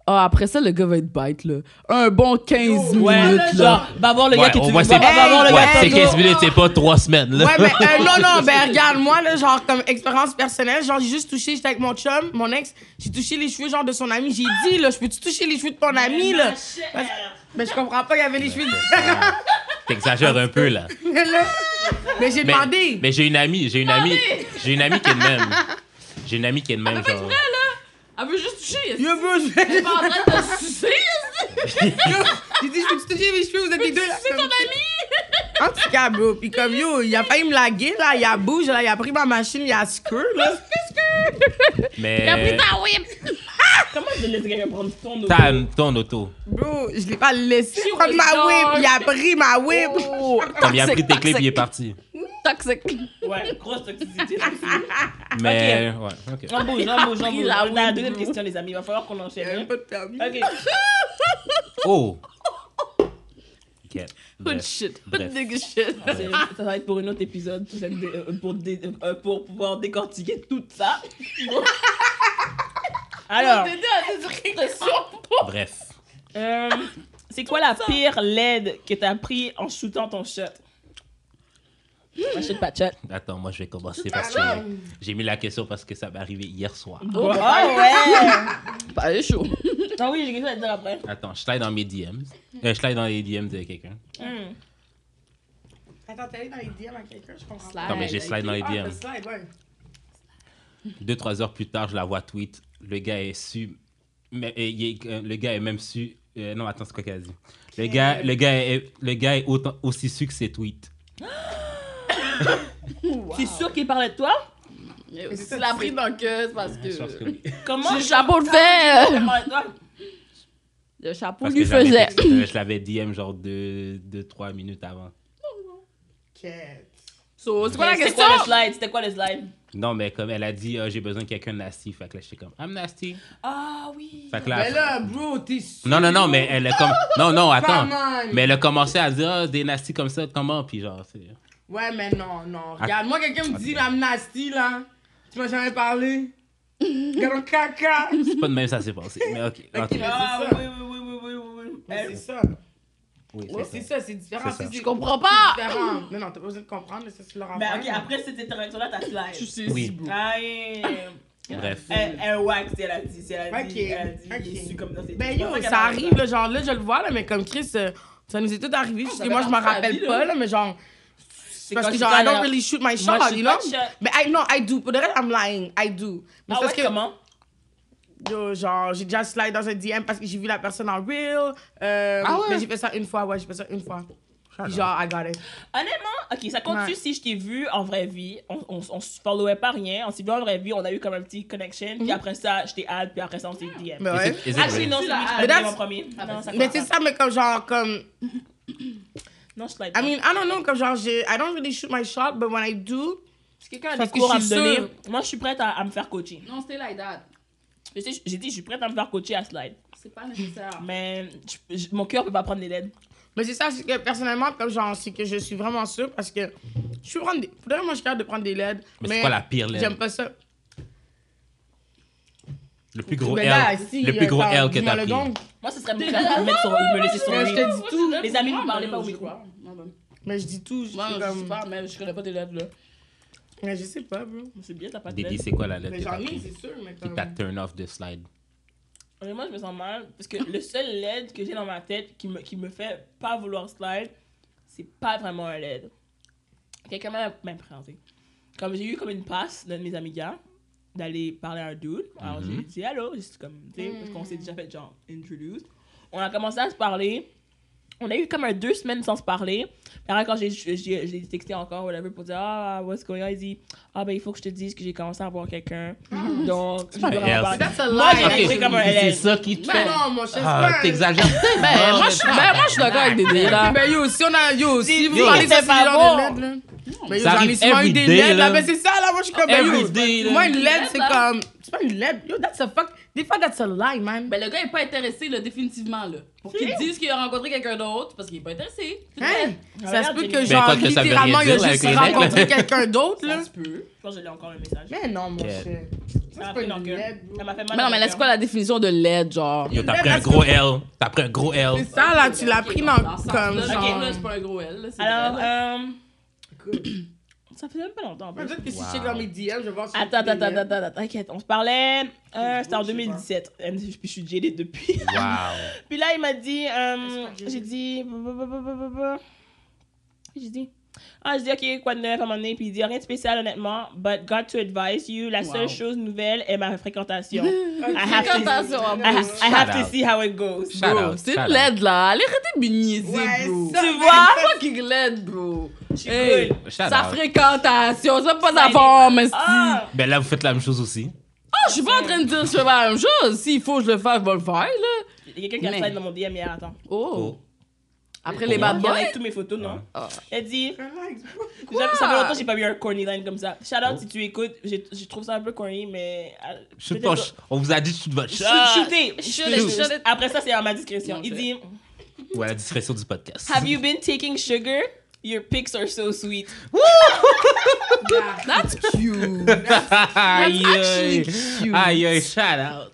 D: Ah, après ça, le gars va être bête, là. Un bon quinze
C: Ouais,
D: minutes, là.
C: genre, va voir le
B: Ouais,
C: gars qui
B: on
C: tu
B: voit
C: va
B: c'est
C: va voir le
B: ouais,
C: gars
B: c'est
C: tantôt.
B: quinze minutes, c'est pas trois semaines. Là.
E: Ouais, mais euh, non, non, ben regarde, moi, là, genre, comme expérience personnelle, genre, j'ai juste touché, j'étais avec mon chum, mon ex, j'ai touché les cheveux, genre, de son ami. J'ai dit, là, je peux-tu toucher les cheveux de ton ami, là? Parce- Ben, je comprends pas, il y avait les cheveux différents.
B: T'exagères un peu, là.
E: Mais là, mais j'ai
B: Mais,
E: demandé.
B: mais j'ai une amie, j'ai une amie, j'ai une amie qui est de même. J'ai une amie qui est de même, genre.
D: Elle veut juste toucher.
E: Yo, bro, je
D: Elle est pas en train de se sucer.
E: Yo, j'ai dit, je peux-tu toucher mes cheveux, vous êtes les deux, là? C'est ton ami! En tout cas, bro, pis comme, yo, il a failli me laguer, là, il a bouge, là, il a pris ma machine, il a screw, là.
B: Mais.
C: Comment tu laisses quelqu'un prendre ton auto?
B: T'as ton auto.
E: Bro, je l'ai pas laissé prendre ma whip, il a pris ma whip.
B: Comme il a pris tes clés puis il est parti.
D: Toxique.
C: Ouais, grosse toxicité.
B: Mais. Ouais, ok.
C: On bouge, on bouge, on bouge.
D: la
C: On a la
D: whip,
C: deuxième
D: bro.
C: question, les amis. Il va falloir qu'on enchaîne.
E: J'avais
C: hein.
E: pas de permis.
C: Ok.
B: Oh! Ok.
D: Hood
B: Bref.
D: shit.
B: Bref.
D: Hood nigga shit.
C: C'est- Ça va être pour un autre épisode tout ça, dé- euh, pour, dé- euh, pour pouvoir décortiquer tout ça. Alors,
D: T'aider à des expressions.
B: Bref.
C: euh, c'est quoi la pire LED que t'as pris en shootant ton shot? Achète pas de shot.
B: Attends, moi je vais commencer parce que j'ai mis la question parce que ça m'est arrivé hier soir.
C: Oh, ouais!
D: Bah, elle est chaud.
C: Ah oui, j'ai quelque chose à te dire après.
B: Attends, je slide dans mes D Ms. Euh, je slide dans les D M de quelqu'un.
C: Hmm.
E: Attends, t'es allé dans les D M à quelqu'un, je comprends.
D: Slide.
B: Non, mais j'ai slide dans les
E: Ah,
B: D
E: le
B: M.
E: slide, ouais.
B: Deux, trois heures plus tard, je la vois tweet. Le gars est su. Mais, euh, il est- euh, le gars est même su. euh, non, attends, c'est quoi qu'elle a dit? Le gars, le gars est, le gars est autant, aussi su que ses tweets.
C: C'est sûr qu'il parlait de toi?
D: Mais
E: c'est
D: si
E: ça,
D: tu l'as
E: tu
D: pris
E: sais.
D: dans le cœur, c'est parce
B: Je pense que
D: que.
B: oui.
C: Comment?
D: J'ai le chapeau de
C: Il
D: fait.
C: parlait de toi?
D: Le chapeau
B: Parce
D: lui
B: que j'avais
D: faisait.
B: texté- je l'avais D M genre deux, deux, trois minutes avant.
E: Quête.
D: So, c'est quoi la
C: C'était
D: question?
C: quoi le slide? C'était quoi le slide?
B: Non, mais comme elle a dit, Ah, j'ai besoin de quelqu'un de nasty. Fait que là, j'étais comme, I'm nasty.
C: Ah oui!
B: Fait que là,
E: Mais là, bro, t'es sûr?
B: non, non, non, mais elle a comme. Non, non, attends.
E: Come on.
B: Mais elle a commencé à dire, ah, des nasty comme ça, comment? Puis genre, c'est.
E: Ouais, mais non, non. Regarde, moi, quelqu'un me dit, I'm nasty, là. Tu m'as jamais parlé? Gros caca.
B: C'est pas de même ça s'est passé. Mais ok.
E: Ok,
B: ok.
E: mais
C: Ah
E: c'est ça.
C: oui, oui, oui, oui, oui, oui, oui.
E: Mais c'est ça.
B: Oui,
E: Mais
B: c'est
E: c'est
B: ça.
E: ça, c'est différent.
B: C'est ça.
E: Si
D: Je comprends pas.
E: C'est différent. Non, non, t'as pas besoin de comprendre, mais ça, c'est leur
C: Ben
E: affaire.
C: ok, après cette interaction-là, t'as
D: Tu
C: slide.
D: sais,
B: Oui.
D: si, bro.
C: Aïe!
B: Bref.
C: Elle, elle wax, si elle a dit, si elle a dit,
E: Ok,
C: elle a dit, il est
E: ok.
C: su comme dans ses
E: Ben
C: c'est
E: yo,
C: pour qu'elle
E: ça
C: parle
E: arrive,
C: de
E: là, genre là, je le vois, là, mais comme Chris, euh, ça nous est tout arrivé. Parce
C: ça
E: que
C: fait
E: moi, je m'en
C: partie de la
E: rappelle
C: vie,
E: pas,
C: là.
E: là, mais genre,
C: C'est
E: parce
C: quand
E: que
C: je
E: genre,
C: suis
E: I don't
C: pas
E: really shoot my shot,
C: Moi, je shoot
E: you know?
C: pas de shot.
E: Mais I, no, I do. Pour de vrai, I'm lying. I do. Mais
C: Ah
E: c'est
C: ouais,
E: parce que,
C: comment?
E: yo, genre, j'ai déjà slide dans un D M parce que j'ai vu la personne en real. Euh,
B: Ah ouais?
E: Mais j'ai fait ça une fois, ouais, j'ai fait ça une fois. Puis genre, I got it.
C: Honnêtement, ok, ça compte-tu
E: Ouais.
C: si je t'ai vu en vraie vie? On, on, on se followait pas rien. On s'est vu en vraie vie, on a eu comme un petit connection. Puis après ça, je t'ai add, puis après ça, on s'est D M.
E: Mais ouais.
B: Is it- is it
C: Actually,
B: real?
C: non, c'est lui qui
E: Mais
C: m'a dit
E: that's-
C: en premier. Non, ça
E: Mais
C: compte
E: c'est
C: pas.
E: ça, mais comme genre, comme.
C: Non, je slide
E: I
C: pas.
E: mean, I don't know, comme genre, j'ai- I don't really shoot my shot, but when I do.
C: Si quelqu'un a
E: parce
C: des
E: que
C: cours à
E: je
C: me
E: suis
C: donner,
E: sûre.
C: moi, je suis prête à, à me faire coacher.
D: Non, c'était like that.
C: Je sais, J'ai dit, je suis prête à me faire coacher à slide.
D: C'est pas nécessaire.
C: Mais je- je- mon cœur peut pas prendre les L E D.
E: Mais c'est ça, c'est que personnellement, comme genre, c'est que je suis vraiment sûre parce que je suis prendre des. Faudrait que moi, je suis capable de prendre des L E D.
B: Mais c'est quoi la pire L E D?
E: J'aime pas ça.
B: Le plus gros
E: Mais là,
B: L.
E: si,
B: Le plus gros
E: attends,
B: L que
E: dis-moi
B: t'as
E: le
B: pris.
E: donc.
C: Moi, ce serait me, faire, me, mettre sur, me laisser sur
E: Mais je
C: lui.
E: te dis tout.
C: Les amis, vous parlez pas au micro.
E: Mais je dis tout. Je
D: Moi,
E: suis
D: je sais
E: comme.
D: pas, mais je connais pas tes lettres, là.
E: Mais je sais pas, bro.
C: C'est bien, t'as pas de
B: Dédi,
C: L E D.
B: c'est quoi la lettre
E: Mais
B: que
E: j'en
B: t'as
E: ai,
B: pris?
E: c'est sûr, mais
B: Qui
E: comme.
B: t'a turn off de slide?
C: Honnêtement, je me sens mal parce que le seul L E D que j'ai dans ma tête qui me, qui me fait pas vouloir slide, c'est pas vraiment un L E D. Quelqu'un m'a m'a présenté. Comme j'ai eu comme une passe d'un de mes amis gars d'aller parler à un dude. Alors
B: Mhm.
C: j'ai dit allô, juste comme, tu sais, parce qu'on s'est déjà fait genre introduce. On a commencé à se parler. On a eu comme un deux semaines sans se parler. Puis après, quand j'ai, j'ai, je l'ai texté encore, whatever, pour dire ah, what's going on, il dit ah, ben il faut que je te dise que j'ai commencé à voir quelqu'un. Donc, je
B: pas
C: dois
B: un L,
C: en parler.
E: That's a
C: Moi,
E: lie.
C: j'ai pris comme un L E D.
B: C'est ça qui te
E: Ben
B: fait.
E: non, mon cher,
B: Ah,
E: c'est pas.
B: t'exagères.
D: Ben, moi, je ben, moi, je suis d'accord avec Dédé, là.
E: Ben yo, si on a. Yo, si vous
C: Yo,
E: parlez de
C: c'est
E: ce
C: pas
E: genre
C: bon.
E: de L E D, là. Mais yo,
B: Ça
E: j'en ai
B: arrive
E: souvent eu
B: every
E: des
B: day,
E: L E D, là.
B: là.
E: Mais c'est ça, là, moi, je suis comme,
B: Every
E: yo,
B: day,
E: moi,
B: là.
E: une L E D, c'est
D: là.
E: comme, c'est pas une L E D. Yo, that's a fuck. Des fois, that's a lie, man.
D: Ben, le gars est pas intéressé, là, définitivement, là. Pour qu'il dise qu'il a rencontré quelqu'un d'autre, parce qu'il est pas intéressé. C'est
E: Hein?
D: vrai.
E: Ça se peut que,
B: Ben,
E: genre,
B: quoi que ça veut rien
E: littéralement, il a
B: dire,
E: juste
B: avec les règles.
E: rencontré quelqu'un d'autre, là.
D: Ça se peut.
C: Je pense que j'ai encore un message.
E: Mais non, mon
B: Quel-
E: cher.
C: Ça m'a
E: C'est
C: fait
E: pas
C: dans
E: une
C: le cœur.
E: L E D, bro.
C: Ça m'a fait mal.
D: Mais non,
C: dans
D: mais
C: le
D: là, c'est
C: cœur.
D: quoi la définition de L E D, genre?
B: Yo, t'as pris un gros L. T'as pris un gros L.
E: C'est ça, là, tu l'as pris dans,
D: Dans ce
E: comme,
D: sens-là,
E: genre...
D: là, c'est pas un gros L, là, c'est
C: Alors,
D: vrai, là.
C: euh, ça faisait même pas longtemps. en plus.
E: Peut-être que si
B: Wow.
E: je check dans mes D M, je vais voir si
C: Attends,
E: j'ai
C: attends,
E: des L E D.
C: attends, attends, t'inquiète. On se parlait. Euh, C'était en deux mille dix-sept. Euh, Puis je suis jadée depuis.
B: Wow.
C: Puis là, il m'a dit. euh, J'ai dit. J'ai dit. Ah, je dis, OK, quoi de neuf à un moment donné? Puis il dit, rien de spécial, honnêtement. But got to advise you. La seule
D: Wow.
C: chose nouvelle est ma fréquentation. I have to,
D: Fréquentation, en
C: I,
D: plus.
C: I have
B: Shout
C: to
B: out.
C: see how it goes.
B: Shout
D: Bro,
B: out,
D: c'est
B: shout
D: une
B: out.
D: L E D, là. Allez, arrêtez de me niaiser,
E: Ouais,
D: bro.
E: ça,
C: Tu
E: mais-
C: vois?
D: Fucking L E D, bro.
C: Je suis
D: Hey,
C: cool.
B: Shout
D: sa
B: out.
D: fréquentation, c'est pas sa forme, esti.
C: Ah!
B: Ben là, vous faites la même chose aussi.
D: Ah, je suis pas en train de dire que je fais la même chose. S'il faut que je le fasse, je vais le faire, là.
C: Il y a quelqu'un qui a
D: Mais-
C: slide dans mon D M hier, attends.
D: Oh.
B: Oh.
D: Après les bad
C: Il y
D: boys.
C: avait toutes mes photos, non?
D: Ah.
C: Elle dit.
E: Relax, bro.
C: Déjà, ça fait longtemps que j'ai pas vu un corny line comme ça. Shout out si tu écoutes. J'ai- Je trouve ça un peu corny, mais. euh,
B: Shoot
C: peut-être
B: pas-
C: pas-
B: On vous a dit de shoot votre
C: Shoot-
B: shot.
C: Shootez.
D: Shoot
C: Je-
D: it,
C: je-
D: shoot it.
C: Après ça, c'est à ma discrétion.
D: Non,
C: Il
D: c'est-
C: dit
B: Ou à la discrétion du podcast.
C: Have you been taking sugar? Your pics are so sweet.
D: That's cute.
B: Aïe,
D: actually
B: aïe.
D: cute.
B: Aïe, aïe, shout out.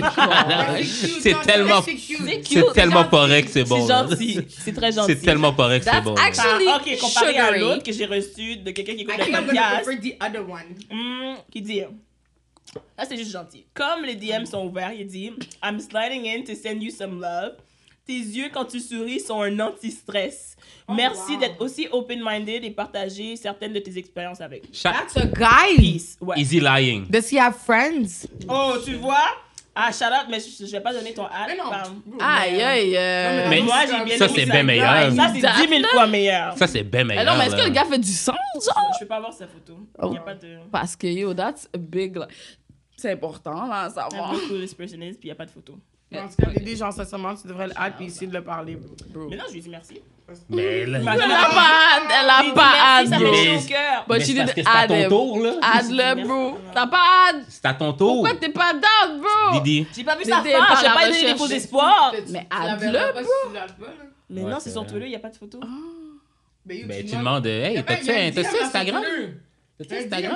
E: cute,
B: C'est
E: non,
B: tellement,
E: c'est cute.
C: C'est
B: c'est
C: cute.
B: tellement pas vrai que c'est
C: C'est
B: bon. là.
C: gentil. C'est très gentil.
B: C'est tellement pas vrai que c'est
D: That's
B: bon. là.
D: actually-
C: Ah, ok, comparé à
D: Sugary.
C: l'autre que j'ai reçu de quelqu'un qui écoute
E: I
C: le
E: think I'm gonna
C: podcast,
E: prefer the other one.
C: hmm, qui dit. Là, c'est juste gentil. Comme les D M sont ouverts, il dit I'm sliding in to send you some love. Tes yeux, quand tu souris, sont un anti-stress. Merci
E: wow.
C: d'être aussi open-minded et partager certaines de tes expériences avec.
B: Shout-
E: That's a guy.
C: Peace. Ouais.
B: Easy lying.
E: Does he have friends?
C: Oh, tu vois? Ah, shout out, mais je, je vais pas donner ton ad.
E: Mais non.
C: pardon.
D: Aïe, aïe. euh,
B: Mais
C: moi, j'ai bien
B: ça,
C: aimé
B: c'est bien meilleur.
C: Ça, c'est dix mille fois meilleur.
B: Ça, c'est bien
D: Mais
B: meilleur.
D: non, mais est-ce que
B: là.
D: le gars fait du sens, genre?
C: Je peux pas voir sa photo. Il y a pas de.
D: Parce que, yo, that's a big... like, c'est important, là, à
C: I'm
D: savoir.
C: the coolest person is, puis il y a pas de photo.
E: En tout cas, l'idée, genre, sincèrement, tu devrais le hâte puis essayer de le parler, bro.
C: Mais non, je lui dis merci.
B: Mais là,
C: Elle
D: Elle a pas hâte, elle a pas hâte,
C: Ça
D: bro.
C: fait
B: Mais-
C: chaud au cœur.
D: But
B: mais
D: she
B: c'est parce
D: did
B: que c'est à
D: add
B: ton
D: him.
B: tour, là.
D: Add-le, bro. T'as pas hâte.
B: C'est à ton tour.
D: Pourquoi t'es pas down, bro?
B: Didi.
C: J'ai pas vu sa
D: T'étais
C: face,
D: pas
C: j'ai
D: à la
C: pas donné des
D: recherche.
C: faux espoirs.
D: Mais
E: Tu la
D: add-le,
E: verras pas
D: bro.
E: si tu l'as pas, là.
C: Mais
B: Ouais,
C: non,
B: c'est
C: c'est son
B: vrai.
C: Twitter, il y a pas de photo.
E: Ben,
B: Ben, tu demandes, hey, t'as-tu t'as-tu Instagram? T'as-tu Instagram?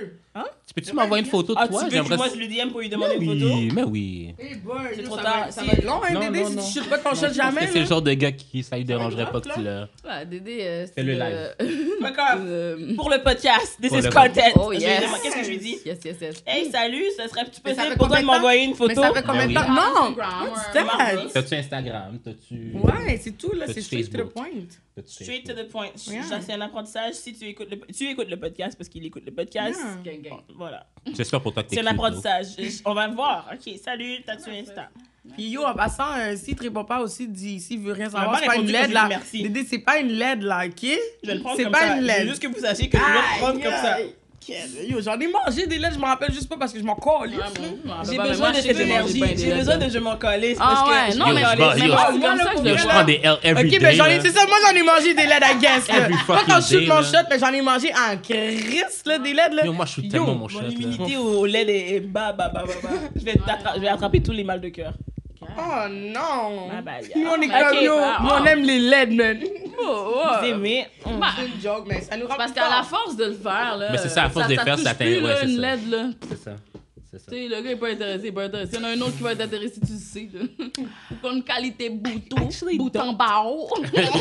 B: Tu peux-tu m'envoyer une photo de
C: Ah,
B: toi?
C: tu veux que
B: J'aimerais
C: moi
B: ça.
C: je lui D M pour lui demander une photo?
B: Oui, mais oui.
E: Hey boy,
C: C'est
E: yo,
C: trop
E: ça
C: tard.
E: va- Ça
C: Si-
E: va être long, hein,
B: Non,
E: Dédé,
B: non,
E: si
B: non.
E: tu shootes pas ton
B: Non,
E: shot
B: je pense
E: jamais,
B: que c'est le
E: là.
B: genre de gars qui ça lui dérangerait pas que tu l'as.
D: Ouais, Dédé, euh, c'est
B: Fais-le
D: de-
B: live.
C: D'accord.
D: euh,
C: Pour le podcast, this
B: Pour
C: is
B: le
C: content.
D: Oh,
C: Je lui
D: yes.
C: demande, qu'est-ce que je lui dis?
D: Yes, yes, yes.
C: Hey, salut, ça serait-tu
E: Mais ça
C: possible
E: fait
C: pour toi
E: combien
C: de
E: de temps?
C: m'envoyer une
E: Mais
C: photo?
E: ça fait combien de
B: oui.
E: temps? Non!
D: Instagram,
E: What's
D: or-
E: that?
B: T'as-tu Instagram? T'as-tu.
E: Ouais, c'est tout, là.
B: T'as-tu
E: C'est straight to the
B: Facebook?
E: point.
B: T'as-tu
C: Straight to
B: Facebook?
C: the point.
E: Yeah.
C: Ça, c'est un apprentissage. Si tu écoutes le, tu écoutes le podcast parce qu'il écoute le podcast,
E: Yeah.
D: Gang, gang.
C: voilà.
B: J'espère pour toi que t'es
C: C'est un
B: cute,
C: apprentissage. Je- On va voir. Ok, salut, t'as-tu Insta?
E: Puis yo, en passant, euh, s'il te répond pas aussi, dit, s'il veut rien
C: m'a
E: savoir,
C: pas
E: c'est pas une
C: répondu
E: L E
C: quand
E: D,
C: je
E: là.
C: lui ai dit merci.
E: Dédé, c'est pas une L E D, là, OK?
C: Je vais le prendre
E: C'est
C: comme
E: pas
C: ça.
E: une
C: Je
E: L E
C: veux
E: D.
C: juste que vous sachiez que je vais le prendre comme ça.
E: Aïe, Yo, j'en ai mangé des L E D, je me rappelle juste pas parce que je m'en colle.
C: J'ai besoin de cette énergie. J'ai besoin de je m'en coller.
D: Ah ouais, non,
B: Yo,
D: mais
B: je
D: c'est
B: vais-
D: mais
B: yo,
D: moi,
B: je-
D: c'est comme ça que je
B: Yo,
D: le
B: je
D: vois.
B: prends des L every
E: Ok, mais
B: day,
E: j'en ai,
B: là.
E: c'est ça, moi j'en ai mangé des L E D, I guess. Là.
B: Every
E: Pas
B: fucking
E: quand je shoot
B: day,
E: mon
B: là.
E: shot, mais j'en ai mangé en crise, là, des L E D, là.
B: Yo, moi, je suis
E: Yo,
B: tellement mon shot,
C: Mon
B: là.
C: immunité au lait est est bas, bas, bas, bas, bas. Je vais t'attra- je vais attraper tous les mal de cœur.
E: Oh non.
C: Ah, bah,
E: Nous, on est
C: yeah.
E: comme
C: Ok,
E: yo,
C: bah,
E: nous, on
C: oh.
E: aime les L E D, man.
D: Oh,
C: Vous
D: ouais.
C: aimez. Hum.
D: Bah,
E: C'est une joke, mais ça nous rend
D: Parce
E: plus
D: qu'à la
E: fort.
D: force de le faire, là.
B: Mais c'est ça, à force de le faire,
D: touche
B: ça t'in-
D: plus,
B: ouais,
D: là,
B: c'est
D: une
B: ça.
D: L E D, là.
B: C'est ça. C'est ça.
D: Tu sais, le gars est pas intéressé, il est pas intéressé. Il y en a un autre qui va être intéressé, tu le sais, là. Pour une qualité bouton, bouton barreau.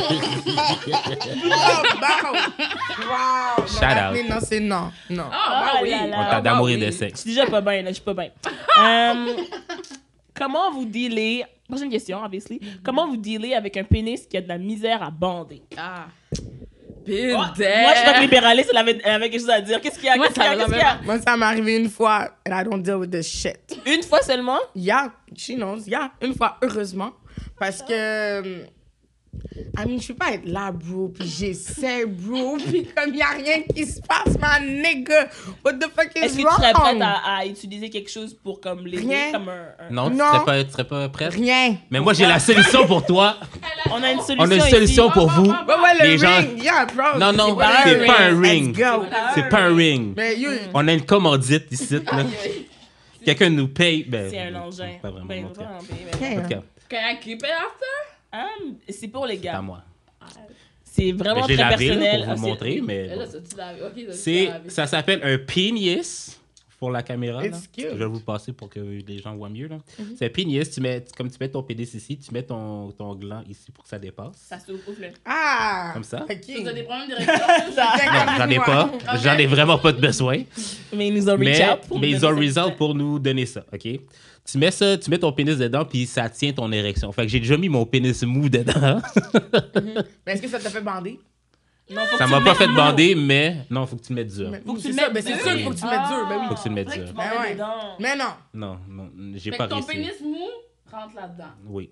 E: Oh, bah, wow.
B: Shout
E: Non,
B: out.
E: mais Non, c'est non. Non.
D: Ah, bah oui.
C: là là.
B: On
D: Ah,
B: t'a
D: bah
B: d'amour et
D: oui.
B: de
C: Je
B: sexe.
C: suis déjà pas bien, là, je suis pas bien. Euh, comment vous dealez... Prochaine question, obviously. Comment vous dealez avec un pénis qui a de la misère à bander?
D: Ah.
C: Oh, moi, je suis pas libéraliste, elle avait, elle avait quelque chose à dire. Qu'est-ce qu'il y a?
D: Moi,
C: Qu'est-ce qu'il y a?
D: ça
C: Qu'est-ce qu'il y a?
E: Moi, ça m'est arrivé une fois, and I don't deal with this shit.
C: Une fois seulement?
E: Yeah, she knows. Yeah, une fois, heureusement. Parce que, euh, I mean, je peux pas être là, bro, puis j'essaie, bro, puis comme y a rien qui se passe, ma nigga. What the fuck is
C: Est-ce que tu
E: wrong?
C: serais prête à, à utiliser quelque chose pour comme l'aider
E: Rien.
C: comme un, un-
B: Non, tu
E: Non.
B: serais pas, tu serais pas prête?
E: Rien.
B: Mais moi, j'ai la solution pour toi.
C: On a une solution.
B: On a une solution
C: ici.
B: pour vous.
E: Ouais, ouais, le
B: Les gens-
E: ring, yeah, bro.
B: Non, non,
E: pas
B: c'est
E: un
B: pas un ring.
E: Let's go.
B: C'est pas un ring.
E: Mais you,
B: On a une commandite ici. Là. Quelqu'un nous paye. Ben,
C: C'est un engin.
B: Pas vraiment.
C: Ben,
B: mon cas.
C: vraiment, ben, ben.
E: yeah.
B: En tout cas,
D: Can I keep it after?
C: Hum, c'est pour les
B: c'est
C: gars.
B: à moi.
C: C'est
B: Ben,
C: vraiment
B: J'ai
C: très
B: lavé là,
C: personnel.
B: pour vous
C: Ah,
B: le
C: c'est-
B: montrer, mais
D: Eh, Là,
B: bon.
D: ça, tu l'as- ok, ça, tu
B: C'est,
D: l'as lavé.
B: ça s'appelle un pénis pour la caméra. Là.
E: It's cute.
B: Je vais vous le passer pour que les gens voient mieux. Là. C'est un pénis. Tu mets, comme tu mets ton pénis ici, tu mets ton, ton gland ici pour que ça dépasse.
C: Ça s'ouvre, ouvre-le.
E: Ah!
B: Comme ça.
D: Vous avez
E: OK.
D: des problèmes de direction?
B: Non, j'en ai pas. J'en ai vraiment pas de besoin.
C: Mais ils nous ont reach
B: Mais,
C: out pour
B: mais
C: nous
B: ils ont
C: donner
B: reach
C: ça.
B: out pour nous donner ça, OK? Tu mets ça, tu mets ton pénis dedans, puis ça tient ton érection. Fait que j'ai déjà mis mon pénis mou dedans.
E: Mais est-ce que ça t'a fait bander?
C: Non, faut que
B: Ça
C: tu
B: m'a
C: le
B: pas
C: mettes
B: fait
C: mou.
B: bander, mais non, faut que tu le mettes dur.
E: Mais-
C: Faut que tu
E: c'est
C: le
E: ça,
C: mettes
E: ben c'est
C: dur.
E: sûr qu'il faut que tu le mettes dur. Ben oui.
B: Faut que tu le mettes
C: Faudrait
B: dur.
C: que tu
E: Ben
C: m'emmènes
E: ouais.
C: dedans.
E: Mais non.
B: Non, non, j'ai
D: Fait
B: pas
D: que ton
B: réussi.
D: pénis mou rentre là-dedans.
B: Oui.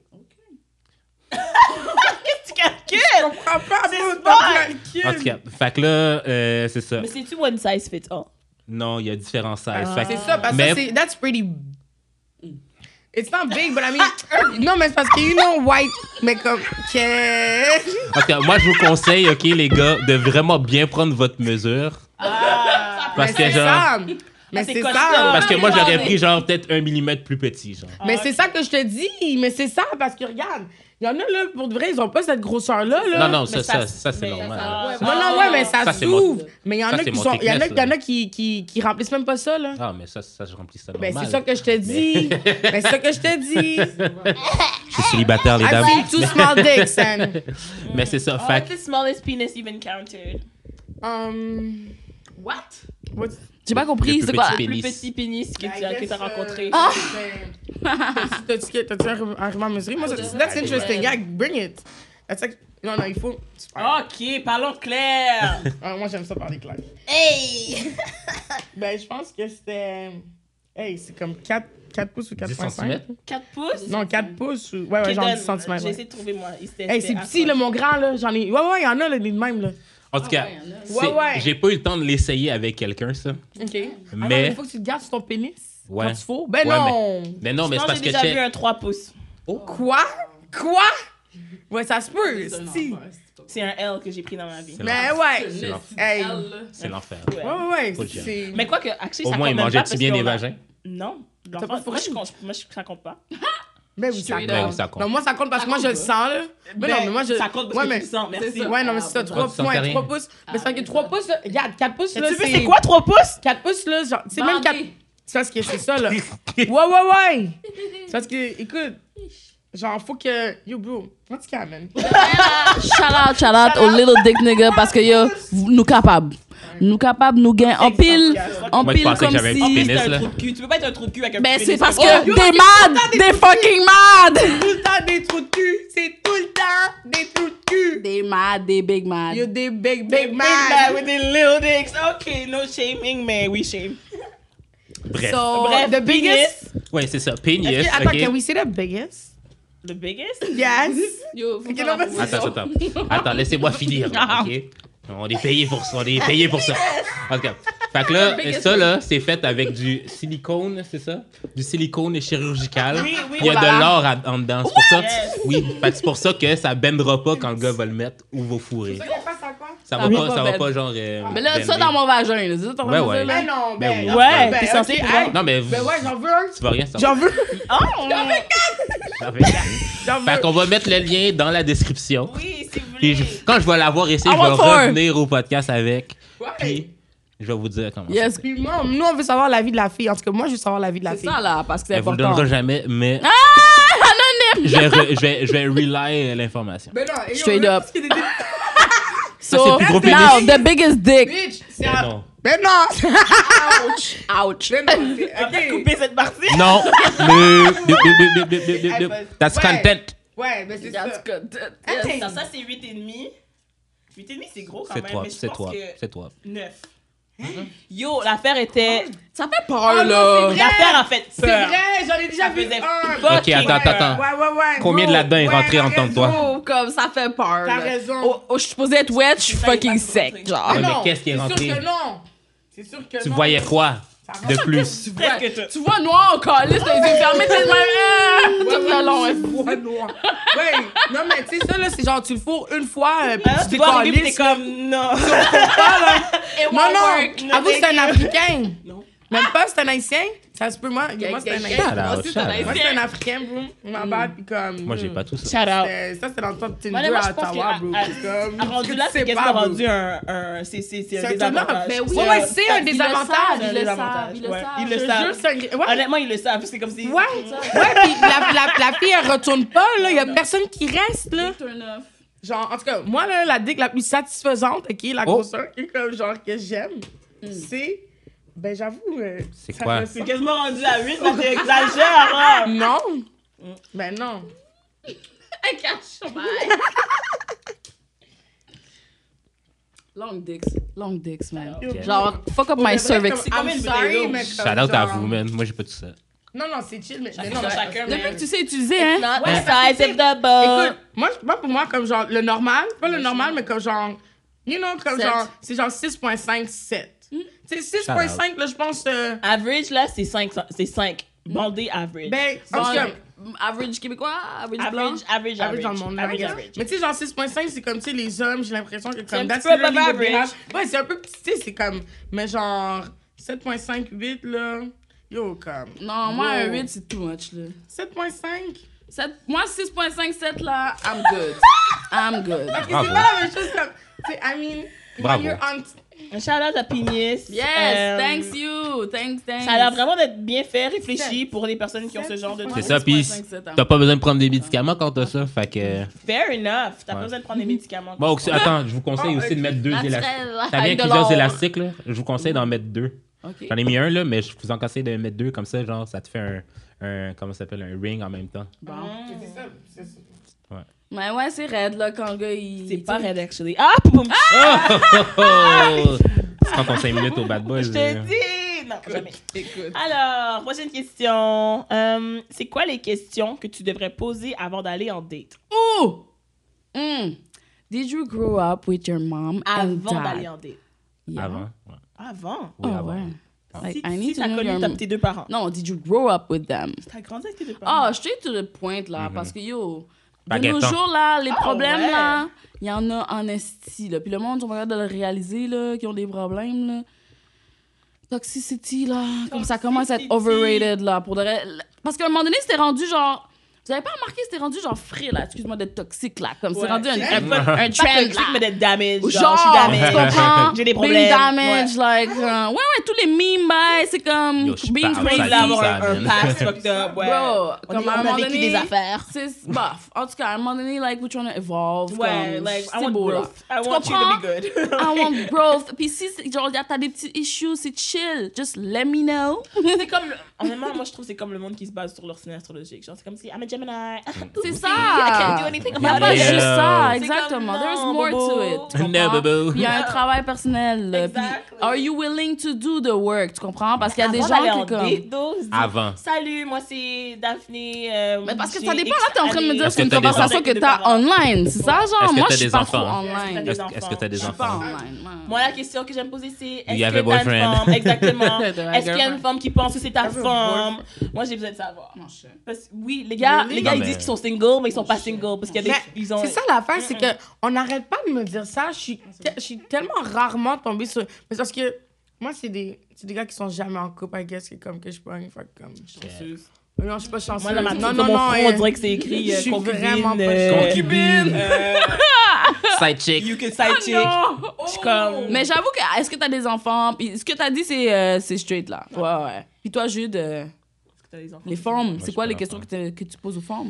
C: Tu calcules!
E: Je comprends pas,
C: C'est
E: bro,
C: smart.
E: ton calcul.
B: En tout cas, fait que là, euh, c'est ça.
C: Mais c'est-tu one size fits all?
B: Non, il y a différents sizes.
C: Ah.
B: Fait que-
E: C'est ça, parce que
B: Mais-
E: ça, c'est... That's pretty... It's not big, but I mean... non, mais c'est parce que, you know, white... Mais comme... Que...
B: En tout cas, moi, je vous conseille, OK, les gars, de vraiment bien prendre votre mesure.
C: Ah!
B: Parce
E: mais
B: que,
E: c'est
B: genre...
E: ça. Mais
C: Ah, c'est
E: c'est
C: quoi
E: ça.
C: ça?
B: Parce que moi,
D: Ah,
B: j'aurais
D: mais-
B: pris, genre, peut-être un millimètre plus petit, genre.
E: Mais
C: Ah,
E: c'est
C: ok.
E: ça que je te dis. Mais c'est ça, parce que regarde, il y en a, là, pour de vrai, ils ont pas cette grosseur-là, là.
B: Non, non,
C: Mais
B: ça,
C: ça-
B: ça, ça, c'est
C: mais-
B: normal.
C: Ah,
D: Ouais,
E: Non, non, ouais, mais ça,
B: Ça, c'est mon-
E: s'ouvre. Mais il y en
B: ça,
E: a
B: c'est
E: qui
B: mon
E: sont... Il y en a,
B: thickness,
E: il y en
B: là.
E: a qui, qui, qui remplissent même pas ça, là.
B: Ah, mais ça, ça, je remplis ça
E: Ben,
B: normal.
E: c'est ça que je te dis. Ben, c'est ça que je te dis.
B: Je suis célibataire, les
E: I've
B: dames.
E: seen two small dicks, and...
B: Mais c'est ça.
C: Oh,
B: Fait
C: what's the smallest penis you've encountered?
E: Um...
D: What?
E: What's...
D: J'ai pas compris,
B: le
D: c'est
B: plus
D: quoi?
B: petit
C: Le plus
B: pénis.
C: petit pénis que
E: I
C: tu as, que
E: guess,
C: t'as rencontré.
E: euh,
D: Ah!
E: ben, T'as-tu t'as-tu un un ruban mesuré? Moi, ça- that's interesting. Yeah, bring it. That's like... Non, non, il faut...
C: Ok, parlons clair.
E: Ah, moi, j'aime ça parler clair.
C: Hey!
E: Ben, je pense que c'était... Hey, c'est comme quatre, quatre pouces ou quatre
B: dix
E: virgule cinq.
B: centimètres?
C: quatre pouces?
E: Non, quatre pouces ou... Ouais, ouais,
C: Ok,
E: genre
C: donne.
E: dix centimètres.
C: J'ai
E: Ouais.
C: essayé de trouver moi. C'était-
E: Hey, c'est
C: c'était
E: petit, là,
C: atroce.
E: mon grand, là. J'en ai... Ouais, ouais, il y en a, là, des de même, là.
B: En tout cas,
D: Ah ouais, y en a.
B: c'est-
E: Ouais, ouais.
B: j'ai pas eu le temps de l'essayer avec quelqu'un, ça.
E: OK. Ah non,
B: Mais-
E: il faut que tu le gardes sur ton pénis.
B: Ouais.
E: Quand il faut. Ben
B: Ouais,
E: non!
B: Mais non, mais
C: Je
B: c'est
C: pense
B: parce
C: que
B: que
C: j'ai déjà vu
B: check.
C: un trois pouces.
E: Quoi? Quoi? Ouais, ça se peut,
D: C'est un
E: si.
D: enfer, c'est pas-
C: C'est un L que j'ai pris dans ma vie.
B: C'est
E: Mais ouais.
B: C'est l'enfer.
E: Hey.
D: Elle, là.
B: C'est l'enfer.
C: Ouais.
E: Ouais, ouais, ouais.
B: Faut le dire.
E: c'est-
C: Mais quoi que, actually,
B: Au
C: ça
B: moins,
C: compte
B: il
C: même pas
B: mangeait-tu
C: parce
B: bien
C: qu'on
B: des
C: a-
B: vagins?
C: Non.
E: T'as
C: L'enfant-
E: pas
C: Moi,
E: fourré?
C: je compte, moi, je- ça compte pas.
E: Ben oui, ça
D: Straight
E: compte.
D: up.
B: Oui, ça compte.
E: Non, moi, ça compte parce
D: Ça
E: que moi,
D: compte
E: je le
D: pas.
E: sens, là. Mais non, mais moi, je...
C: Ça compte parce
E: Ouais,
C: que
E: mais...
C: tu le sens, merci.
D: C'est ça.
E: Ouais, non, mais c'est ça,
D: Ah,
E: trois
B: tu sens
E: points,
B: rien?
E: trois pouces. Mais c'est parce que trois pouces, là, regarde, quatre pouces, là,
C: Tu veux, c'est quoi trois pouces?
E: quatre pouces, là, genre, c'est même
D: Bandé.
E: quatre... C'est parce que c'est ça, là. Ouais, ouais, ouais. C'est parce que, écoute, genre, faut que... Yo, bro, what's going man?
D: Shout out, shout out au little dick nigga parce que yo, nous capables. Nous capables, nous gagnons en pile, en
B: Moi, je
D: pile
B: pensais que
D: comme
B: j'avais un petit
C: En plus,
B: pénis,
C: t'es un
B: là.
C: trou de cul. Tu peux pas être un trou de cul avec un
D: Ben
C: petit
D: c'est
C: pénis.
D: parce
C: Oh,
D: que
C: yo,
D: des mad, des fucking mad.
E: Tout le temps des trous de cul. C'est tout le temps des trous de cul.
D: Des mad, des big mad.
E: You're des big,
C: Big
E: big
C: man
E: man.
C: with the little dicks. Okay, no shaming, mais we shame.
B: Bref.
E: So,
C: Bref,
E: the biggest...
B: Ouais, c'est ça. Pénis,
E: Est-ce que- Attends,
B: OK?
E: can we say the biggest?
C: The biggest?
E: Yes.
D: Yo, faut
E: Ok,
D: faire
E: non,
D: la
E: vas-y.
D: promotion.
B: Attends, attends. Attends, laissez-moi finir, là, OK? On est payé pour ça, on est payé pour ça. En tout cas, fait que là,
D: Biggest
B: ça, là, c'est fait avec du silicone, c'est ça? Du silicone chirurgical.
C: Oui, oui,
B: Il y a
D: voilà.
B: de l'or à- en dedans. C'est pour ça,
C: Yes.
B: oui, fait que c'est pour ça que ça bendera pas quand le gars va le mettre ou va fourrer.
E: Ça, il y a pas ça, quoi?
B: Ça
D: Ça
B: va
D: va
B: pas,
D: pas
B: ça va
D: bend.
B: pas genre. euh,
D: Mais là, ça
B: bender.
D: dans mon vagin, là. C'est ça, ton
B: Ouais,
D: vagin,
B: ouais.
D: là?
E: Ben non,
B: Ben
E: ben...
B: oui.
C: Ouais,
E: ben,
C: t'es censé
E: ok,
C: pouvoir.
E: hey,
B: Non, mais
E: Ben ouais, j'en veux un.
B: tu vas rien savoir.
E: J'en veux.
C: Oh!
B: J'en fais quatre.
E: J'en veux.
B: Fait qu'on va mettre le lien dans la description.
C: Oui, si vous
B: Puis
C: voulez.
B: je- quand je vais l'avoir ici,
D: I
B: je vais
D: want four.
B: revenir au podcast avec.
E: Ouais.
B: Puis je vais vous dire comment.
D: Yes.
E: Puis moi, nous, on veut savoir la vie de la fille. En tout cas, moi, je veux savoir la vie de la
D: C'est
E: fille.
D: ça, là, parce que c'est
B: Elle vous le
D: important.
B: donnera jamais, mais
D: Ah, anonyme!
B: je vais, re- je vais, je vais relay l'information.
E: Ben non, et yo,
D: Straight
E: là,
D: up.
E: parce qu'il y a des-
B: c'est
D: So,
B: le plus gros
D: now,
B: pénis.
D: the biggest dick.
E: Bitch, c'est
B: Ben
E: un-
B: non.
E: Ben non.
D: Ouch. Ouch.
E: Ben non, c'est-
C: On va
E: ok.
C: couper cette partie.
B: Non. Le- le- le- le- le- le- le- le- That's
E: Ouais.
B: content.
E: Ouais, ben c'est ça.
D: That's good.
E: Attends.
C: Ça, ça c'est huit virgule cinq. huit virgule cinq, c'est gros quand
B: C'est
C: même.
B: toi,
C: mais je
B: c'est
C: pense
B: toi,
C: que
B: c'est toi.
C: neuf. Yo, l'affaire était...
D: Ça fait peur,
E: Oh, non,
D: là.
E: c'est vrai.
C: L'affaire a fait
E: C'est
C: peur.
E: vrai, j'en ai déjà
C: Ça
E: vu
C: faisait
E: un.
C: fucking
B: Ok, attends, attends, attends.
E: Ouais, ouais, ouais.
B: Combien de
E: gros.
B: là-dedans est
E: Ouais,
B: rentré
E: t'as
B: en tant que toi?
E: raison.
D: Oh, comme ça fait peur.
E: T'as
D: là.
E: raison.
D: Oh, oh, je suis supposée être wet, je suis
C: Ça, il est
D: fucking
C: pas
D: sec,
C: rentré.
D: genre.
B: Ouais, mais
E: Non,
B: qu'est-ce qui est
E: c'est
B: rentré?
E: sûr que non. C'est sûr que
B: Tu
E: non.
B: voyais quoi de plus?
C: Presque tout.
D: Tu vois noir encore, là, t'as les yeux fermés, t'es même. Tout le long, ouais.
E: Ouais, noir. Ouais, non, mais tu sais, ça, là, c'est genre, tu le fourres une fois, euh, puis
C: Alors,
E: tu
C: tu vois arriver,
E: décalisses,
C: t'es
E: là.
C: comme, non.
D: It
E: Non,
D: won't
E: non,
D: work.
E: avoue que c'est un Africain.
C: Non.
E: Même pas, c'est un Haïtien. Ça se peut, moi. Moi, c'est un
B: Shout
E: Haïtien.
B: out,
D: Moi aussi,
B: shout
D: c'est un
B: out.
E: Moi, c'est un Africain, bro. Ma bad, puis comme...
B: Moi, j'ai pas tout ça.
C: Shout out.
E: C'était- Ça, c'était dans le temps de Tinder
C: Moi, moi,
E: à
C: je pense
E: Ottawa,
C: que
E: bro.
C: à-
E: Puis comme,
C: à- rendu
E: tu
C: là,
E: sais
C: c'est
E: pas,
C: quasiment
E: bro.
C: rendu un, un c'est c'est c'est
E: C'est
C: un
E: un
C: désavantage.
E: tournant.
D: Ben oui.
E: Ouais, ouais, c'est un
D: Ils le
E: désavantage.
D: savent,
C: C'est un
D: ils le
C: désavantage.
D: savent, ils le
C: Ouais,
D: savent.
C: ils
E: Je
C: le
E: te
C: savent.
E: jure, c'est un... Ouais,
C: Honnêtement, ils le savent. C'est comme si.
E: ouais, ouais, puis la, la, la fille, elle retourne pas, là. Il y a personne qui reste, là.
D: Turn off.
E: Genre, en tout cas, moi, là, la dick la plus satisfaisante, OK, la
B: Oh.
E: grosseur, qui est comme, genre, que j'aime, c'est... Ben, j'avoue... euh,
B: C'est
E: ça
B: quoi?
E: me-
C: C'est quasiment rendu à huit, là, t'exagères, là.
E: Non. Ben, non.
D: Hey, cache, bye. Long dicks. Long dicks, man.
C: Ok.
D: Genre, fuck up my
E: Pour de vrai,
D: cervix.
E: comme, I'm
C: combien de
E: sorry,
C: vidéos?
E: mais comme,
B: Shout out à
E: genre-
B: vous, man. Moi, j'ai pas tout ça.
E: Non, non, c'est chill, mais... mais
C: Chacun
E: non,
C: son
E: mais-
C: chacun,
D: Depuis
C: mais-
D: que tu sais utiliser, hein.
C: Not
E: Ouais.
C: the size of the boat.
E: Écoute, moi, je- moi, pour moi, comme genre, le normal, pas le normal, mais comme genre, you know, comme
D: Sept.
E: genre, c'est genre six virgule cinq, sept. Tu sais, six virgule cinq, là, je pense, euh,
C: Average, là, c'est cinq. C'est cinq. Bandé average.
E: ben, en
D: Bon,
E: tout cas,
D: average québécois, average blanc.
C: average, average,
E: average
C: average.
E: dans le monde,
C: Average,
E: average.
C: average.
E: Mais tu sais, genre six virgule cinq, c'est comme, tu sais, les hommes, j'ai l'impression que
C: un
E: comme,
C: petit
E: that's
C: peu above
E: literally the
C: average.
E: average. Ouais, c'est un peu petit, tu sais, c'est comme, mais genre, sept virgule cinq, huit, là, yo, comme.
D: Non, moi, un
E: Wow.
D: huit, c'est too much, là.
E: sept virgule cinq?
D: Sept- moi, six virgule cinq sept, là, I'm good. I'm good.
E: Ok, c'est
B: Bravo.
E: pas la même chose comme, tu sais, I mean,
B: Bravo.
E: when you're on...
C: Un shout-out à Pignis.
D: Yes,
C: Euh,
D: thanks you. Thanks, thanks.
C: Ça a l'air vraiment d'être bien fait, réfléchi pour les personnes qui ont ce genre de
B: C'est
C: trucs.
B: ça, pis t'as pas besoin de prendre des médicaments quand t'as ça. Fait que.
C: Fair enough. T'as pas
B: Ouais.
C: besoin de prendre des médicaments.
B: Bon, aussi, attends, je vous conseille
E: Oh,
B: aussi de mettre deux
D: Naturel,
B: élastiques. T'as
D: avec
B: bien
D: de
B: plusieurs
D: l'or.
B: élastiques, là. Je vous conseille d'en mettre deux.
D: OK.
B: J'en ai mis un, là, mais je vous en conseille de mettre deux comme ça, genre, ça te fait un. un comment ça s'appelle? Un ring en même temps.
D: Bon.
E: C'est ça, c'est ça.
D: Mais ouais, c'est raide, là, quand le gars, il...
C: C'est pas raide, actually. Ah, poum!
B: Oh! Tu prends ton cinq minutes au bad boy.
C: Je te dis! Non, jamais.
D: Écoute.
C: Alors, prochaine question. Euh, c'est quoi les questions que tu devrais poser avant d'aller en date?
D: Ooh! Mm. Did you grow up with your mom and
C: Avant
D: dad?
C: d'aller en date.
D: Yeah.
B: Avant. Ouais.
C: Avant?
B: Oui,
D: Oh,
B: avant.
D: ouais. Like,
C: si
D: I
C: si
D: need to
C: t'as
D: know
C: connu
D: your...
C: t'as tes deux parents.
D: Non, did you grow up with them?
C: T'as grandi avec tes deux parents.
D: Ah, straight to the point, là, parce que, yo, de
B: Baguette,
D: nos
B: hein.
D: jours, là, les
C: Ah,
D: problèmes,
C: ouais.
D: là, il y en a en esti, là. Puis le monde, on regarde de le réaliser, là, qui ont des problèmes, là. Toxicity, là, comme ça commence à être
C: Toxicity.
D: overrated, là, pour de vrai. Parce qu'à un moment donné, c'était rendu, genre... Vous avez pas remarqué, c'était rendu, genre, frais, là, excuse-moi, d'être toxique, là. Comme c'est
C: Ouais.
D: rendu un,
C: C'est
D: un,
C: pas-
D: un
C: Pas
D: trend,
C: toxique,
D: là.
C: mais d'être damage. Genre,
D: Genre,
C: je suis damage.
D: tu comprends?
C: J'ai des
D: Being
C: problèmes.
D: damage, like... euh, ouais, ouais, tous les memes, bye, c'est comme...
B: Yo, je suis
D: being
B: pas
D: crazy.
B: outside
C: Là, avoir
B: ça,
C: un, un
B: man.
C: past fucked up, ouais.
D: Bro,
C: on,
D: comme
C: est-
D: à un
C: on a
D: moment
C: vécu
D: donné,
C: des affaires.
D: C'est, bah, en tout cas, à un moment donné, like, we're trying to evolve.
C: Ouais,
D: comme,
C: like, I
D: c'est
C: want
D: beau, là.
C: growth. I
D: Tu
C: want you
D: comprends?
C: to be good.
D: I want growth. Puis si, c'est- genre, y a- t'as des petits issues, c'est chill. Just let me know.
C: C'est comme, le- honnêtement, moi je trouve que c'est comme le monde qui se base sur leur signe astrologique. Genre, c'est comme si I'm a Gemini.
D: C'est
C: I
D: ça.
C: can't do anything
D: Y a
C: about
D: pas
C: it.
D: juste ça,
C: C'est
D: exactement.
C: comme,
D: There's
C: non,
D: more
C: bobo.
D: to it. Tu
B: No,
D: comprends?
B: bobo.
D: Puis y a un travail personnel. là. Puis,
C: Exactly.
D: are you willing to do the work? Tu comprends? Parce qu'il y a des
C: Avant
D: gens
C: d'aller
D: qui
C: en
D: comme...
C: date, though, se dire,
B: Avant.
C: Salut, moi c'est Daphné. euh,
D: Mais parce que
C: j'ai
D: ça dépend,
C: X
D: là, t'es en train de me dire
C: années.
B: Est-ce
D: c'est une
B: que t'as des
D: conversation
C: enfants?
D: que t'as online. C'est ça, genre?
B: Est-ce que
D: Moi,
B: t'as
D: je suis
B: des
D: pas trop
B: enfants?
D: online.
C: Des
B: Est-ce
C: enfants.
B: est-ce que t'as
D: Je
B: des
D: suis pas
B: enfants?
D: online. man.
C: Moi, la question que je vais me poser, c'est est-ce
B: You have
C: que
B: a
C: t'as une
B: boyfriend.
C: femme? Exactement.
D: T'as un
C: Est-ce qu'il y a une
D: girlfriend.
C: femme qui pense que c'est ta
E: Have a
C: femme? Moi, j'ai besoin de savoir.
D: Non, je sais.
C: Parce que, oui, les gars, les gars
B: Non,
C: ils
B: mais-
C: disent qu'ils sont single, mais ils sont pas singles. Parce qu'il y a des.
E: Mais
C: Ils ont...
E: c'est ça l'affaire, c'est que on n'arrête pas de me dire ça. Je suis, te- je suis tellement rarement tombée sur. Mais parce que moi, c'est des, c'est des gars qui sont jamais en couple, I guess, c'est comme que je peux rien faire comme.
C: Chanceuse.
E: Non, je suis pas chanceuse.
C: Moi, là, ma
E: non,
C: sur
E: non,
C: mon
E: non.
C: front,
E: euh,
C: on dirait que c'est écrit
E: je
C: euh,
E: suis
C: concubine.
E: vraiment pas
C: euh,
B: Concubine.
C: euh,
B: Side chick.
C: You can side chick.
D: Non!
C: Je suis comme.
D: Mais j'avoue que, est-ce que t'as des enfants? Puis ce que t'as dit, c'est euh, c'est straight, là. Ouais, ouais. Puis toi, Jude, euh,
C: T'as des enfants.
D: les femmes,
B: Moi,
D: c'est
B: j'ai
D: quoi
B: pas
D: les questions
B: d'enfants.
D: que, t'as- que tu poses aux femmes?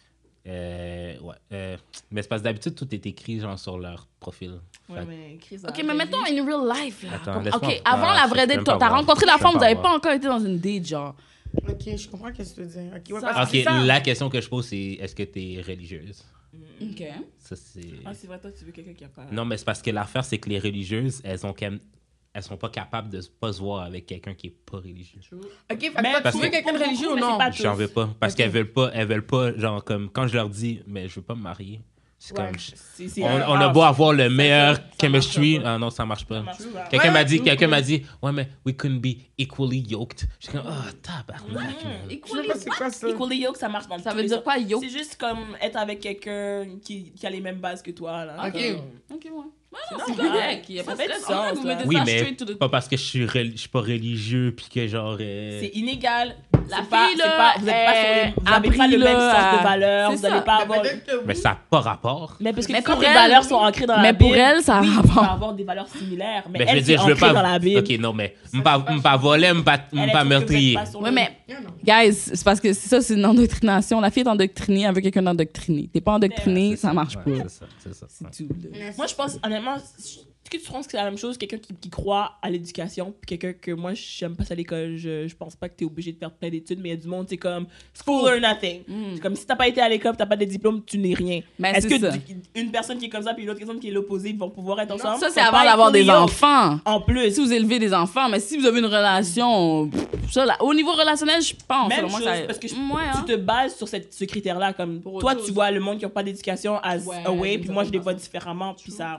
B: Euh, ouais. Euh, mais c'est parce que d'habitude, tout est écrit genre sur leur profil.
C: Ouais,
B: Fait-
C: mais Chris,
D: Ok, mais mettons in real life, là.
B: Attends,
D: Comme-
B: laisse-moi-
D: ok, avant
B: Ah,
D: la
B: je
D: vraie
B: peux
D: date,
B: même
D: t'as
B: pas
D: t'as
B: voir.
D: rencontré
B: Je
D: la
B: peux
D: femme, vous
B: pas
D: avez
B: voir.
D: pas encore été dans une date, genre.
E: Ok, je comprends ce que tu veux dire. Ok, ouais,
D: Ça-
E: parce que
B: Ok,
E: c'est ça.
B: la question que je pose, c'est est-ce que t'es religieuse?
D: Ok.
B: Ça, c'est.
C: Ah, c'est vrai, toi, tu veux quelqu'un qui a pas.
B: Non, mais c'est parce que l'affaire, c'est que les religieuses, elles ont quand même. elles sont pas capables de pas se voir avec quelqu'un qui est pas religieux.
E: Ok, fait que
C: Mais
E: toi,
B: parce
E: tu veux
B: que-
E: quelqu'un de religieux ou
C: Mais
E: non?
C: c'est pas-
B: J'en veux pas. Parce
E: Ok.
B: qu'elles veulent pas, elles veulent pas, genre, comme, quand je leur dis, mais je veux pas me marier, c'est
C: Ouais,
B: comme, je-
C: c'est- c'est-
B: on,
C: ah,
B: on a beau avoir le meilleur
C: ça marche
B: chemistry,
C: pas.
B: ah non, ça marche pas.
C: Ça marche pas.
B: Quelqu'un
E: Ouais,
B: m'a dit,
E: ouais.
B: quelqu'un m'a dit, ouais, mais we couldn't be equally yoked. Je suis comme, oh, tabarnak. man.
E: Je sais pas c'est quoi ça.
C: Equally yoke, ça marche dans
D: Ça
C: tous
D: veut
C: les
D: dire
C: sens.
D: quoi, yoke?
C: C'est juste comme être avec quelqu'un qui, qui a les mêmes bases que toi. Là.
E: Ok.
C: Comme-
D: Ok, ouais. Ouais,
C: C'est
D: c'est
C: normal.
D: correct. Il y a
C: Ça
D: pas de
C: fait du
D: stress.
C: sens,
D: En fait, vous
C: là.
D: mettez
B: Oui,
D: ça
B: mais
D: straight to the-
B: pas parce que je suis, rel- je suis pas religieux, puis que genre. euh,
C: C'est inégal.
D: La
C: C'est pas-
D: fille,
C: c'est
D: là,
C: pas- vous n'êtes pas sur les-
D: elle
C: vous n'avez pas
D: appris,
C: le même
D: là,
C: sens
D: à-
C: de valeur.
D: c'est
C: Vous n'allez
D: ça.
C: pas avoir.
B: Mais ça n'a pas rapport.
C: Mais parce que
D: Mais
C: quand
D: pour
C: tes
D: elle-
C: valeurs sont ancrées dans
D: mais
C: la
D: pour
C: Bible,
D: elle, ça a
C: oui,
D: rapport.
C: tu vas avoir des valeurs similaires. Mais,
B: Mais je
C: elle,
B: veux dire,
C: c'est
B: je veux
C: ancré
B: pas.
C: dans la Bible.
B: Ok, non, mais m'pas m'pas voler, m'pas
C: Elle, elle
B: m'pas
C: trouve que vous êtes
B: meurtrier.
C: pas sur
D: Ouais,
C: le-
D: mais,
E: Non, non.
D: guys, c'est parce que c'est ça, c'est une endoctrination. La fille est endoctrinée, elle veut quelqu'un d'endoctriné. T'es pas endoctriné,
B: C'est
D: ça marche
B: Ouais,
D: pas.
B: C'est ça, c'est ça.
D: C'est
B: ouais.
D: tout, là.
C: Moi, je pense, honnêtement, est-ce que tu penses que c'est la même chose, quelqu'un qui, qui croit à l'éducation, puis quelqu'un que moi, j'aime pas ça à l'école, je, je pense pas que t'es obligé de faire plein d'études, mais il y a du monde, c'est comme school or nothing. C'est comme si t'as pas été à l'école, t'as pas de diplôme, tu n'es rien.
D: Mais
C: Est-ce
D: c'est
C: que
D: ça.
C: tu- une personne qui est comme ça, puis une autre personne qui est l'opposé, ils vont pouvoir être ensemble?
D: Ça, c'est
C: Faut
D: avant
C: pas
D: d'avoir
C: equally
D: des
C: yoked.
D: enfants.
C: En plus.
D: Si vous élevez des enfants, mais si vous avez une relation, pff, ça, là, au niveau relationnel, je pense.
C: Même
D: selon moi,
C: chose,
D: ça-
C: parce que je-
D: Ouais, hein.
C: tu te bases sur cette, ce critère-là. Comme
D: Pour
C: toi,
D: autre
C: tu
D: chose.
C: vois le monde qui n'a pas d'éducation as
D: Ouais,
C: a way,
D: d'une
C: puis moi, je les
D: certaine
C: vois
D: façon.
C: différemment, puis ça...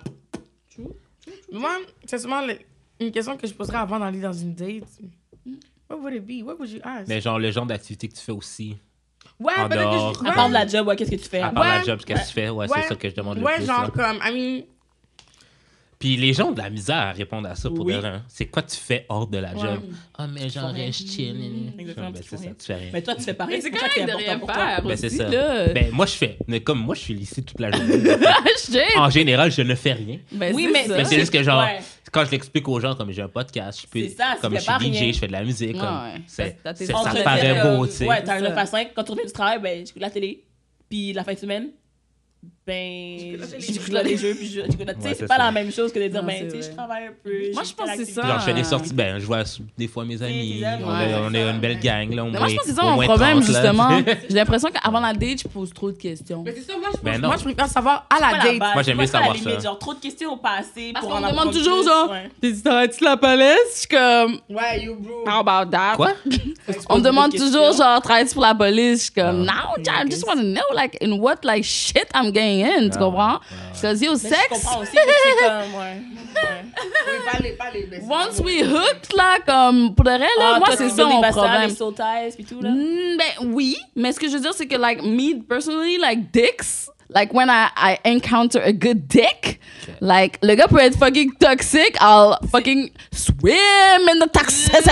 E: Moi, c'est souvent le- une question que je poserais avant d'aller dans une date. What would it be? What would you ask?
B: Mais genre, le genre d'activité que tu fais aussi.
E: Ouais,
B: en
E: peut-être que
B: dehors.
E: je...
C: À
E: ouais.
C: part de la job, ouais, qu'est-ce que tu fais?
B: À part la
E: Ouais.
B: job, qu'est-ce que tu fais? Ouais,
E: Ouais.
B: c'est ça que je demande le
E: Ouais,
B: plus.
E: genre
B: là.
E: comme, I mean...
B: Puis les gens ont de la misère à répondre à ça pour
C: Oui.
B: de vrai, hein. C'est quoi tu fais hors de la
E: Ouais.
B: job? Ah, mais genre,
C: rien.
B: je chill.
C: Exactement,
B: Ben,
C: tu
B: c'est
C: fais
B: ça,
C: rien.
B: tu fais rien.
C: Mais toi, tu fais pareil.
D: Mais c'est
C: pour ça
D: correct
C: que
D: de rien
C: important pour toi.
D: faire.
B: Ben, c'est
D: aussi,
B: ça.
D: là.
B: Ben, moi, je fais. Mais comme moi, je suis ici toute la journée.
D: Shit.
B: En général, je ne fais rien.
D: Ben,
C: Oui,
D: c'est
C: mais-
D: ça.
B: Mais c'est juste que, genre,
C: Ouais.
B: quand je l'explique aux gens, comme j'ai un podcast, je peux.
C: C'est ça, tu
B: comme
C: fais
B: je
C: pas
B: suis D J,
C: rien.
B: je fais de la musique.
D: Ouais,
B: Comme,
D: ouais.
B: c'est,
D: T'as tes
B: c'est-
C: On
B: ça
C: te
B: paraît
C: dit,
B: beau,
C: euh,
B: tu sais.
C: Ouais, t'as un
D: C'est ça.
C: neuf à cinq. Quand tu reviens du travail, ben, j'écoute la télé. Puis la fin de semaine, ben, j'écoute là les jeux. Puis je- j'écoute la- tu sais,
B: Ouais,
C: c'est
B: c'est
C: pas
B: ça.
C: la même chose que de dire,
D: Non,
C: ben,
D: c'est
C: tu sais,
D: vrai.
C: je travaille un peu.
D: Moi,
C: j'ai
D: je pense
C: telle
D: que c'est
C: activité.
D: ça.
B: Genre, je fais des
D: Ah.
B: sorties, ben, je vois des fois mes amis.
C: tes amis,
B: on,
C: ouais,
B: est, on est une belle gang, là. Au
D: Mais
B: moins,
D: moi, je pense que c'est ça
B: au
D: mon
B: moins
D: problème,
B: trente, là.
D: justement. J'ai l'impression qu'avant la date, je pose trop de questions.
E: Mais c'est ça, moi, je,
B: Ben
E: pense-
B: non.
E: moi, je préfère savoir à la
C: Pas la
E: date.
C: base,
B: Moi, j'aime
C: c'est
B: mieux
C: pas la
B: savoir
C: limite,
B: ça.
C: Genre, trop de questions au passé
D: Parce
C: pour
D: qu'on
C: en
D: me
C: apprendre
D: demande toujours,
C: plus,
D: genre,
C: ouais.
D: t'es dit, t'arrêtes-tu la police? Je suis comme,
E: Ouais, you bro.
D: how about that?
B: Quoi?
D: On me demande
C: des
D: toujours,
C: questions.
D: genre, travailles-tu pour la police? Je suis comme,
B: Ah.
D: no, I just want to know, like, in what, like, shit I'm getting in, tu
B: Ah,
D: comprends?
B: ah,
D: Because, yo,
C: Mais je
D: sex,
C: comprends aussi que c'est comme, ouais. ouais.
E: Oui, parlez, parlez. mais c'est
D: once
E: pas
D: we
E: bon.
D: hooked, là, comme, pour de vrai, là,
C: Ah,
D: moi,
C: toi,
D: c'est
C: tu
D: ça
C: veux
D: mon
C: des passages,
D: problème.
C: des soul ties, puis tout, là.
D: Mm, ben oui, mais ce que je veux dire, c'est que, like, me, personally, like, dicks, like, when I, I encounter a good dick, like, le gars peut être fucking toxic, I'll fucking swim in the toxicity.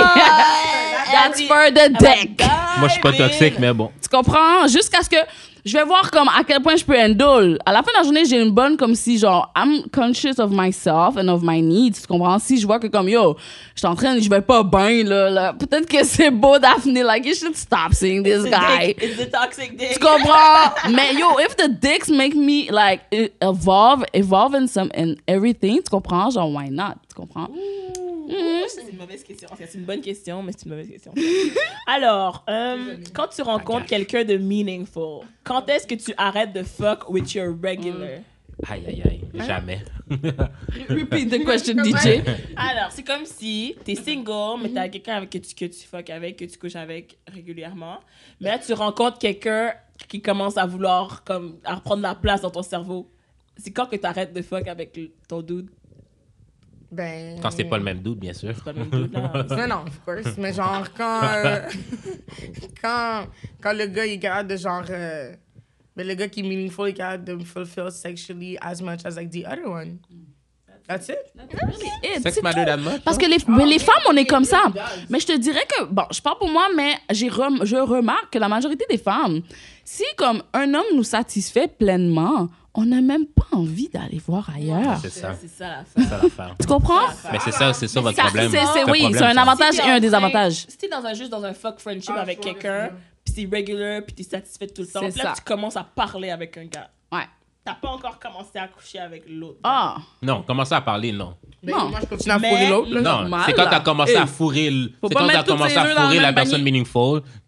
D: That's for the dick.
B: Moi, je suis pas toxique, mais bon.
D: Tu comprends? Jusqu'à ce que je vais voir comme à quel point je peux handle. À la fin de la journée, j'ai une bonne comme si genre I'm conscious of myself and of my needs. Tu comprends? Si je vois que comme yo, je suis en train, je vais pas bien là, là. Peut-être que c'est beau Daphné, like you should stop seeing this
C: It's the
D: guy.
C: dick, It's the toxic dick.
D: Tu comprends? Mais yo, if the dicks make me like e- evolve, evolve in some in everything, tu comprends? Genre why not? Tu comprends?
C: C'est une mauvaise question. En fait, c'est une bonne question, mais c'est une mauvaise question. Alors, euh, quand tu rencontres quelqu'un de meaningful, quand est-ce que tu arrêtes de fuck with your regular?
B: Aïe, aïe, aïe. Jamais.
D: Repeat the question, D J.
C: Alors, c'est comme si t'es single, mais t'as quelqu'un avec que tu, que tu fuck avec, que tu couches avec régulièrement. Mais là, tu rencontres quelqu'un qui commence à vouloir comme, à reprendre la place dans ton cerveau. C'est quand que t'arrêtes de fuck avec le- ton dude?
E: Ben.
B: Quand c'est pas le même doute, bien sûr.
C: C'est pas le même dude, là.
E: Non, non, of course. Mais genre, quand. euh, quand, quand le gars il est capable de genre. euh, mais le gars qui est meaningful est capable de me fulfill sexually as much as like the other one. That's it.
D: It,
B: Sex
D: c'est
B: matter
D: tout.
B: that much?
D: Parce
B: hein?
D: que les,
E: Ah,
D: mais les
E: oui,
D: femmes, on
E: oui,
D: est comme
E: oui,
D: ça.
E: it does.
D: Mais je te dirais que, bon, je parle pour moi, mais j'ai rem- je remarque que la majorité des femmes, si comme un homme nous satisfait pleinement, on n'a même pas envie d'aller voir ailleurs.
B: C'est ça.
C: C'est ça la
B: C'est
C: fin.
B: ça l'affaire.
D: Tu comprends?
B: Mais c'est ça, c'est ça votre
D: Ça,
B: problème.
D: c'est- c'est-
B: C'est un
D: oui,
B: problème,
D: c'est un
B: ça.
D: avantage
C: Si
D: et
C: t'es
D: un
C: en
D: désavantage.
C: train- Si t'es dans un, juste dans un fuck friendship
E: Ah,
C: avec
E: je vois,
C: quelqu'un,
E: je vois.
C: puis c'est regular, puis t'es satisfait tout le temps,
D: C'est
C: puis là,
D: ça.
C: tu commences à parler avec un gars.
D: Ouais.
C: T'as pas encore commencé à coucher avec l'autre.
D: Ah,
B: Non, commencer à parler, non.
E: Mais
D: Non.
E: moi, je continue à
C: Mais-
E: fourrer l'autre. là.
B: Non,
D: Normal,
B: c'est quand
D: là.
B: t'as commencé
D: Hey.
B: à fourrer, le-
D: Faut
B: c'est
D: pas
B: quand t'as
D: mettre toutes
B: commencé
D: ces
B: à
D: œufs dans
B: fourrer
D: le
B: la
D: même
B: personne
D: panier.
B: meaningful que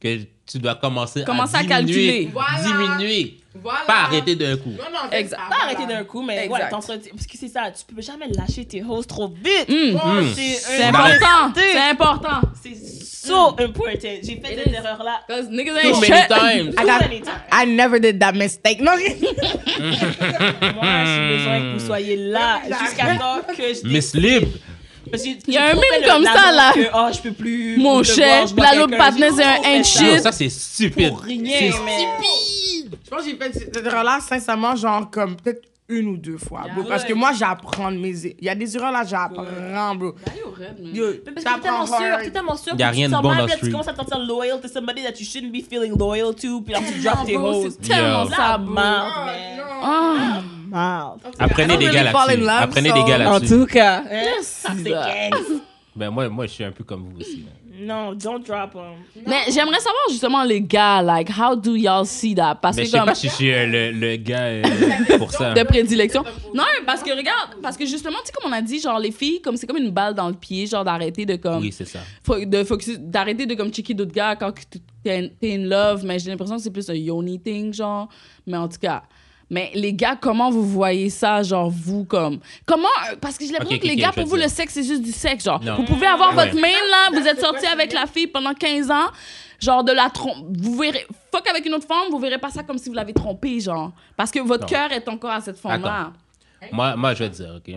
B: tu dois commencer,
D: Commencer
B: à,
D: à calculer.
B: diminuer,
E: Voilà.
B: diminuer,
E: Voilà.
B: pas arrêter d'un coup.
E: Non, non,
D: Exact.
E: ça,
C: Pas
E: voilà.
C: arrêter d'un coup, mais
D: Exact.
C: ouais, t'entretiens- parce que c'est ça, tu peux jamais lâcher tes hosts trop vite.
D: Mm.
C: Oh,
B: Mm.
C: C'est
D: C'est
C: un-
D: important.
C: c'est-
D: C'est important.
C: C'est so important. J'ai fait
D: It
C: cette
D: is.
C: erreur-là.
D: Because niggas
B: Too
D: ain't
B: many
D: shit.
B: times.
E: I, got,
C: many times.
E: I never did that mistake. Non, rien.
C: Moi, j'ai besoin que vous soyez là jusqu'à temps que je
B: Miss Lib.
C: Parce que
D: Il y a
C: j'ai
D: un
C: trop
D: meme
C: fait le-
D: comme ça,
C: l'annonce
D: là.
C: que, oh, je peux plus.
D: Mon
C: te
D: cher,
C: voir, je vois
D: là, l'autre
C: quelqu'un.
D: partenaire,
C: J'ai
D: c'est un
C: trop fait
D: ain't
C: ça.
B: Yo,
D: shit.
B: ça, c'est stupide.
C: Pour rien,
B: C'est
C: mais.
E: Je pense que j'ai fait cette erreur-là, sincèrement, genre, comme peut-être une ou deux fois, bro.
C: Yeah.
E: Parce que moi, j'apprends de mes... Il y a des erreurs, là, j'apprends, bro. Yo,
C: Mais parce que t'es
E: t'apprends
C: tellement sûr,
E: hard.
C: t'es tellement sûr
B: Y a
C: que
B: rien
C: tu
B: de
C: te
B: bon
C: sens mal,
B: dans
C: puis là,
B: ce
C: tu
B: street.
C: commences à te sentir loyal to somebody that you shouldn't be feeling loyal to, puis là, tu drops tes
D: Bro,
C: hoes.
D: c'est tellement
B: Yo.
C: La
D: ça, bro.
C: merde,
E: Oh,
C: man.
E: non.
D: Ah.
C: Merde.
B: Apprenez
E: I
B: des
E: don't
B: gars
E: really fall in
B: là-dessus.
E: love,
B: Apprenez
E: so-
B: des gars
C: En
B: là-dessus.
C: tout cas, hein,
D: Yes,
C: ça, c'est
D: ça.
C: quinze.
B: Ben, moi, moi, je suis un peu comme vous aussi. Là.
C: Non, don't drop them.
D: Mais j'aimerais savoir justement les gars, like, how do y'all see that? Parce
B: Mais
D: que
B: je sais
D: comme
B: pas si je suis euh, le, le gars euh, pour ça.
D: de prédilection. Non, parce que regarde, parce que justement, tu sais comme on a dit, genre les filles, comme c'est comme une balle dans le pied, genre d'arrêter de comme,
B: Oui, c'est ça.
D: fo- de focus, d'arrêter de comme checker d'autres gars quand tu- t'es t'es in love. Mais j'ai l'impression que c'est plus un yoni thing, genre. Mais en tout cas. Mais les gars, comment vous voyez ça, genre vous comme comment parce que j'ai l'impression
B: Ok,
D: que les
B: ok,
D: gars
B: je vais
D: pour vous
B: dire.
D: le sexe c'est juste du sexe, genre
B: Non.
D: vous pouvez avoir
B: Ouais.
D: votre main là, vous êtes sorti avec la fille pendant quinze ans, genre de la trompe, vous verrez fuck avec une autre femme, vous verrez pas ça comme si vous l'avez trompé, genre parce que votre
B: Non.
D: cœur est encore à cette forme là.
B: Moi, moi, je vais te dire, OK?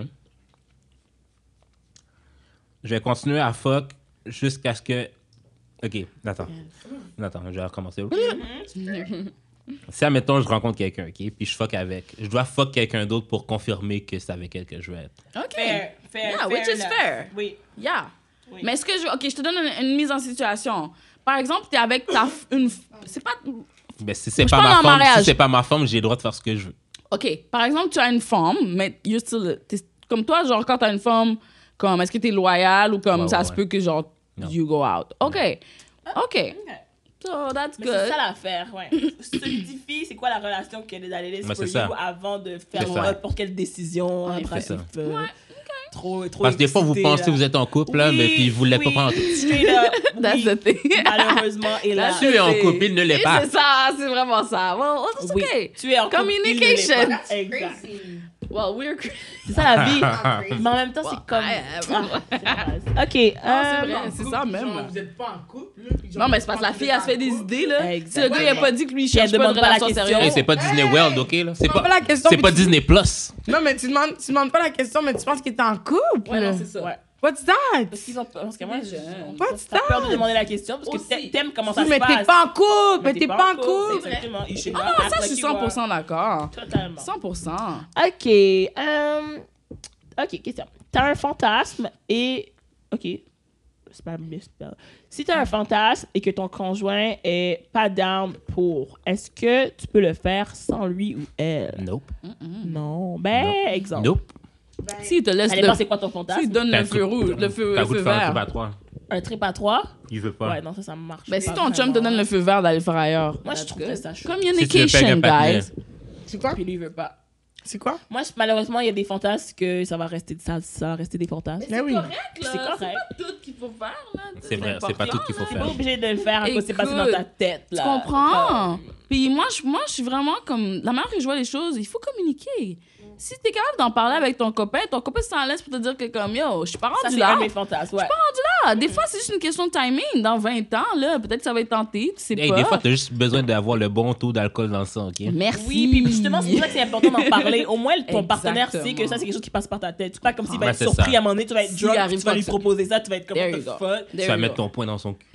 B: Je vais continuer à fuck jusqu'à ce que... OK, attends. Attends, je vais recommencer. Si, admettons, je rencontre quelqu'un, OK? Puis je fuck avec. Je dois fuck quelqu'un d'autre pour confirmer que c'est avec elle que je veux être.
D: OK.
C: Fair, fair,
D: Yeah,
C: fair
D: which is
C: enough.
D: fair.
C: Oui.
D: Yeah.
C: Oui.
D: Mais est-ce que je OK, je te donne une, une mise en situation. Par exemple, tu es avec ta f- une f- c'est pas
B: Mais si c'est
D: Je
B: pas
D: parle
B: ma
D: en
B: femme,
D: mariage.
B: si c'est pas ma femme, j'ai le droit de faire ce que je veux.
D: OK, par exemple, tu as une femme, mais you're still, t'es- comme toi, genre, quand tu as une femme, comme, est-ce que tu es loyal ou comme
B: Ouais,
D: ça
B: ouais,
D: se
B: ouais.
D: peut que, genre,
B: Non.
D: you go out? OK. OK. So, that's
C: Mais
D: good.
C: c'est ça l'affaire, ouais. Solidifie, c'est quoi la relation qu'elle est d'aller
B: Mais
C: for
B: c'est ça.
C: you avant de faire
B: C'est ça.
C: n'importe quelle décision.
D: Ouais,
C: après,
B: c'est ça.
C: euh, Trop, trop
B: Parce que des fois, vous
C: excité,
B: pensez que
C: là.
B: vous êtes en couple, là,
C: Oui,
B: mais puis vous l'êtes
C: oui,
B: pas en couple.
C: Straight up.
D: That's
C: oui,
D: the thing.
C: malheureusement, et là.
D: That's
B: Tu es en
D: the
B: couple,
D: thing.
B: il ne l'est
D: Et
B: pas.
D: C'est ça, c'est vraiment ça. Well, it's
C: Oui,
D: OK.
C: tu es en couple, il ne l'est
D: Communication.
C: pas. Exact.
D: Well, we're...
C: C'est ça la vie. Mais en même temps, c'est comme.
D: Ouais,
C: Ah,
D: ouais.
C: c'est dommage. Ok.
D: c'est
C: euh,
D: vrai. c'est ça même,
E: Genre,
D: là.
E: vous êtes pas en couple, là, puis genre,
D: Non, mais c'est parce que la fille, elle se fait des idées, là. Si le gars, il a pas dit que lui, il
C: Puis elle
D: cherche pas de
C: demande pas la
D: relation
C: question.
B: Hey,
D: sérieuse.
B: c'est pas Disney World, OK? là? C'est
E: Demande
B: pas,
E: pas la question,
B: c'est
E: puis
B: pas
E: tu-
B: Disney Plus.
E: Non, mais tu demandes, tu demandes pas la question, mais tu penses qu'il est en couple.
D: Ouais,
E: là.
D: non, c'est ça.
C: Ouais.
E: What's that?
C: Parce qu'ils ont peur. Parce que moi,
D: Des
C: je-
D: jeunes.
C: on-
E: What's
C: t'as peur de
E: that?
C: demander la question parce que
D: Aussi.
C: t'a- t'aimes comment ça
E: Oui,
C: se
E: mais
C: passe.
E: t'es pas en couple, mais t'es pas en couple.
C: Exactement. You should
D: Ah
C: not
D: non,
C: act
D: ça, je
C: like
D: suis
C: you
D: cent
C: are.
D: pour cent d'accord.
C: Totalement.
D: cent pour cent.
C: Ok. euh, Ok, question. T'as un fantasme et. Ok. C'est pas misspell. Si t'as un fantasme et que ton conjoint est pas down pour, est-ce que tu peux le faire sans lui ou elle?
B: Nope.
C: Non. Ben,
B: Non.
C: exemple.
B: Nope.
D: S'il te laisse
C: Ça
D: le...
C: dépend c'est quoi ton fantasme.
D: S'il donne
B: T'as
D: le
B: le
D: feu
B: coup-
D: rouge, le feu,
B: T'as
D: le
B: goût de
D: feu
B: faire un
D: vert.
B: trip à trois.
C: Un trip à trois?
B: Il veut pas.
C: Ouais, non, ça, ça marche.
D: Ben, si
C: pas
D: ton chum te
C: vraiment.
D: donne le feu vert d'aller le faire ailleurs.
C: Moi, je
D: that's
C: trouverais
D: good.
C: ça chaud.
D: Communication,
B: Si tu veux faire un
D: guys.
B: partenaire.
E: C'est quoi?
C: Puis lui, il veut pas.
E: C'est quoi?
C: Moi, je- malheureusement, il y a des fantasmes que ça va rester, ça, ça va rester des fantasmes.
E: Mais oui.
D: Correct, là.
C: C'est correct.
D: C'est pas tout qu'il faut faire, là.
B: C'est vrai, c'est pas tout qu'il faut
C: T'es
B: faire.
C: pas obligé de le faire à cause que c'est passé dans
D: Écoute,
C: ta tête, là.
D: Tu comprends? Puis moi je, moi, je suis vraiment comme... La manière que je vois les choses, il faut communiquer. Si t'es capable d'en parler avec ton copain, ton copain s'en laisse pour te dire que comme, yo, je suis pas
C: Ça,
D: rendu
C: c'est
D: là.
C: un de mes fantasmes, ouais.
D: Ah, des fois, c'est juste une question de timing. Dans vingt ans, là, peut-être que ça va être tenté, tu sais
B: Hey,
D: pas.
B: des fois, t'as juste besoin d'avoir le bon taux d'alcool dans le sang, OK?
D: Merci.
C: Oui, puis justement, c'est pour ça que c'est important d'en parler. Au moins, ton
D: Exactement.
C: partenaire sait que ça, c'est quelque chose qui passe par ta tête. C'est pas comme s'il va
B: Ouais,
C: être
B: c'est
C: surpris
B: ça.
C: à un moment donné, tu vas être
D: S'il
C: drunk,
D: arrive
C: tu vas
D: pas
C: lui
D: que ça-
C: proposer ça, tu vas être comme,
D: There
C: what
D: you
C: the
D: go.
C: fuck.
B: Tu
D: There
B: vas
D: you
B: mettre
D: go.
B: ton poing dans son cul.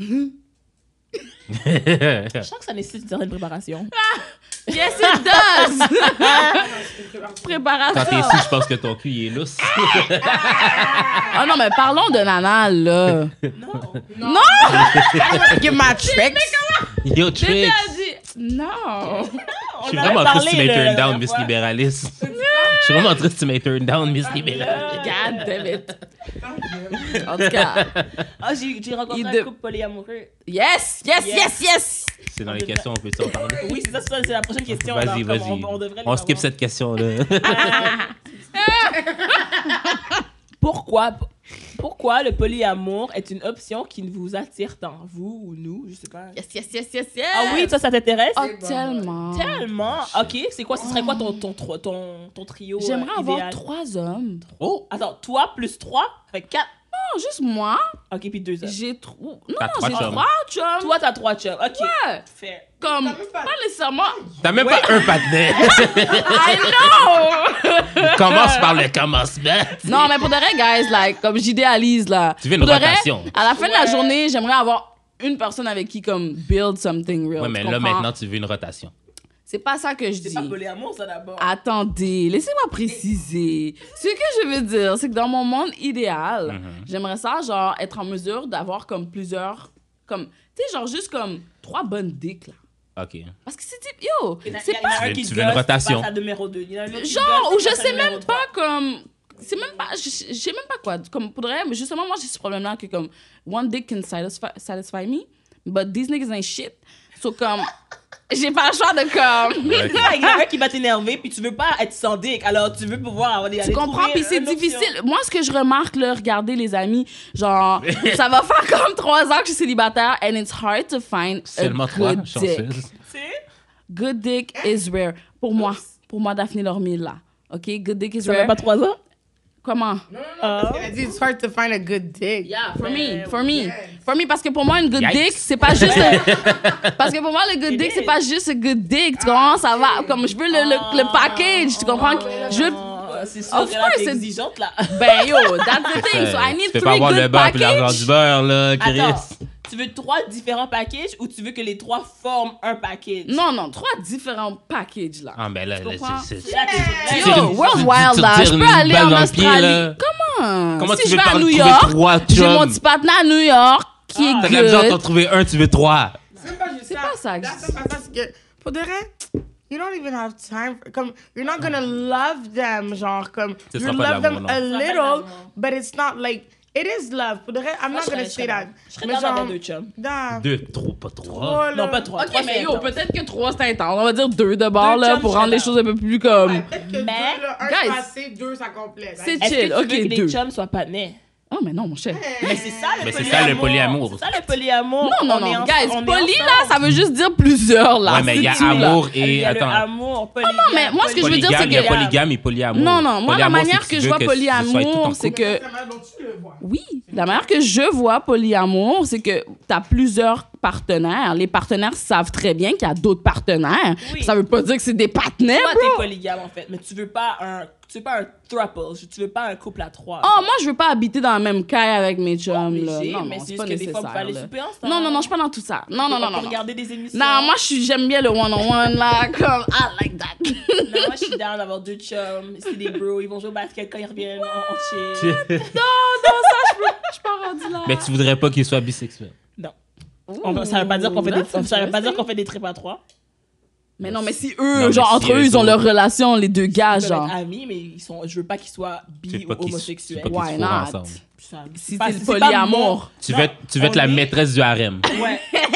C: Je sens que ça nécessite une certaine préparation.
D: Yes, it does!
B: Quand
D: Préparation.
B: t'es ici, je pense que ton cul, il est lousse.
D: Ah non, mais parlons de nanal, là.
E: Give my tricks.
B: Yo,
D: Bébé
B: Trix!
D: a dit... Non.
B: Je suis
C: en
B: vraiment
C: avait
B: triste que tu
C: parlé,
B: m'aies
C: là,
B: turn
C: la
B: down,
C: dernière
B: Miss
C: fois.
B: Libéraliste. Je suis vraiment triste que tu m'aies turn down, Miss Libéraliste.
D: God damn it. En tout cas,
C: Ah, j'ai j'ai rencontré
D: Il
C: un
D: de-
C: couple polyamoureux.
D: yes, yes,
C: Yes.
D: yes, yes.
B: C'est dans les questions, on peut s'en parler.
C: Oui, c'est ça, c'est ça, c'est la prochaine question.
B: Vas-y,
C: alors, comme
B: vas-y.
C: On, on devrait les
B: On skip
C: avoir.
B: cette question-là.
C: Pourquoi? Pourquoi le polyamour est une option qui ne vous attire tant? Vous ou nous, je sais pas.
D: Yes, yes, yes, yes, yes.
C: Ah oui, toi, ça t'intéresse?
D: Oh, tellement.
C: Tellement. Ok, c'est quoi? Ce serait quoi ton, ton, ton, ton, ton trio euh,
D: J'aimerais avoir
C: idéal?
D: trois hommes.
C: Oh, attends, toi plus trois, ça fait quatre.
D: Non, juste moi.
C: Ok, puis deux hommes.
D: J'ai trop. Non,
B: T'as trois
D: j'ai
B: chums.
D: trois chums.
C: Toi, t'as trois chums. Ok.
D: Ouais.
C: Fait.
D: Comme,
E: T'as même pas-
D: pas nécessairement.
B: T'as même pas un partenaire.
D: I know!
B: Commence par le commencement.
D: Non, mais pour de vrai, guys, like, comme j'idéalise, là.
B: Tu veux une
D: Pour de vrai,
B: rotation.
D: à la fin de la
C: Ouais.
D: journée, j'aimerais avoir une personne avec qui, comme, build something real.
B: Ouais,
D: tu
B: mais là,
D: comprends?
B: maintenant, tu veux une rotation.
D: C'est pas ça que je
C: C'est
D: dis.
C: pas polyamour, ça d'abord.
D: Attendez, laissez-moi préciser. Ce que je veux dire, c'est que dans mon monde idéal,
B: Mhm.
D: j'aimerais ça, genre, être en mesure d'avoir comme plusieurs, comme, tu sais, genre, juste comme trois bonnes dicks, là.
B: OK.
D: Parce que c'est type, yo,
C: Il y en a-
D: c'est
C: il y en a
D: pas,
C: un
B: Tu
C: qui
B: veux-
C: te
B: tu veux une
C: gosse,
B: rotation.
C: tu passes à numéro deux. Il y en a un autre qui
D: genre,
C: gosse,
D: ou
C: tu
D: je
C: passes à
D: sais
C: numéro
D: même
C: trois.
D: pas, comme, c'est même pas, je, je sais même pas quoi, comme, pour de vrai, mais justement, moi, j'ai ce problème-là que, comme, one dick can satisfy, satisfy me, but these niggas ain't shit. So, comme, j'ai pas le choix de, comme...
B: Ouais,
C: Il y a quelqu'un qui va t'énerver, puis tu veux pas être sans dick, alors tu veux pouvoir aller
D: Tu comprends? Puis c'est difficile. Moi, ce que je remarque, là, regardez les amis, genre, ça va faire comme trois ans que je suis célibataire and it's hard to find
B: Seulement
D: a
B: trois,
D: good dick.
B: chanceuse.
D: Good dick is rare. Pour moi. Pour moi, Daphné Lormille, là. OK? Good dick is
C: Ça fait
D: rare.
C: pas trois ans?
D: Comment?
E: Non, non, non, parce qu'elle a dit, it's hard to find a good dick.
D: Yeah, for
C: Mais
D: me, for me.
E: yes.
D: For me, parce que pour moi, une good
B: Yikes.
D: dick, c'est pas juste... un- Parce que pour moi, le good
C: It
D: dick, c'est
C: is.
D: pas juste un good dick. Tu comprends? Ça va. Comme, je veux le, le, le package. Tu comprends? Je veux...
C: Ah, c'est sûr
D: Of
C: qu'elle
D: course,
C: est
D: c'est-
C: exigeante, là.
D: Ben, yo, that's the thing. So I need
B: Tu peux
D: three
B: pas avoir le
D: good
B: beurre puis l'argent
D: packages.
B: du beurre, là, Chris.
C: Attends, tu veux trois différents packages ou tu veux que les trois forment un package?
D: Non, non, trois différents packages, là.
B: Ah, ben là,
D: Tu
B: là,
D: comprends?
B: c'est... c'est-
C: Là, t'es-
B: Tire
D: Yo,
B: une-
D: World
B: tu-
D: Wild,
B: tu
D: là,
B: tires
D: je
B: une
D: peux aller
B: balle
D: en
B: dans le pied,
D: Australie.
B: là.
D: Comment?
B: Comment
D: si
B: tu
D: je
B: veux
D: vais à
B: t'en
D: New
B: trouver
D: York,
B: trois
D: j'ai mon
B: chums?
D: petit partenaire à New York qui est
B: T'as de la misère à t'en
D: good.
B: trouver un, tu veux trois.
E: C'est même pas juste
D: C'est
E: ça.
D: pas ça que
E: Là,
D: je
E: c'est pas ça, c'est que, pour de vrai, you don't even have time. for- Comme, you're not gonna love them, genre, comme,
B: Ce
E: you
B: sera pas
E: love
B: l'amour,
E: them
B: non.
E: a
C: Ça sera pas
E: little,
C: l'amour.
E: but it's not like, it is love. Pour de vrai, I'm
C: Moi,
E: not
C: je
E: gonna
C: serais-
E: say that.
C: Je serais
E: Mais
C: dans d'avoir
E: genre,
C: deux chums.
E: nah,
B: Deux, trop, pas trois.
E: trop, là.
C: Non, pas trois.
D: Ok,
C: Trois,
D: mais
C: c'est
D: yo,
C: intense.
D: peut-être que trois, c'est intense. On va dire deux de bord,
C: Deux
D: là,
C: chums,
D: pour
C: je
D: rendre les
C: serais
D: choses un peu plus comme...
E: Ouais, peut-être que
C: Mais,
E: deux, là, un
D: guys,
E: passé, deux, ça complète.
D: c'est
C: Est-ce
D: chill,
C: que tu
D: ok,
C: veux que
D: deux.
C: les chums soient pas nés?
D: Oh, mais non, mon cher.
C: Mais c'est ça le
B: Mais c'est
C: polyamour.
B: ça, le polyamour.
C: C'est ça le polyamour.
D: Non, non,
C: On est
D: non.
C: en-
D: Guys,
C: on est
D: poly, là,
C: ensemble.
D: ça veut juste dire plusieurs, là.
B: Ouais, mais il y a
D: C'est tout, là.
B: amour
C: Il
B: et...
C: y a le
B: Attends.
C: amour, polygame.
D: non, mais moi, ce que je veux dire, c'est
B: Polygame, il y a
D: que-
B: polygame et polyamour.
D: Non, non, moi, la
B: Polyamour,
D: manière
B: c'est
D: que
B: tu
D: je
B: veux
D: vois
B: ce soit tout en
D: polyamour,
B: couple.
D: c'est que...
E: C'est la manière dont tu le vois.
D: Oui, la manière que je vois polyamour, c'est que tu as plusieurs partenaires. Les partenaires savent très bien qu'il y a d'autres partenaires.
C: Oui.
D: Ça veut pas dire que c'est des partenaires,
C: Toi,
D: bro.
C: t'es polygame, en fait, mais tu veux pas un... Tu veux pas un throuple, tu veux pas un couple à trois.
D: Oh, moi, je veux pas habiter dans la même caille avec mes chums, là.
C: Obligé,
D: Non,
C: mais
D: non,
C: c'est
D: c'est pas
C: juste que des fois, vous
D: nécessaire,
C: pouvez aller
D: là.
C: souper ensemble.
D: Non, non, non, je suis pas dans tout ça. Non, non, non,
C: Pour
D: non. non.
C: regarder des émissions.
D: Non, moi, je suis- j'aime bien le one-on-one, là, comme, I like that.
C: Non, moi, je suis down d'avoir deux chums. C'est des bros, ils vont jouer au basket quand ils reviennent. On, on chill.
D: non, non, ça, je peux- je suis pas rendue là.
B: Mais tu voudrais pas qu'il soit bisexuel.
C: Non. On, ça veut pas dire qu'on fait
D: Ouh,
C: des,
D: that's
C: ça veut pas dire
D: interesting.
C: qu'on fait des trips à trois.
D: Mais non, mais si eux,
B: Non, mais
D: genre,
B: si
D: entre eux,
B: eux
D: ils ont
B: autres-
D: leur relation, les deux gars,
C: Ils peuvent
D: genre.
C: être amis, mais ils sont, je veux pas qu'ils soient
B: Tu
C: bi
B: veux pas
C: ou
B: qu'ils tu
C: homosexuels.
B: veux pas qu'ils
D: Why
B: se fourrent
D: not?
B: ensemble.
C: Ça-
D: Si
C: pas-
D: c'est le
C: pas
D: polyamour.
B: Tu
C: mon-
B: veux être, tu veux être
C: on
B: la
C: est-
B: maîtresse du harem.
C: Ouais.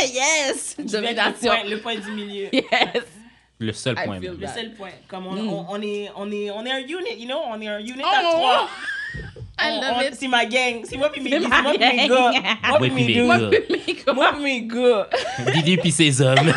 D: Yes!
C: Je vais être le
D: Domination.
C: point, le point du milieu.
D: Yes!
B: Le seul
D: I
B: point.
D: feel
B: même.
C: Le seul point. Comme on,
D: Mm.
C: on, on est, on est, on est un unit, you know, on est un unit
D: Oh,
C: à trois.
D: I
C: On-
D: love
C: on-
D: it.
C: C'est ma gang. C'est moi puis mes,
D: C'est
C: c'est
D: ma
C: moi puis mes
D: gang.
C: gars. Moi
B: Ouais,
C: puis mes
B: puis mes
C: gars.
B: gars.
C: Moi puis mes gars.
B: Didi puis ses hommes.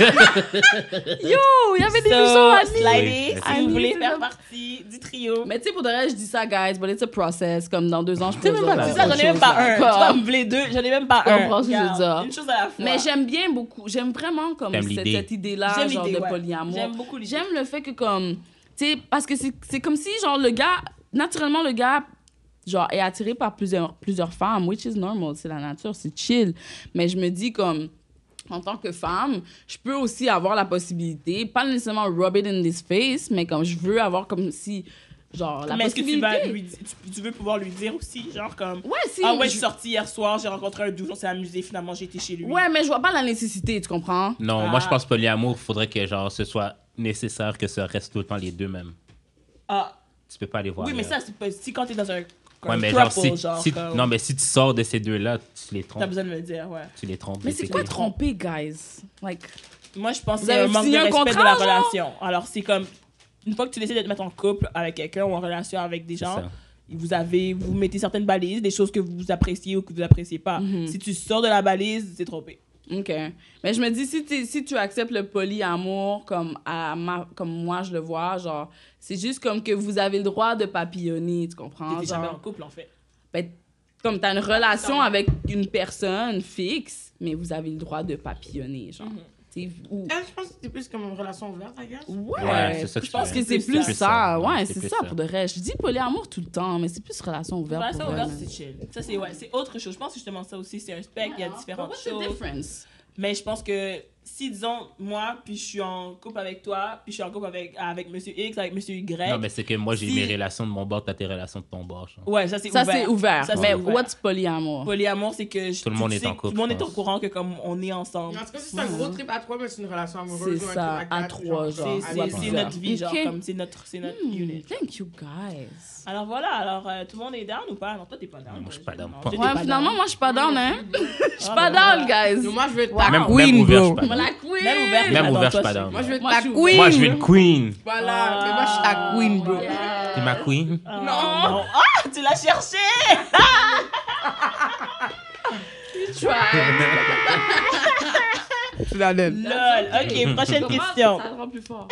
D: Yo, il y avait des
C: So,
D: émissions à
C: Slidey,
B: Oui.
C: si vous
D: I
C: voulez
D: need
C: faire
D: to-
C: partie du trio.
D: Mais tu sais, pour de vrai, je dis ça, guys, but it's a process. Comme dans deux ans, je peux
B: C'est même pas là.
C: C'est ça, j'en ai même pas un. Tu vas me voler deux, j'en ai même pas
D: Tu
C: un.
D: comprends ce que je veux
C: Regarde,
D: dire.
C: Une chose à la fois.
D: Mais j'aime bien beaucoup. J'aime vraiment comme
B: T'aimes
D: cette,
B: l'idée.
D: cette idée-là,
C: J'aime
D: genre
C: l'idée,
D: de
C: ouais.
D: polyamour.
C: J'aime beaucoup l'idée.
D: J'aime le fait que comme, tu sais, parce que c'est c'est comme si genre le gars, naturellement le gars, genre est attiré par plusieurs plusieurs femmes, which is normal, c'est la nature, c'est chill. Mais je me dis comme en tant que femme, je peux aussi avoir la possibilité, pas nécessairement rub it in his face, mais comme je veux avoir comme si genre la
C: Mais est-ce que tu, vas
D: possibilité.
C: lui, di- tu, tu veux pouvoir lui dire aussi, genre comme...
D: Ouais, si.
C: Ah ouais, je
D: je-
C: suis sortie hier soir, j'ai rencontré un douche, on s'est amusé, finalement j'ai été chez lui.
D: Ouais, mais je vois pas la nécessité, tu comprends?
B: Non,
C: Ah.
B: moi je pense polyamour, il faudrait que genre ce soit nécessaire que ça reste tout le temps les deux mêmes.
C: Ah,
B: Tu peux pas les voir.
C: oui, mais
B: là.
C: ça, c'est pas... Si quand t'es dans un...
B: Ouais,
C: un
B: mais genre,
C: throuple,
B: si,
C: genre,
B: si-
C: comme-
B: non, mais si tu sors de ces deux-là, tu les
C: T'as
B: trompes.
C: besoin de me le dire, ouais.
B: Tu les trompes.
D: Mais
B: les
D: c'est quoi
B: péqués.
D: tromper, guys? Like,
C: Moi, je pense que
D: Vous
C: c'est
D: avez
C: un manque de
D: signé un
C: respect
D: contrat,
C: de la
D: genre?
C: relation. Alors, c'est comme... Une fois que tu décides de te mettre en couple avec quelqu'un ou en relation avec des gens,
B: Ça.
C: vous avez, vous mettez certaines balises, des choses que vous appréciez ou que vous appréciez pas.
D: Mhm.
C: Si tu sors de la balise, c'est trompé.
D: OK. Mais je me dis, si, t'es- si tu acceptes le polyamour comme, à ma, comme moi je le vois, genre, c'est juste comme que vous avez le droit de papillonner, tu comprends?
C: T'es jamais en
D: Genre,
C: couple, en fait.
D: ben, comme t'as une relation avec une personne fixe, mais vous avez le droit de papillonner, genre.
C: Mhm.
D: Tu sais, ou-
E: Elle, je pense que c'est plus comme une relation ouverte, I guess.
D: Ouais,
B: Ouais, c'est ça que
D: je
B: tu
D: pense
B: fais.
D: que c'est
C: C'est
D: plus
C: plus
D: ça.
B: ça.
D: Ouais,
B: C'est
D: c'est
B: plus
D: ça
B: ça.
D: pour de vrai. Je dis polyamour tout le temps, mais c'est plus relation ouverte.
C: Relation
D: pour
C: ouverte,
D: vrai,
C: c'est chill. Ça, c'est ouais, c'est autre chose. Je pense que justement, ça aussi, c'est un spectre. Il y a différentes
D: What's the
C: choses.
D: difference?
C: Mais je pense que si, disons, moi, puis je suis en couple avec toi, puis je suis en couple avec, avec Monsieur X, avec Monsieur Y.
B: Non, mais c'est que moi, j'ai
C: Si-
B: mes relations de mon bord, t'as tes relations de ton bord. genre.
C: Ouais, ça, c'est
D: Ça,
C: ouvert.
D: c'est ouvert.
C: Ça, c'est
D: mais
C: ouvert.
D: what's polyamour?
C: Polyamour, c'est que je-
B: Tout le
C: tu
B: monde est
C: sais-
B: en couple,
C: Tout le monde
B: je
C: est au
B: pense.
C: courant que comme on est ensemble.
E: En tout cas, si c'est un gros trip à trois, mais c'est une relation amoureuse.
D: C'est
E: ou un
D: ça,
E: trip
D: à
E: quatre,
D: trois, genre.
C: C'est
D: à
C: c'est- c'est
D: plusieurs.
C: notre vie, genre,
D: Ok.
C: comme c'est notre, c'est notre
D: Hmm,
C: unit.
D: Thank you, guys.
C: Alors voilà, alors euh, tout le monde est down ou pas? Non, toi, t'es pas down.
B: Non, moi, je suis pas down.
C: Non,
B: Pas.
C: j'étais
D: Ouais,
C: pas
D: finalement,
C: down.
D: moi, je suis pas down, hein. Je suis
C: Ah,
D: pas
C: ben
D: down,
C: voilà.
D: guys.
E: Mais moi, je veux être ta
B: Même,
E: queen,
B: même ouvert, je
E: bro.
B: suis pas
D: Moi,
B: down.
D: la queen.
C: Même ouvert,
B: Même
C: j'adore
B: ouvert, je
C: toi,
B: suis pas down.
E: Moi, je veux être
D: Moi,
E: ta
D: je suis
E: queen.
B: Moi, je veux une queen.
E: Voilà, mais moi, je suis ta queen, bro.
B: T'es ma queen.
C: Ah, non. Ah, tu l'as cherché!
E: Tu la donnes.
C: Lol. Ok, prochaine question.
D: Ça le rend plus fort.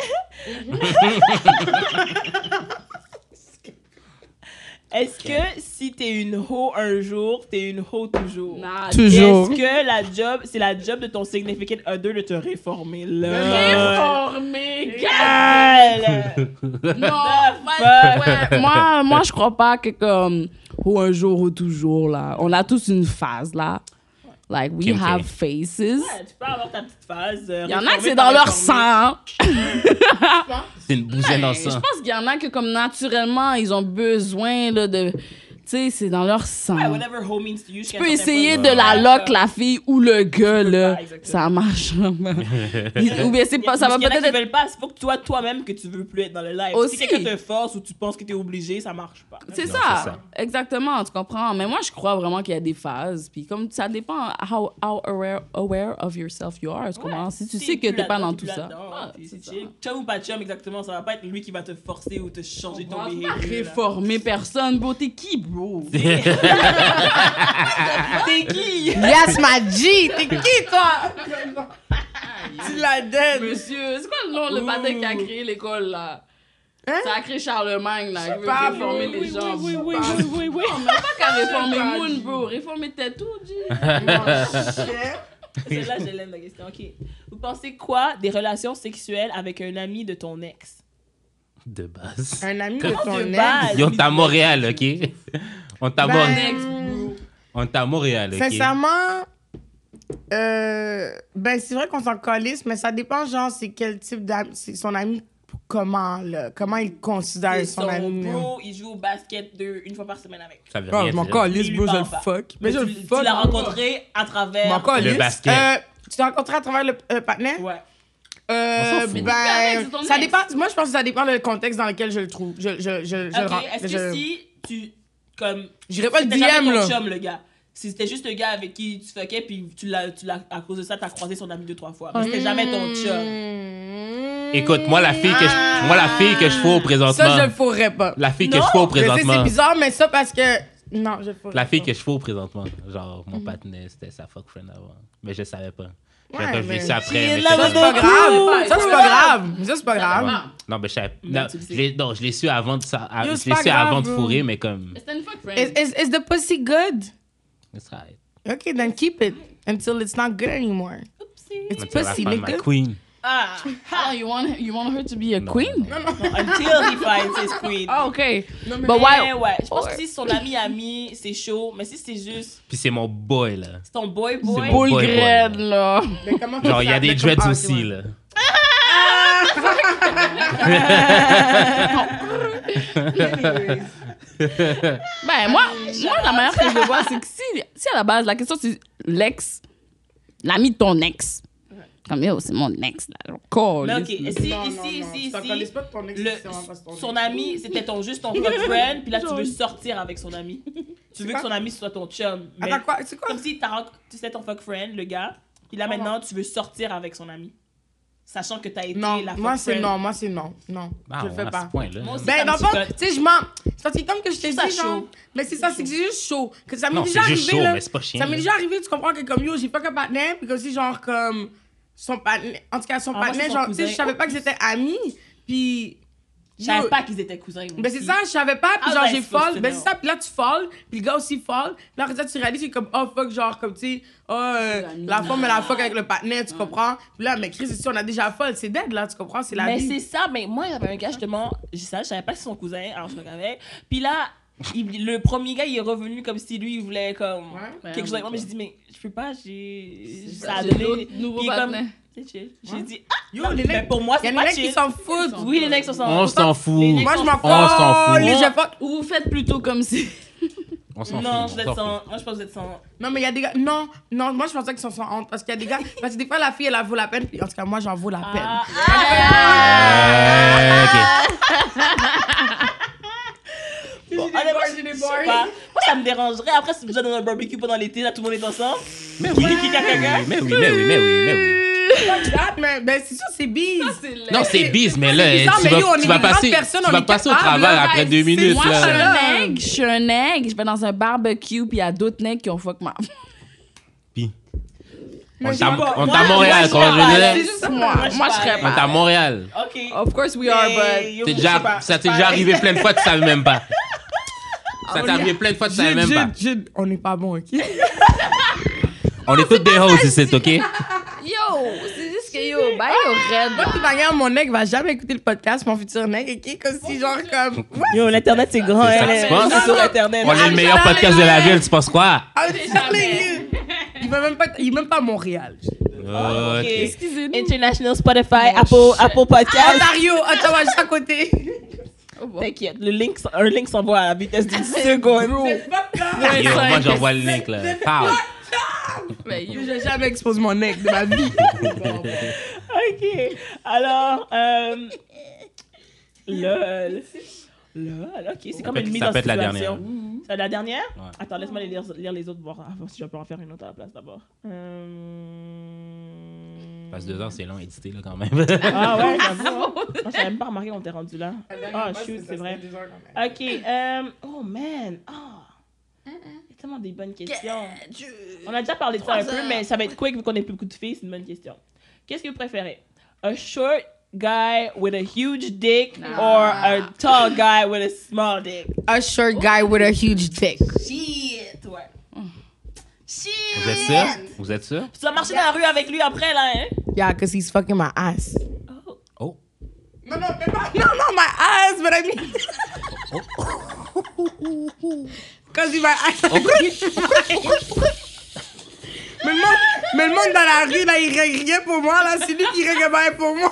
C: Est-ce que si t'es une hoe un jour, t'es une hoe toujours?
D: Nah,
E: Toujours.
C: Est-ce que la job, c'est la job de ton significant other de te réformer? Lol.
D: réformé,
C: Lol.
D: Non,
C: fuck?
D: ouais, ouais. moi, moi, je crois pas que comme ou un jour ou toujours là. On a tous une phase là. Like we
B: Kim K.
D: have faces.
C: Ouais, tu peux avoir ta petite phase. euh,
D: Il y en a que
C: réformer
D: c'est
C: par
D: dans leur
C: réformer.
D: sang.
B: C'est une bousaine dans
D: Ouais,
B: ça.
D: je pense qu'il y en a que comme naturellement ils ont besoin là, de, tu sais, c'est dans leur sang.
C: Ouais, whatever hoe means to you.
D: Tu peux essayer de la lock la fille ou le gars là,
C: pas, exactement.
D: ça marche. Ou bien c'est pas, ça va
C: peut-être.
D: peut-être
C: Qui
D: être.
C: veulent pas, c'est faut que toi, toi-même, que tu veux plus être dans le live.
D: Aussi.
C: Si quelqu'un te force ou tu penses que t'es obligé, ça marche pas.
D: C'est
B: Non,
D: ça.
B: c'est ça.
D: Exactement, tu comprends. Mais moi, je crois vraiment qu'il y a des phases. Puis comme ça dépend how, how aware, aware of yourself you are. Tu comprends? Si tu sais que t'es pas dans tout ça. Ah,
C: C'est
D: c'est ça.
C: chill. Chum ou pas chum, exactement. Ça va pas être lui qui va te forcer ou te changer ton behavior. là.
D: Réformer personne, bro. T'es qui, bro?
C: T'es qui?
E: Yes, ma G. T'es qui, toi? Tu la donnes.
D: Monsieur, c'est quoi le nom, le
C: Ouh.
D: patin qui a créé l'école, là?
E: Hein?
D: Ça a créé Charlemagne, là. Il veut
E: pas,
D: réformer
E: oui,
D: les gens.
C: Oui, oui,
D: Pas-
C: oui, oui, oui.
D: Non, mais pas qu'à réformer
E: pas
D: Moon,
E: dit.
D: bro. Réformer tête tout, G.
C: Celle-là, je l'aime, la question. OK. Vous pensez quoi des relations sexuelles avec un ami de ton ex?
B: De base.
E: Un ami de
C: Comment
E: ton
C: de
E: ex.
C: base?
B: Yo, on est à Montréal, OK? On est à
E: Ben,
B: Montréal. On est à Montréal, OK?
E: Sincèrement, euh, ben c'est vrai qu'on s'en calisse, mais ça dépend, genre, c'est quel type d'ami, c'est son ami, comment, là, comment il considère
C: C'est
E: son,
C: son
E: ami. là.
C: bro, il joue au basket deux, une fois par semaine avec.
B: Ça veut
E: Ah,
B: rien
E: je m'en
B: dire.
E: calisse,
C: Il lui
E: bro, je
C: parle
E: le
C: pas.
E: fuck. Mais je
C: tu,
E: le
C: tu
E: fuck.
C: l'as rencontré à
E: Je
C: travers...
E: m'en calisse.
B: Le basket.
E: Euh, tu l'as rencontré à travers le euh, partenaire?
C: Ouais.
E: Euh,
B: On s'en fout.
D: Mais
E: ben,
D: c'est ton
E: ça
D: ex.
E: dépend. Moi, je pense que ça dépend du contexte dans lequel je le trouve. Je, je, je, je le
C: Ok,
E: rends-
C: est-ce que
E: je-
C: si tu... Comme...
E: J'irais pas le
C: c'était jamais
E: D M,
C: ton
E: là.
C: chum, le gars. Si c'était juste le gars avec qui tu fuckais, puis tu l'as, tu l'as, à cause de ça, t'as croisé son ami deux, trois fois. Mais c'était jamais ton chum.
E: Mmh.
B: Écoute, moi, la fille que je, moi, la fille que je fous présentement.
E: Ça, je le ferais pas.
B: La fille que
C: Non,
B: je fous
E: Je sais,
B: présentement.
E: c'est bizarre, mais ça parce que. Non, je le ferais
B: La fille
E: pas.
B: que je fous présentement. Genre, mon partenaire, c'était sa fuck friend avant. Mais je savais pas. J'ai
E: Ouais,
B: réfléchi
E: mais-
B: après.
C: She
B: mais
C: love
B: j'étais
E: Ça, c'est
C: the
E: pas
B: comme-
E: grave.
D: Cool.
E: Ça, c'est pas grave. Ça, c'est pas grave.
B: Non, mais je savais.
C: Non,
B: Non,
C: tu le sais.
B: je l'ai- non, je l'ai su avant de ça. à-
E: Yo,
B: Je
E: c'est
B: l'ai
E: pas
B: su
E: grave,
B: avant de
E: bro.
B: fourrer, mais comme.
D: C'était une fuck
E: Is,
D: friend.
E: is, is the pussy good?
B: It's right.
E: Okay, then keep it until it's not good anymore.
C: Oupsie.
E: It's
B: Until I
E: pussy,
B: find my
E: nigga.
B: queen.
C: Ah!
D: Oh, you want, you want her to be a
B: Non,
D: queen?
B: non, non.
C: Until he finds his queen.
D: Ah, OK.
E: Non, mais-
D: But
C: Mais
D: why?
C: ouais, je pense
D: Ouais.
C: que si son ami ami, c'est chaud. Mais si c'est juste...
B: Puis c'est mon boy, là.
C: C'est ton boy boy.
B: mon
D: Bull
B: boy, boy,
D: graine, là.
E: Mais comment
B: Genre,
E: ça
B: il y a des
E: s'appelle
B: dreads
E: comme-
B: aussi,
E: Ah,
B: là.
D: Ben, moi, moi, la manière que je le vois, c'est que si, si à la base, la question, c'est l'ex, l'ami de ton ex. Comme, yo, c'est mon ex, là. Encore,
C: Mais
D: là.
C: ok, et si,
E: Non, non,
C: ici,
E: non,
C: ici,
E: tu t'en
C: ici,
E: connais pas de ton ex,
C: le,
E: c'est vraiment pas ton
C: son
E: ex.
C: ami, c'était ton, juste ton fuck friend, puis là, tu veux sortir avec son ami. Tu veux que son ami soit ton chum. Mais
E: Attends, quoi? C'est quoi?
C: comme si t'as rencontré- c'était ton fuck friend, le gars, puis là, maintenant, tu veux sortir avec son ami. sachant que t'as été
E: Non,
C: la
E: moi
C: fuck
E: c'est
C: friend.
E: non, moi c'est non, non,
B: Ah,
E: je le
B: ouais,
E: fais
B: à
E: pas.
B: ce point-là.
C: Moi aussi,
E: Ben,
C: ça
E: dans
C: me
E: le fond,
C: chicote.
E: tu sais, je m'en. C'est parce que comme que je t'ai
C: Je trouve
E: dit,
C: ça
E: genre.
C: chaud.
E: Mais c'est ça, c'est que c'est juste chaud. Que ça m'est
B: Non,
E: déjà
B: c'est juste
E: arrivé.
B: chaud,
E: là.
B: mais c'est pas chiant,
E: Ça m'est
B: là.
E: déjà arrivé, tu comprends que comme yo, j'ai pas qu'un partenaire, puis comme si, genre, comme. Son partenaire. En tout cas, son
C: Ah, moi,
E: partenaire,
C: c'est son
E: genre, tu sais,
C: cousin.
E: je savais pas qu'ils étaient amis, puis.
C: Je savais
E: yo,
C: pas qu'ils étaient cousins.
E: Ben c'est ça, je savais pas, puis
C: How
E: genre
C: was I
E: j'ai
C: supposed
E: fall,
C: to
E: ben
C: know?
E: c'est ça, puis là tu fall, puis le gars aussi fall, puis là après ça tu réalises, c'est comme, oh fuck, genre comme tu sais, oh, euh, la femme elle a fuck avec le partenaire, tu comprends? Puis là, mais Chris, si on a déjà fall, c'est dead là, tu comprends? C'est la
C: Mais
E: vie.
C: c'est ça, mais moi, j'avais un gars, justement, je ça, je savais pas si son cousin, alors je regardais. Puis là, il- le premier gars, il est revenu comme si lui, il voulait comme
E: Ouais.
C: quelque chose avec moi. Mais
D: Ouais.
C: j'ai dit, mais je peux pas, j'ai.
D: C'est
C: Ça a
D: ça, j'ai
C: donné.
D: d'autres nouveaux
C: Puis comme,
D: partenaires.
C: c'est chill. J'ai dit, ah,
E: Yo,
C: non,
E: les
C: mais
E: mecs,
C: pour moi,
E: y
C: c'est
E: a des
C: pas
E: mecs qui
C: chill.
E: s'en foutent.
C: Oui, les mecs s'en
B: On s'en fout.
C: Les mecs
E: Moi je
C: s'en
E: m'en
C: foutent.
B: On s'en fout.
E: colle, j'ai fuck.
D: Ou vous faites plutôt comme si.
B: On s'en
C: Non,
B: fout.
C: je
B: on
C: vais
B: s'en
C: sans.
B: fout.
C: Moi, je pense que vous êtes sans.
E: Non, mais il y a des gars. Non, non, moi je pensais qu'ils sont sans honte. Parce qu'il y a des gars. Parce que des fois, la fille, elle en vaut la peine. Puis en tout cas, moi, j'en vaut la peine.
C: Ah,
B: Euh, ok.
C: Bon, honnêtement, je sais pas. Moi, ça me dérangerait. Après, si vous êtes dans un barbecue pendant l'été, là, tout le monde est ensemble.
B: Mais
C: Qui-
B: oui,
C: qui- caca, caca.
B: mais oui, mais oui, mais oui, mais oui.
E: Fuck that, mais ben, c'est sûr, c'est bise.
B: Non, c'est bis, mais là,
E: C'est bizarre,
B: tu
E: mais
B: vas,
E: yo, on
B: tu
E: est
B: vas
E: des grandes
B: passer,
E: personnes,
B: tu
E: on
B: vas
E: est
B: passer au
E: capables,
B: travail
E: là,
B: après
E: guys,
B: deux
E: c'est-
B: minutes,
D: Moi, je suis
B: là.
D: un nègre, je suis un nègre, je vais dans un barbecue, puis il y a d'autres nègres qui ont fuck ma.
B: Puis,
E: Mais
B: on
E: je
B: t'a
E: sais pas.
B: on
C: Moi,
B: t'a à Montréal,
C: moi, je
B: comment
C: suis
B: je
C: pas
B: veux
C: à
B: dire.
C: l'aise.
D: C'est moi.
C: Moi, je
D: Moi, je
C: suis
D: serais
C: pas
B: On t'a à Montréal.
C: Ok.
D: Of course we are,
C: Mais,
D: but.
C: yo,
B: T'es
C: je sais
B: déjà,
C: pas.
B: ça t'est déjà arrivé plein de fois, tu savais même pas. Ça t'est arrivé plein de fois, tu savais
E: Jude,
B: même pas.
E: Jude, Jude, on n'est pas bon, ok?
B: On est toutes des hoes ici, ok?
D: Yo, c'est juste que yo, bye yo, red.
E: Moi, de toute manière, mon nec va jamais écouter le podcast, mon futur nec, ok? Comme si, genre, comme. Ouais.
C: Yo, l'Internet, c'est grand.
B: C'est ça
C: elle
B: que
C: est-
B: tu penses?
C: c'est sur Internet.
B: On est le meilleur podcast de la ville, tu penses quoi?
E: Ah, c'est ça, les gars. Il va même pas, il est même pas à Montréal.
B: Ok.
D: Excusez-nous.
C: International Spotify,
D: Oh,
C: Apple,
D: shit.
C: Apple Podcast.
E: Ontario, Ottawa, juste à côté.
D: Oh, bon.
C: T'inquiète, le link, un link s'envoie à la vitesse d'une seconde.
B: Yo, moi, j'envoie le link, là. Pow.
D: Ben, yo.
E: J'ai jamais exposé mon nec de ma vie.
C: Ok. Alors, euh. LOL. LOL, ok. C'est comme
B: peut-
C: une mise
B: ça
C: en
B: peut être la
C: situation.
B: dernière.
C: C'est la dernière?
B: Ouais.
C: Attends, laisse-moi les lire, lire les autres, voir voir si je peux en faire une autre à la place d'abord. Euh...
B: Passe deux heures, c'est long à éditer, là, quand même.
C: Ah ouais, j'avoue. hein. Moi, j'avais même pas remarqué qu'on était rendu là. Ah, shoot, c'est vrai. Ok. euh, Oh, man. Ah. Il y a tellement des bonnes questions. On a déjà parlé de ça un peu, mais ça va être quick vu qu'on n'a plus beaucoup de filles. C'est une bonne question. Qu'est-ce que vous préférez? A short guy with a huge dick or a tall guy with a small dick?
E: A short guy with a huge dick.
C: Shit, ouais. Shit.
B: Vous êtes sûr? Vous êtes sûr?
C: Tu vas marcher dans la rue avec lui après, là, hein?
E: Yeah, because he's fucking my ass.
C: Oh.
B: Oh.
E: No, no, no, no, my ass, but I mean. Because he's my ass. mais, le monde, mais le monde dans la rue, là, il riait pour moi, là. C'est lui qui riait pour moi.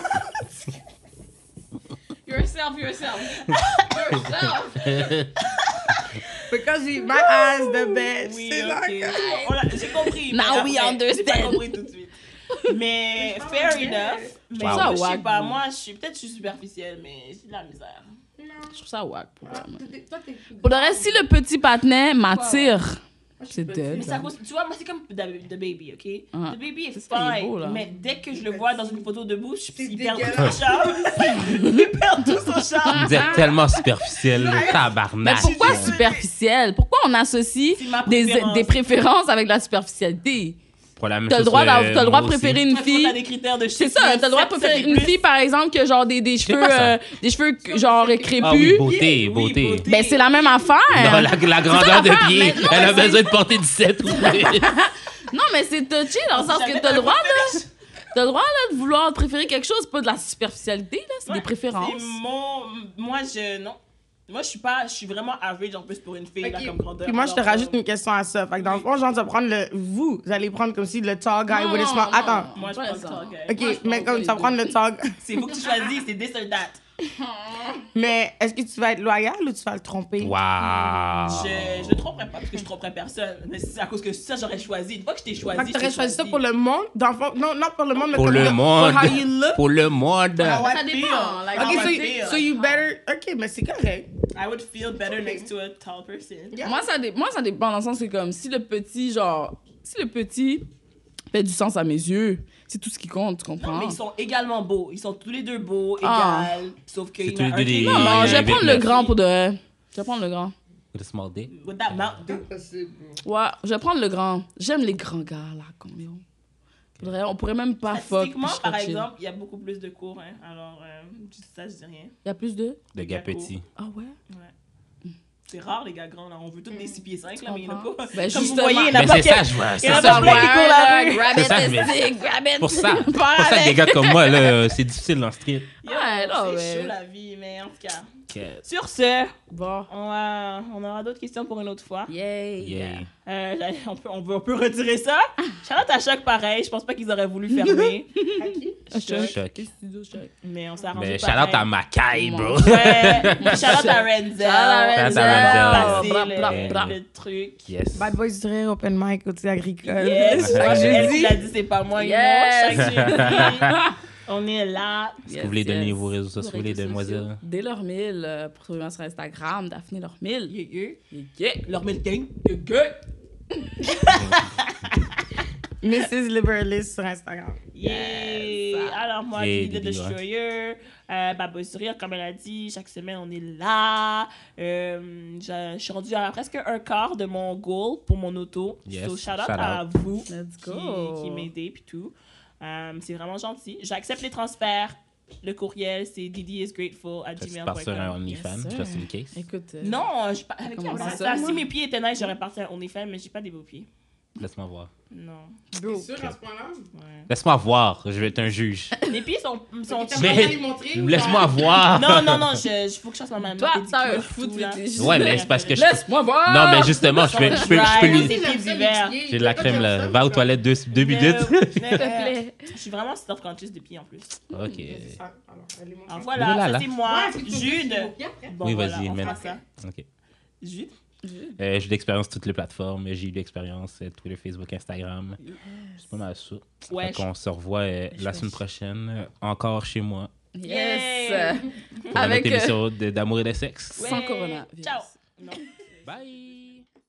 D: Yourself, yourself. Yourself.
E: Because he's my ass, the best.
C: Oui,
E: C'est
C: ok.
E: like-
C: On l'a- J'ai compris. mais
D: Now we
C: après,
D: understand.
C: J'ai pas compris tout de suite. Mais fair enough. Mais
D: trouve ça
C: moi, je sais
D: wack,
C: pas,
D: moi.
C: moi, je suis peut-être je suis superficielle, mais j'ai de la misère.
D: Je trouve ça wack pour moi.
E: Toi, t'es-
D: Pour le reste, si le petit patinet m'attire, c'est dead.
C: Mais ça cause, tu vois, moi, c'est comme The, The Baby, ok?
D: Ah.
C: The Baby est
D: C'est ça, il est
C: fine,
D: beau, là.
C: mais dès que je le vois dans une photo de bouche,
E: C'est
C: il perd tout
E: dégueulasse.
C: son charme. Il perd tout son charme.
B: Vous êtes tellement superficiel, là.
D: Mais
B: Tabarnak.
D: pourquoi superficiel? Pourquoi on associe
C: C'est ma
D: des,
C: préférence.
D: des préférences avec la superficialité?
B: Pour la même
D: T'as le
B: chose,
D: droit,
B: euh,
D: d'avoir- t'as le droit de
B: moi aussi.
D: préférer une
C: Toi,
D: fille.
C: t'as des critères de
D: C'est
C: chiffre,
D: ça, t'as le droit de
C: sept,
D: préférer
C: sept et
D: une
C: plus.
D: fille, par exemple, qui a genre des, des cheveux,
B: pas ça.
D: euh, des cheveux genre crépus.
B: Ah oui, beauté,
C: Oui,
B: beauté.
C: beauté.
D: Ben, c'est la même affaire.
B: Non, la, la grandeur de
D: l'affaire,
B: pied,
D: mais non,
B: elle a
D: mais
B: besoin de porter dix-sept.
D: Non, mais c'est touché dans le sens que t'as le droit, là. T'as le droit, là, de vouloir préférer quelque chose, pas de la superficialité, là. C'est
C: Ouais,
D: des préférences.
C: c'est mon... Moi, je... Non. Moi, je suis pas... Je suis vraiment average, en plus, pour une fille, là,
E: Ok.
C: comme grandeur.
E: Puis moi, je te
C: Alors,
E: rajoute
C: euh,
E: une question à ça. Fait que dans le fond, genre, tu vas prendre le. Vous, vous allez prendre comme si le tall guy
D: Non,
E: with a small.
D: non,
E: Attends.
C: Moi, je
D: Ouais,
C: prends le
D: ça.
C: tall guy.
E: Ok,
D: Moi, je
E: mais
D: pense
E: comme
D: que
E: tu vas
D: les
E: prendre le tall.
C: C'est vous que tu choisis, c'est this or that.
E: Mais est-ce que tu vas être loyal ou tu vas le tromper?
B: Waouh.
C: Je, je ne tromperais pas parce que je tromperais personne. Mais c'est à cause que ça, j'aurais choisi. Une fois que je t'ai choisi,
E: Fait que
C: je
E: t'aurais
C: t'ai
E: choisi ça pour le monde? Dans le fond, non, not pour le monde, mais
B: Pour
E: comme
B: le monde.
E: For how you look?
B: Pour le monde.
C: I would
D: Ça dépend,
C: feel-
D: like,
C: I
E: Ok,
C: would
E: so,
C: feel-
E: you- so you better. Ok, mais c'est correct.
C: I would feel better next to a tall person.
E: Yeah.
D: Moi, ça, dé- moi, ça dépend dans le sens, c'est comme si le petit, genre, si le petit fait du sens à mes yeux. C'est tout ce qui compte, tu comprends?
C: Non, mais ils sont également beaux. Ils sont tous les deux beaux,
D: Ah.
C: égales. Sauf que
B: C'est
C: il
B: tous
C: y en
B: les
C: a
B: deux
C: un qui
B: des-
C: est-
D: Non, non,
B: il y a
D: je vais
B: un
D: prendre le
B: vingt-neuf.
D: grand pour de vrai. Je vais prendre le grand.
B: With a small dick.
C: With that mouth, dude.
D: Ouais, je vais prendre le grand. J'aime les grands gars, là, comme yo. Faudrait- On pourrait même pas fuck.
C: Statistiquement,
D: puis je
C: par
D: serais chill.
C: exemple, il y a beaucoup plus de cours. Hein. Alors, euh, je dis ça, je dis rien.
D: Il y a plus de...
B: De gars
C: Gars
B: petits.
D: Ah ouais?
C: Ouais. C'est rare, les gars grands. Là. On veut tous des six pieds cinq, là, mais il y en a
D: comprends.
C: pas.
D: Ben,
C: Comme vous
D: justement.
C: voyez, il y en a
B: Ben,
C: pas
B: c'est
C: qui-
B: ça, je vois.
C: il y
B: C'est
C: en a
B: ça,
C: pas plein qui courent la rue.
D: Grab
B: C'est
D: it,
B: ça,
D: the
B: mais-
D: stick, grab it.
B: Pour ça.
D: Pas
B: Pour ça que
D: avec.
B: des gars comme moi, là, c'est difficile dans le street.
C: Yo,
D: Ouais, non,
C: c'est
D: mais-
C: chaud la vie, mais en tout cas.
B: Ok.
C: Sur ce,
D: Bon.
C: on, va, on aura d'autres questions pour une autre fois.
D: Yay.
B: Yeah.
C: Euh, j'allais- on, peut, on, peut, on peut retirer ça. Charlotte à Choc, pareil. Je pense pas qu'ils auraient voulu fermer. Choc.
B: Choc.
C: Mais on s'est arrangé.
B: Mais
C: pareil.
B: Charlotte à Mackay, bro.
C: Ouais. Charlotte à Renzel.
D: Shout out à
B: Renzel.
C: Passer
D: Bra,
C: le,
D: bra, bra.
C: le truc.
B: Yes.
E: Bad Boys du Rire, Open Mic, outil agricole.
C: Yes.
B: Chaque
C: Elle
E: jeudi.
C: qui l'a dit, c'est pas moi.
D: Yes.
C: Yes. Chaque jeudi. On est là.
B: Est-ce que vous voulez donner vos réseaux sociaux, les demoiselles?
D: Dès leur mille, euh, pour trouver sur Instagram, Daphné leur mille.
C: Yeah, yeah.
D: Yeah.
C: Leur mille gang.
E: Missus Liberalist sur Instagram.
C: Yeah. Alors, moi,
B: Yeah,
C: Didi the
B: Didi, ouais.
C: Destroyer. Euh, Baboy sur Rire, comme elle a dit, chaque semaine, on est là. Euh, je je suis rendue à presque un quart de mon goal pour mon auto.
B: Yes.
C: So, shout out
B: Shout
C: à
B: out.
C: vous
D: Let's
C: qui,
D: go.
C: qui m'aidez puis tout. Euh, c'est vraiment gentil. J'accepte les transferts. Le courriel, c'est didisgrateful à
B: Ça se
C: gmail
B: passe sur un
C: point com.
B: OnlyFans,
D: Yes, sir.
B: just in case.
D: Écoute. euh,
C: Non, je pas avec qui
D: Comment
C: on parle
D: ça,
C: ça?
D: moi?
C: Si mes pieds étaient nice, j'aurais parti à OnlyFans, mais j'ai pas des beaux pieds.
B: Laisse-moi voir.
C: Non.
E: T'es sûr à ce point-là?
C: Ouais.
B: Laisse-moi voir, je vais être un juge.
C: Mes pieds sont. sont
E: T'as
B: Mais-
E: vraiment lui montrer ou
B: Laisse-moi
E: pas?
B: voir.
C: non, non, non, je, je faut que je fasse ma main.
D: Toi, t'as un foot,
C: là.
D: mais t'es
B: Ouais, mais c'est parce que je.
D: Laisse-moi voir!
B: Non, mais justement, je peux, je peux, je peux lui.
C: Des pieds d'hiver.
B: J'ai de la crème là. Va aux toilettes deux, deux minutes.
C: S'il
D: S'il te plaît.
C: Je suis vraiment self-conscious de pieds en plus.
B: Ok.
E: C'est ça. Alors, elle lui montre.
C: Alors
B: Mais
C: voilà,
B: là,
C: ça
B: là.
C: c'est moi,
E: Ouais, est-ce que tu veux
C: Jude.
E: que je vous après?
C: Bon,
B: Oui,
C: voilà,
B: vas-y,
C: on
B: mais-
C: fera ça.
B: Ok.
C: Jude.
B: Euh, j'ai eu l'expérience sur toutes les plateformes. J'ai eu l'expérience euh, Twitter, Facebook, Instagram. C'est pas mal ça.
C: Ouais,
B: Fait qu'on se revoit euh, la semaine prochaine, euh, encore chez moi,
D: Yes!
C: Yay.
B: pour
D: Avec,
B: une
D: euh,
B: autre émission de- d'amour et de sexe.
C: Ouais.
D: Sans coronavirus.
C: Ciao. Non.
B: Bye!